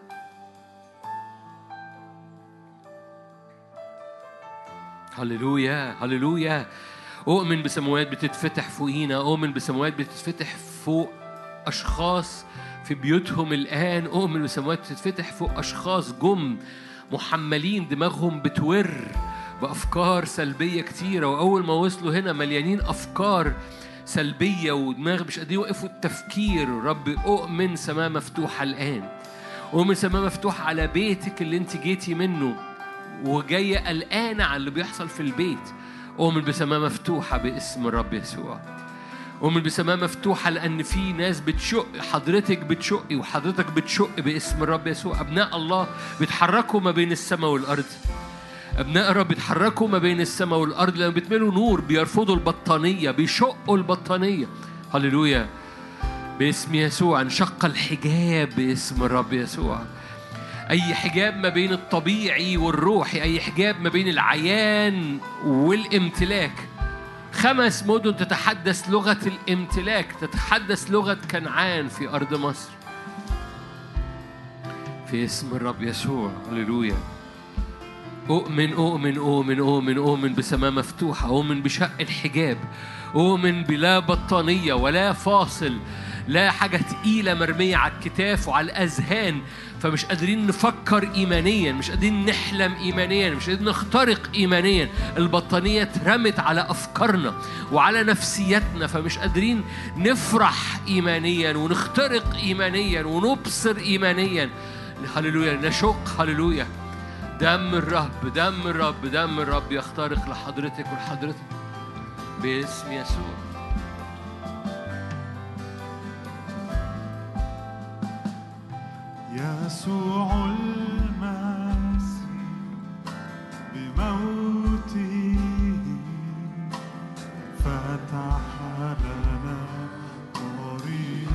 هللويا هللويا. أؤمن بسماوات بتتفتح فوقينا، أؤمن بسماوات بتتفتح فوق أشخاص في بيوتهم الآن، أؤمن بسماوات بتتفتح فوق أشخاص جم محملين دماغهم بتور بأفكار سلبية كتيرة، وأول ما وصلوا هنا مليانين أفكار سلبية ودماغ مش قادرين يوقفوا التفكير. رب أؤمن سماء مفتوحة الآن، أؤمن سماء مفتوحة على بيتك اللي انت جيتي منه وجاية قلقانة على اللي بيحصل في البيت. أؤمن بسماء مفتوحة باسم الرب يسوع. أؤمن بسماء مفتوحة لأن في ناس بتشق، حضرتك بتشقي وحضرتك بتشق باسم الرب يسوع. أبناء الله بيتحركوا ما بين السماء والأرض، أبناء الرب بيتحركوا ما بين السماء والأرض لما بيتملوا نور، بيرفضوا البطانية، بيشقوا البطانية. هللويا. باسم يسوع انشق الحجاب باسم الرب يسوع. أي حجاب ما بين الطبيعي والروحي، أي حجاب ما بين العيان والامتلاك. 5 مدن تتحدث لغة الامتلاك، تتحدث لغة كنعان في أرض مصر في اسم الرب يسوع. هللويا. أؤمن أؤمن أؤمن أؤمن أؤمن بسماء مفتوحة، أؤمن بشق الحجاب، أؤمن بلا بطانية ولا فاصل، لا حاجة تقيلة مرمية على الكتاف وعلى الأذهان، فمش قادرين نفكر إيمانيا، مش قادرين نحلم إيمانيا، مش قادرين نخترق إيمانيا. البطانية اترمت على أفكارنا وعلى نفسيتنا، فمش قادرين نفرح إيمانيا ونخترق إيمانيا ونبصر إيمانيا. هللويا. نشق هللويا دم الرب دم الرب دم الرب يخترق لحضرتك ولحضرتك باسم يسوع. يسوع المسيح بموته فتح لنا طريق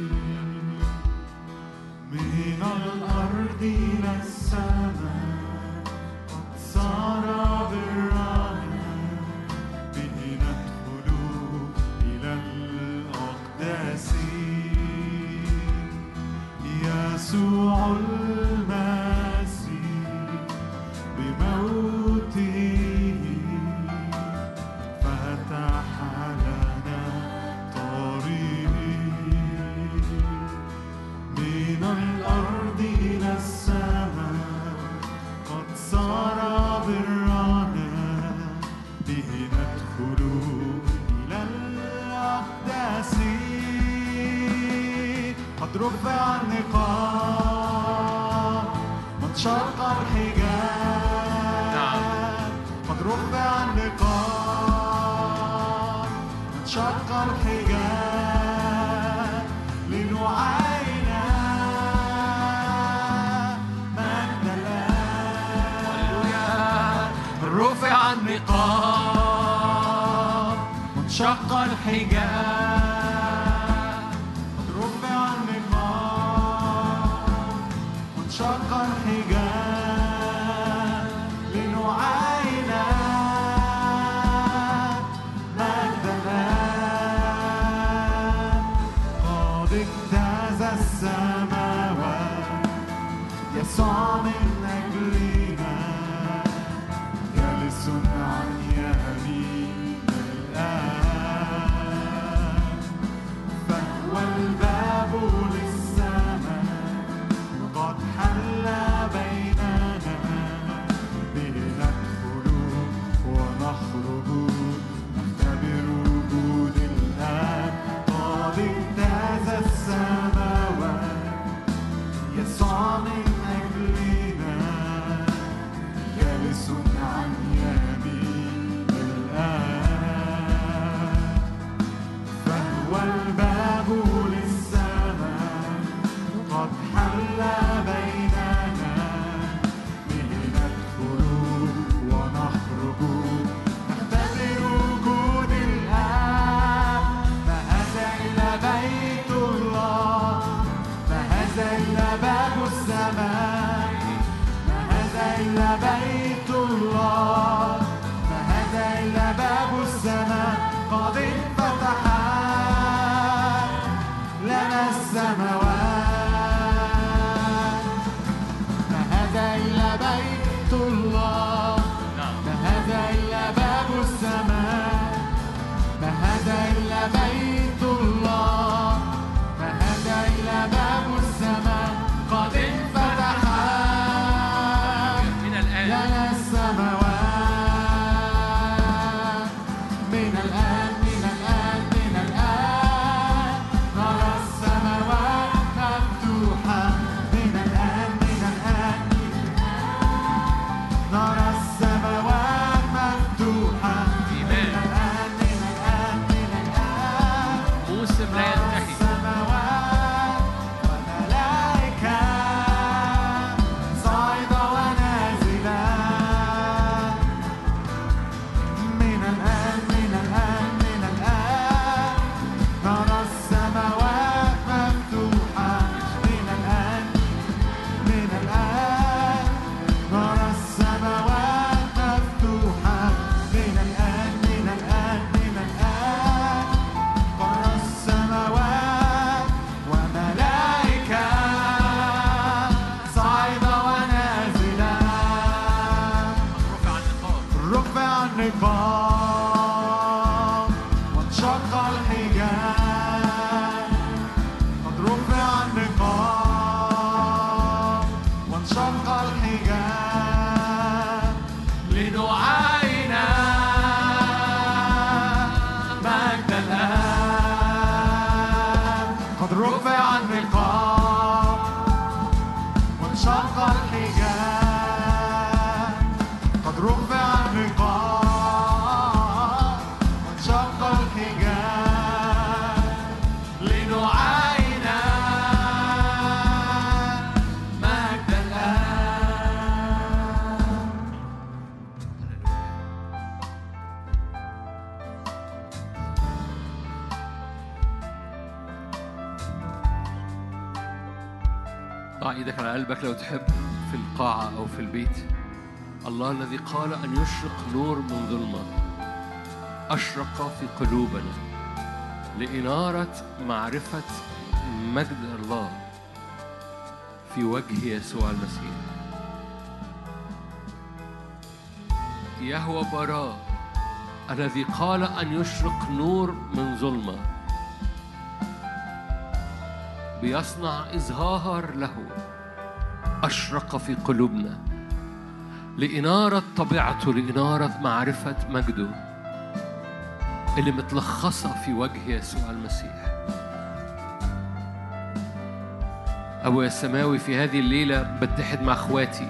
من الأرض إلى السماء، قد صار برنا به ندخل إلى الأقداس. يسوع المسيح بموته فتح لنا طريق من الأرض إلى السماء، قد صار برنا به ندخل إلى الأقداس. قد رفع النقاب وانشق الحجاب. قد رفع النقاب وانشق الحجاب لنعاين مجد الله. رفع النقاب وانشق الحجاب. قد رفع النقاب وانشق الحجاب لنعاين مجد الله. قد اجتاز السماوات يسوع من أجلنا، جالس عن يمين الآب. فهو الباب للسماء قد حل بيننا، به ندخل ونخرج نختبر وجود الآب. قد اجتاز السماوات يسوع من أجلنا، جالس عن يمين الآب. فهو الباب للسماء قد حل بيننا، به ندخل ونخرج نختبر وجود الآب. ما هذا إلا بيت الله، ما هذا إلا باب السماء، ما هذا إلا بيت الله، ما هذا إلا باب السماء. قد انفتحت لنا السماوات. ما هذا إلا بيت الله، ما هذا إلا باب السماء، ما هذا إلا بيت الله، ما هذا إلا باب السماء. قد انفتحت من الآن لنا السماوات. من الآن من الآن من الآن نرى السماوات مفتوحة. من الآن من الآن نرى السماوات مفتوحة. من الآن من الآن من الآن موسم لا ينتهي. السماوات والملائكة صاعدة ونازلة. من الآن من الآن من الآن نرى السماوات مفتوحة. من الآن من الآن نرى السماوات مفتوحة. من الآن من الآن من الآن نرى السماوات وملائكة صاعدة ونازلة. رفع النقاب وانشق الحجاب. قد رفع النقاب وانشق الحجاب لنعاين مجد الآب. قد رفع النقاب وانشق الحجاب رفع النقاب وانشق الحجاب لنعاين مجد الآب. ضع ايدك على قلبك لو تحب في القاعة أو في البيت. الله الذي قال أن يشرق نور من ظلمة أشرق في قلوبنا لإنارة معرفة مجد الله في وجه يسوع المسيح. يهوه براء الذي قال أن يشرق نور من ظلمة بيصنع إظهار له أشرق في قلوبنا لإنارة طبيعته، لإنارة معرفة مجده اللي متلخصة في وجه يسوع المسيح. أبويا السماوي، في هذه الليلة بتحد مع أخواتي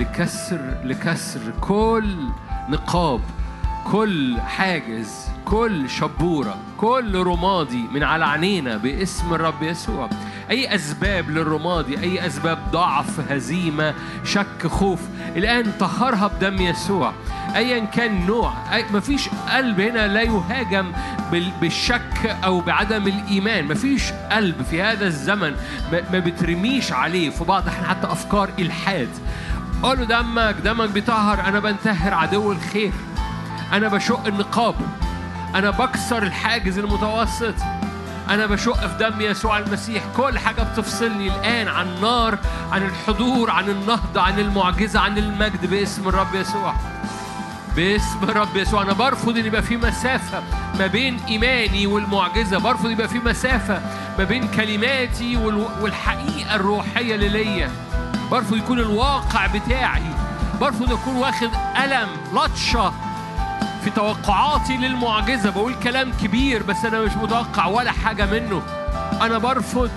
لكسر كل نقاب، كل حاجز، كل شبورة، كل رمادي من على عينينا باسم الرب يسوع. أي أسباب للرمادي، أي أسباب ضعف، هزيمة، شك، خوف، الآن طهرها بدم يسوع. أيا كان نوع، مفيش قلب هنا لا يهاجم بالشك أو بعدم الإيمان. مفيش قلب في هذا الزمن ما بترميش عليه في بعض احنا حتى أفكار إلحاد. قولوا دمك بيطهر. أنا بنتهر عدو الخير، أنا بشق النقاب، أنا بكسر الحاجز المتوسط، أنا بشق في دم يسوع المسيح كل حاجة بتفصلني الآن عن النار، عن الحضور، عن النهضة، عن المعجزة، عن المجد باسم الرب يسوع. باسم الرب يسوع أنا برفض أن يبقى في مسافة ما بين إيماني والمعجزة، برفض يبقى في مسافة ما بين كلماتي والحقيقة الروحية اللي ليا، برفض يكون الواقع بتاعي، برفض يكون واخد ألم لطشة في توقعاتي للمعجزة، بقول كلام كبير بس أنا مش متوقع ولا حاجة منه. أنا برفض.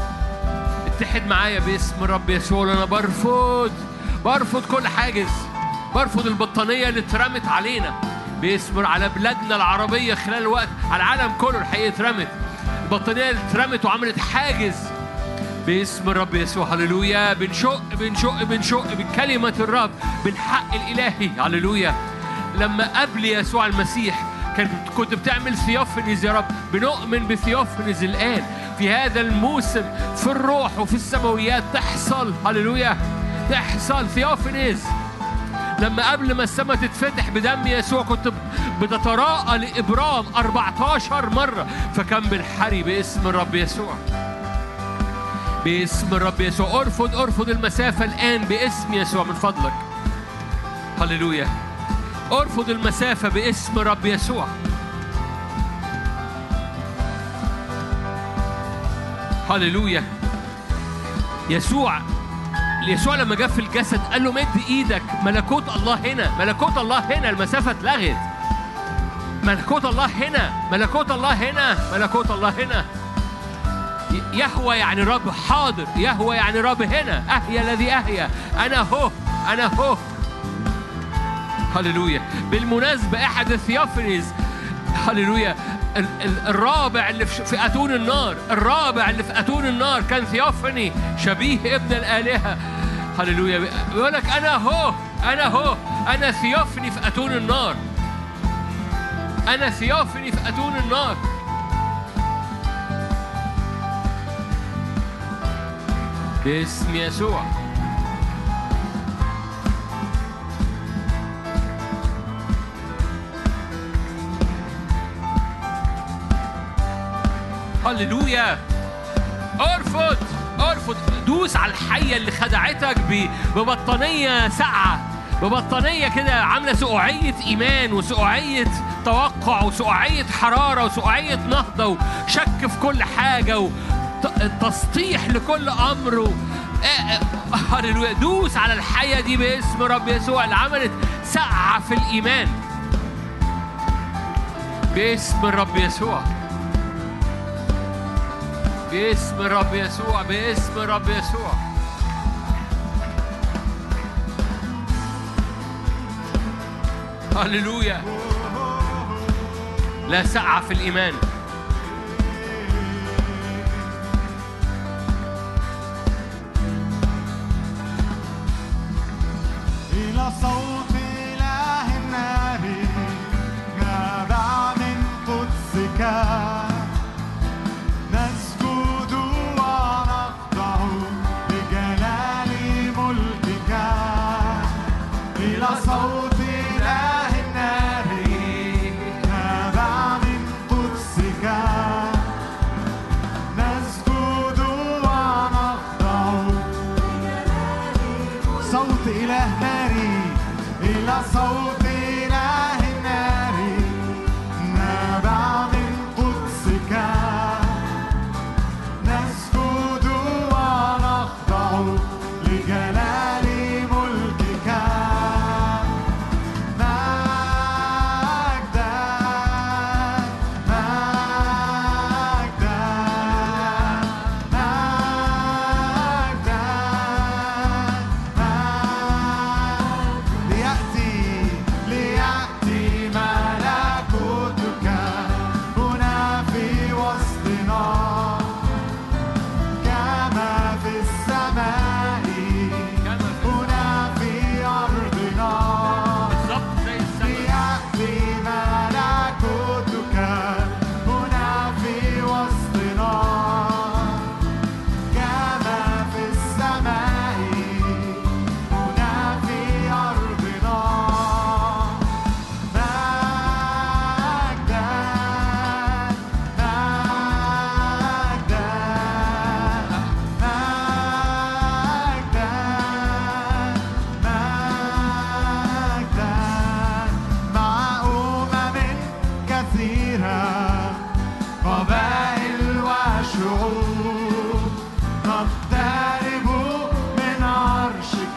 اتحد معايا باسم الرب يسوع. أنا برفض كل حاجز، برفض البطانية اللي اترمت علينا باسم على بلادنا العربية خلال الوقت، على العالم كله الحقيقة اترمت البطانية اللي اترمت وعملت حاجز باسم الرب يسوع. هللويا. بنشق بكلمة الرب، بالحق الإلهي. هللويا. لما قبل يسوع المسيح كنت بتعمل ثيوفنيز يا رب، بنؤمن بثيوفنيز الآن في هذا الموسم في الروح وفي السماويات تحصل. هللويا. تحصل ثيوفنيز. لما قبل ما السماء تتفتح بدم يسوع كنت بتتراءى لإبرام 14 مرة، فكان بالحري باسم الرب يسوع. باسم الرب يسوع. ارفض المسافة الآن باسم يسوع من فضلك. هللويا. ارفض المسافة باسم رب يسوع. هللويا. يسوع لما جاء في الجسد قال له مد ايدك، ملكوت الله هنا، ملكوت الله هنا. المسافة اتلغت. ملكوت الله هنا، ملكوت الله هنا، ملكوت الله هنا. يهوه يعني رب حاضر، يهوه يعني رب هنا. أهيا الذي أهيا، أنا هو. هللويا. بالمناسبة أحد الثيوفنيز، هللويا، الرابع اللي في أتون النار، الرابع اللي في أتون النار كان ثيوفني شبيه ابن الآلهة. هللويا. بيقول لك أنا ثيوفني في أتون النار، أنا ثيوفني في أتون النار. باسم يسوع. هللويا. ارفض. دوس على الحية اللي خدعتك ببطانية ساقعة، ببطانية كده عاملة سقوعية إيمان وسقوعية توقع وسقوعية حرارة وسقوعية نهضة وشك في كل حاجة وتسطيح لكل أمر. هللويا. دوس على الحية دي باسم رب يسوع اللي عملت ساقعة في الإيمان باسم الرب يسوع. باسم الرب يسوع. باسم الرب يسوع. هللويا. لا سعة في الإيمان. إلى صوت إله النار نابع من قدسك نسجد ونخضع لجلال ملكك. إلى صوت إله النار نابع من قدسك نسجد ونخضع. صوت إله ناري إلى صوت إله النار نابع من قدسك نسجد ونخضع لجلال ملكك. مجدا مجدا ليأتي ملكوتك هنا في وسطنا كما في السماء هنا في أرضنا. ليأتي ملكوتك هنا في وسطنا كما في السماء هنا في أرضنا. مجدا مجدا مجدا مع أمم كثيرة قبائل وشعوب نقترب من عرشك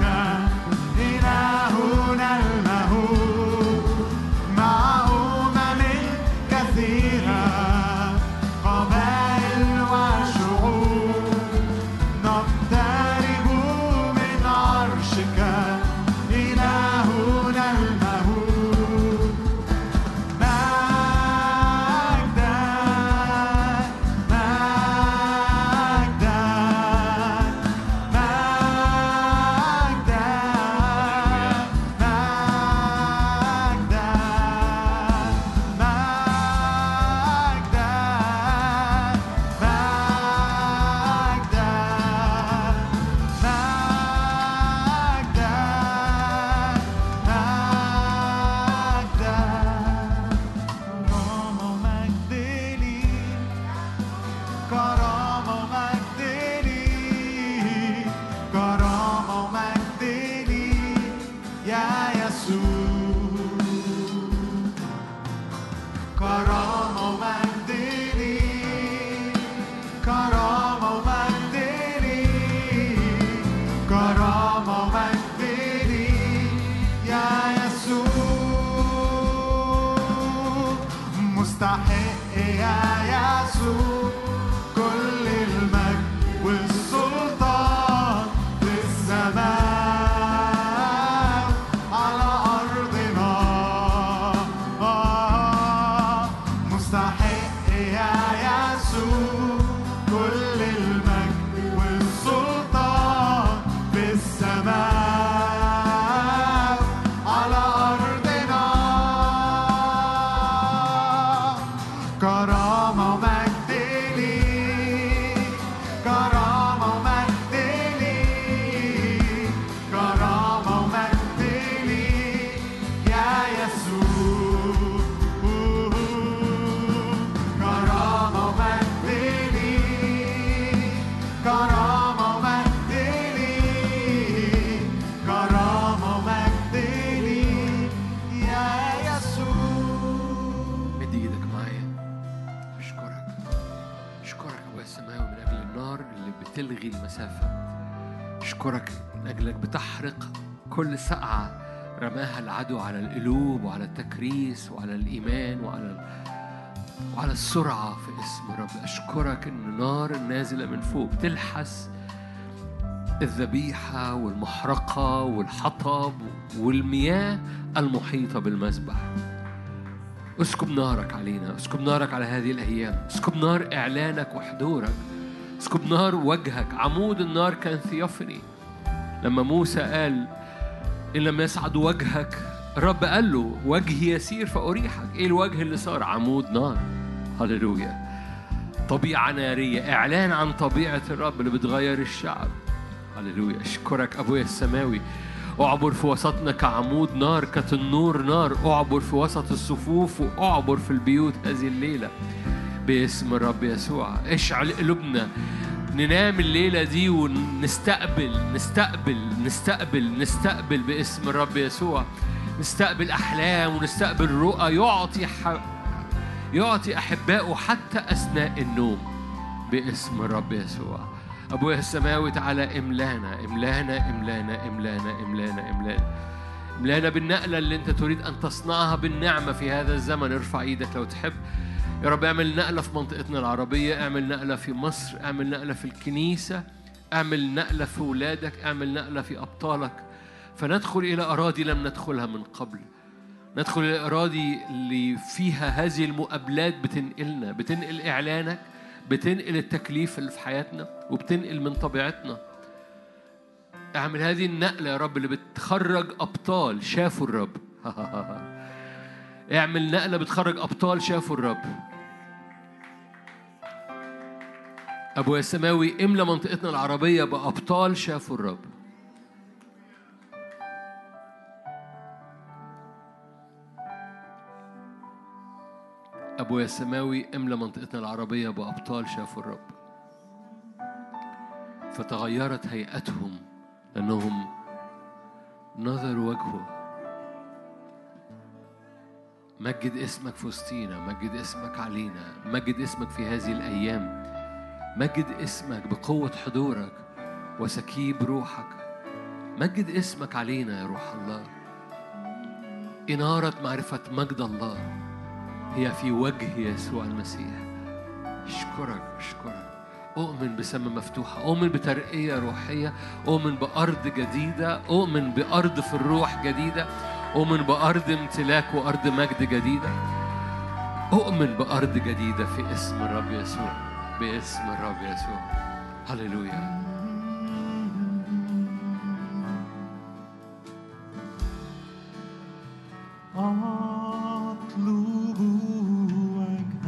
إلهنا المهوب. مع أمم كثيرة قبائل وشعوب نقترب من عرشك إلهنا المهوب. مجدا مجدا مجدا كرامة ومجد ليك كرامة ومجد ليك يا يسوع. كرامة ومجد ليك كرامة ومجد ليك كرامة ومجد ليك يا يسوع. مستحق يا يسوع كل المجد والسلطان في السماء على أرضنا. مستحق يا يسوع كل المجد والسلطان في السماء على أرضنا. كرامة ومجد ليك كرامة ومجد ليك كرامة ومجد ليك يا يسوع. كرامة ومجد ليك كرامة ومجد ليك كرامة ومجد ليك يا يسوع. مد ايدك معايا. اشكرك ابويا السماوي من اجل النار اللي بتلغي المسافه. اشكرك من اجلك بتحرق كل سقعه رماها العدو على القلوب وعلى التكريس وعلى الايمان وعلى السرعه في اسم رب. اشكرك ان نار نازله من فوق بتلحس الذبيحة والمحرقة والحطب والمياه المحيطة بالمذبح. اسكب نارك علينا، اسكب نارك على هذه الأيام، اسكب نار إعلانك وحضورك، اسكب نار وجهك. عمود النار كان ثيوفني. لما موسى قال إن لم يسعد وجهك، الرب قال له وجهي يسير فأريحك. إيه الوجه اللي صار؟ عمود نار. هللويا. طبيعة نارية، إعلان عن طبيعة الرب اللي بتغير الشعب. هللويا. أشكرك أبويا السماوي. أعبر في وسطنا كعمود نار، كتنور نار. أعبر في وسط الصفوف وأعبر في البيوت هذه الليلة باسم الرب يسوع. اشعل قلوبنا ننام الليلة دي ونستقبل باسم الرب يسوع. نستقبل أحلام ونستقبل رؤى يعطي أحبائه حتى أثناء النوم باسم الرب يسوع. أبويا السماوي تعالى املانا املانا املانا املانا املانا املانا املانا بالنقلة اللي أنت تريد أن تصنعها بالنعمة في هذا الزمن. ارفع إيدك لو تحب. يا رب اعمل نقلة في منطقتنا العربية، اعمل نقلة في مصر، اعمل نقلة في الكنيسة، اعمل نقلة في ولادك، اعمل نقلة في أبطالك، فندخل إلى أراضي لم ندخلها من قبل. ندخل إلى الأراضي اللي فيها هذه المقابلات بتنقل إعلانك، بتنقل التكليف اللي في حياتنا، وبتنقل من طبيعتنا. اعمل هذه النقلة يا رب اللي بتخرج أبطال شافوا الرب. اعمل نقلة بتخرج أبطال شافوا الرب. أبويا السماوي املى منطقتنا العربية بأبطال شافوا الرب. أبويا السماوي املى منطقتنا العربية بأبطال شافوا الرب، فتغيرت هيئتهم لأنهم نظروا وجهه. مجد اسمك في وسطينا، مجد اسمك علينا، مجد اسمك في هذه الأيام، مجد اسمك بقوة حضورك وسكيب روحك. مجد اسمك علينا يا روح الله. إنارة معرفة مجد الله هي في وجه يسوع المسيح. أشكرك. أؤمن بسماء مفتوحة، أؤمن بترقية روحية، أؤمن بأرض جديدة، أؤمن بأرض في الروح جديدة، أؤمن بأرض امتلاك وأرض مجد جديدة. أؤمن بأرض جديدة في اسم الرب يسوع، باسم الرب يسوع. هللويا. أطلب وجهك،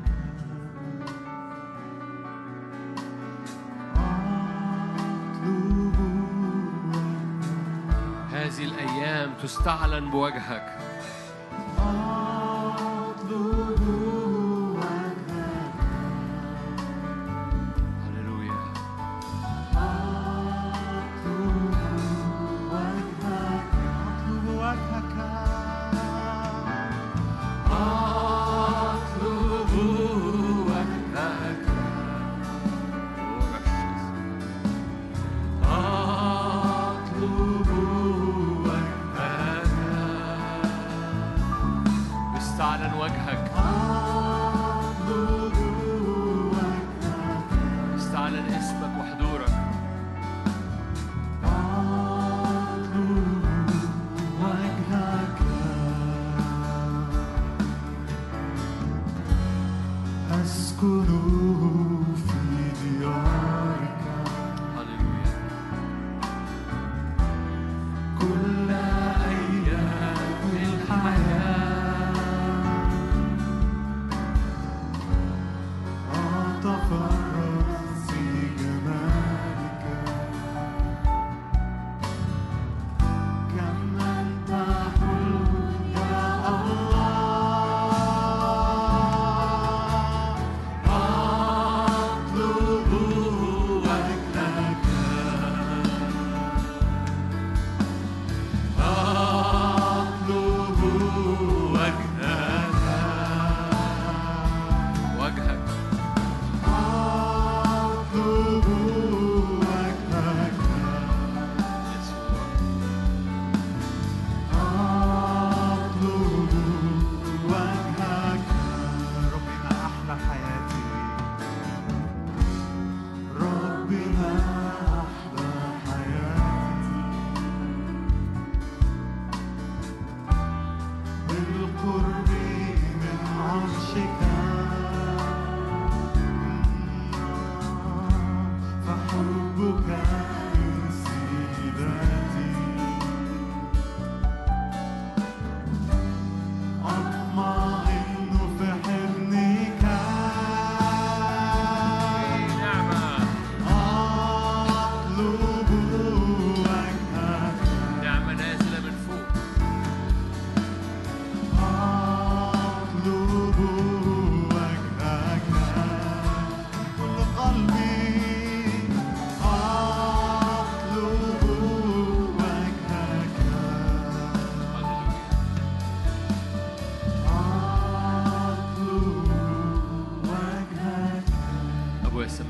أطلب وجهك. هذه الأيام تستعلن بوجهك. أطلب وجهك. هللويا. أطلب وجهك، أطلب وجهك، أطلب وجهك، أطلب وجهك. استعلن وجهك، أطلب وجهك، استعلن اسمك وحضورك. أطلب وجهك. أسكن في ديارك هللويا. كل أيام الحياة.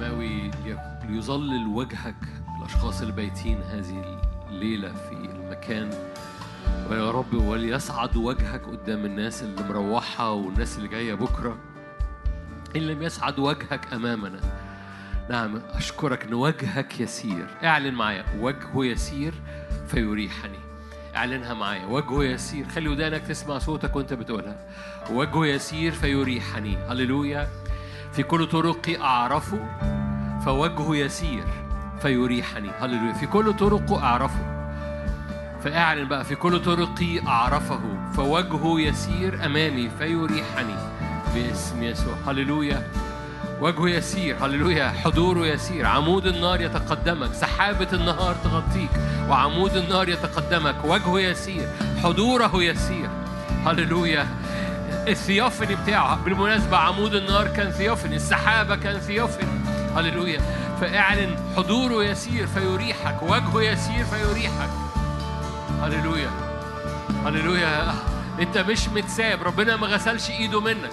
سماوي ليظلل وجهك الأشخاص اللي بايتين هذه الليلة في المكان، ويا رب وليسعد وجهك قدام الناس اللي مروحة والناس اللي جاية بكرة. إن لم يسعد وجهك أمامنا، نعم أشكرك إن وجهك يسير. اعلن معايا وجهه يسير فيريحني. اعلنها معايا وجهه يسير. خلي ودانك تسمع صوتك وانت بتقولها. وجهه يسير فيريحني. هللويا. في كل طرقي أعرفه فوجهه يسير فيريحني. هللويا. في كل طرقه أعرفه. فاعلن بقى في كل طرقي أعرفه فوجهه يسير أمامي فيريحني باسم يسوع. هللويا. وجهه يسير. هللويا. حضوره يسير. عمود النار يتقدمك، سحابة النهار تغطيك وعمود النار يتقدمك. وجهه يسير. حضوره يسير. هللويا. الثيوفني بتاعه بالمناسبة عمود النار كان ثيوفني، السحابة كان ثيوفني. هللويا. فاعلن حضوره يسير فيريحك، وجهه يسير فيريحك. هللويا. هللويا. انت مش متساب، ربنا ما غسلش ايده منك.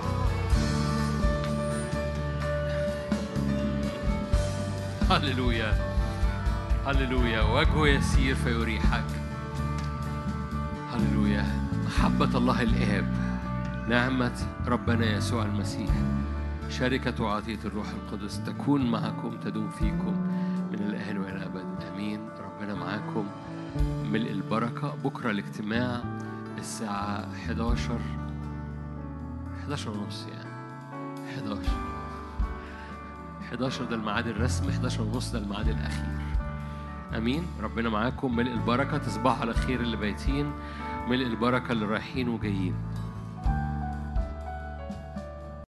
هللويا. هللويا. وجهه يسير فيريحك. هللويا. محبة الله الآب، نعمة ربنا يسوع المسيح، شركة وعطية الروح القدس تكون معكم، تدوم فيكم من الآن وإلى الأبد. آمين. ربنا معاكم. ملء البركة. بكرة الاجتماع الساعة 11 ونص، يعني 11 ده الميعاد الرسمي، 11 ونص ده الميعاد الأخير. أمين. ربنا معاكم. ملء البركة. تصبحوا على خير اللي بايتين، ملء البركة اللي رايحين وجايين.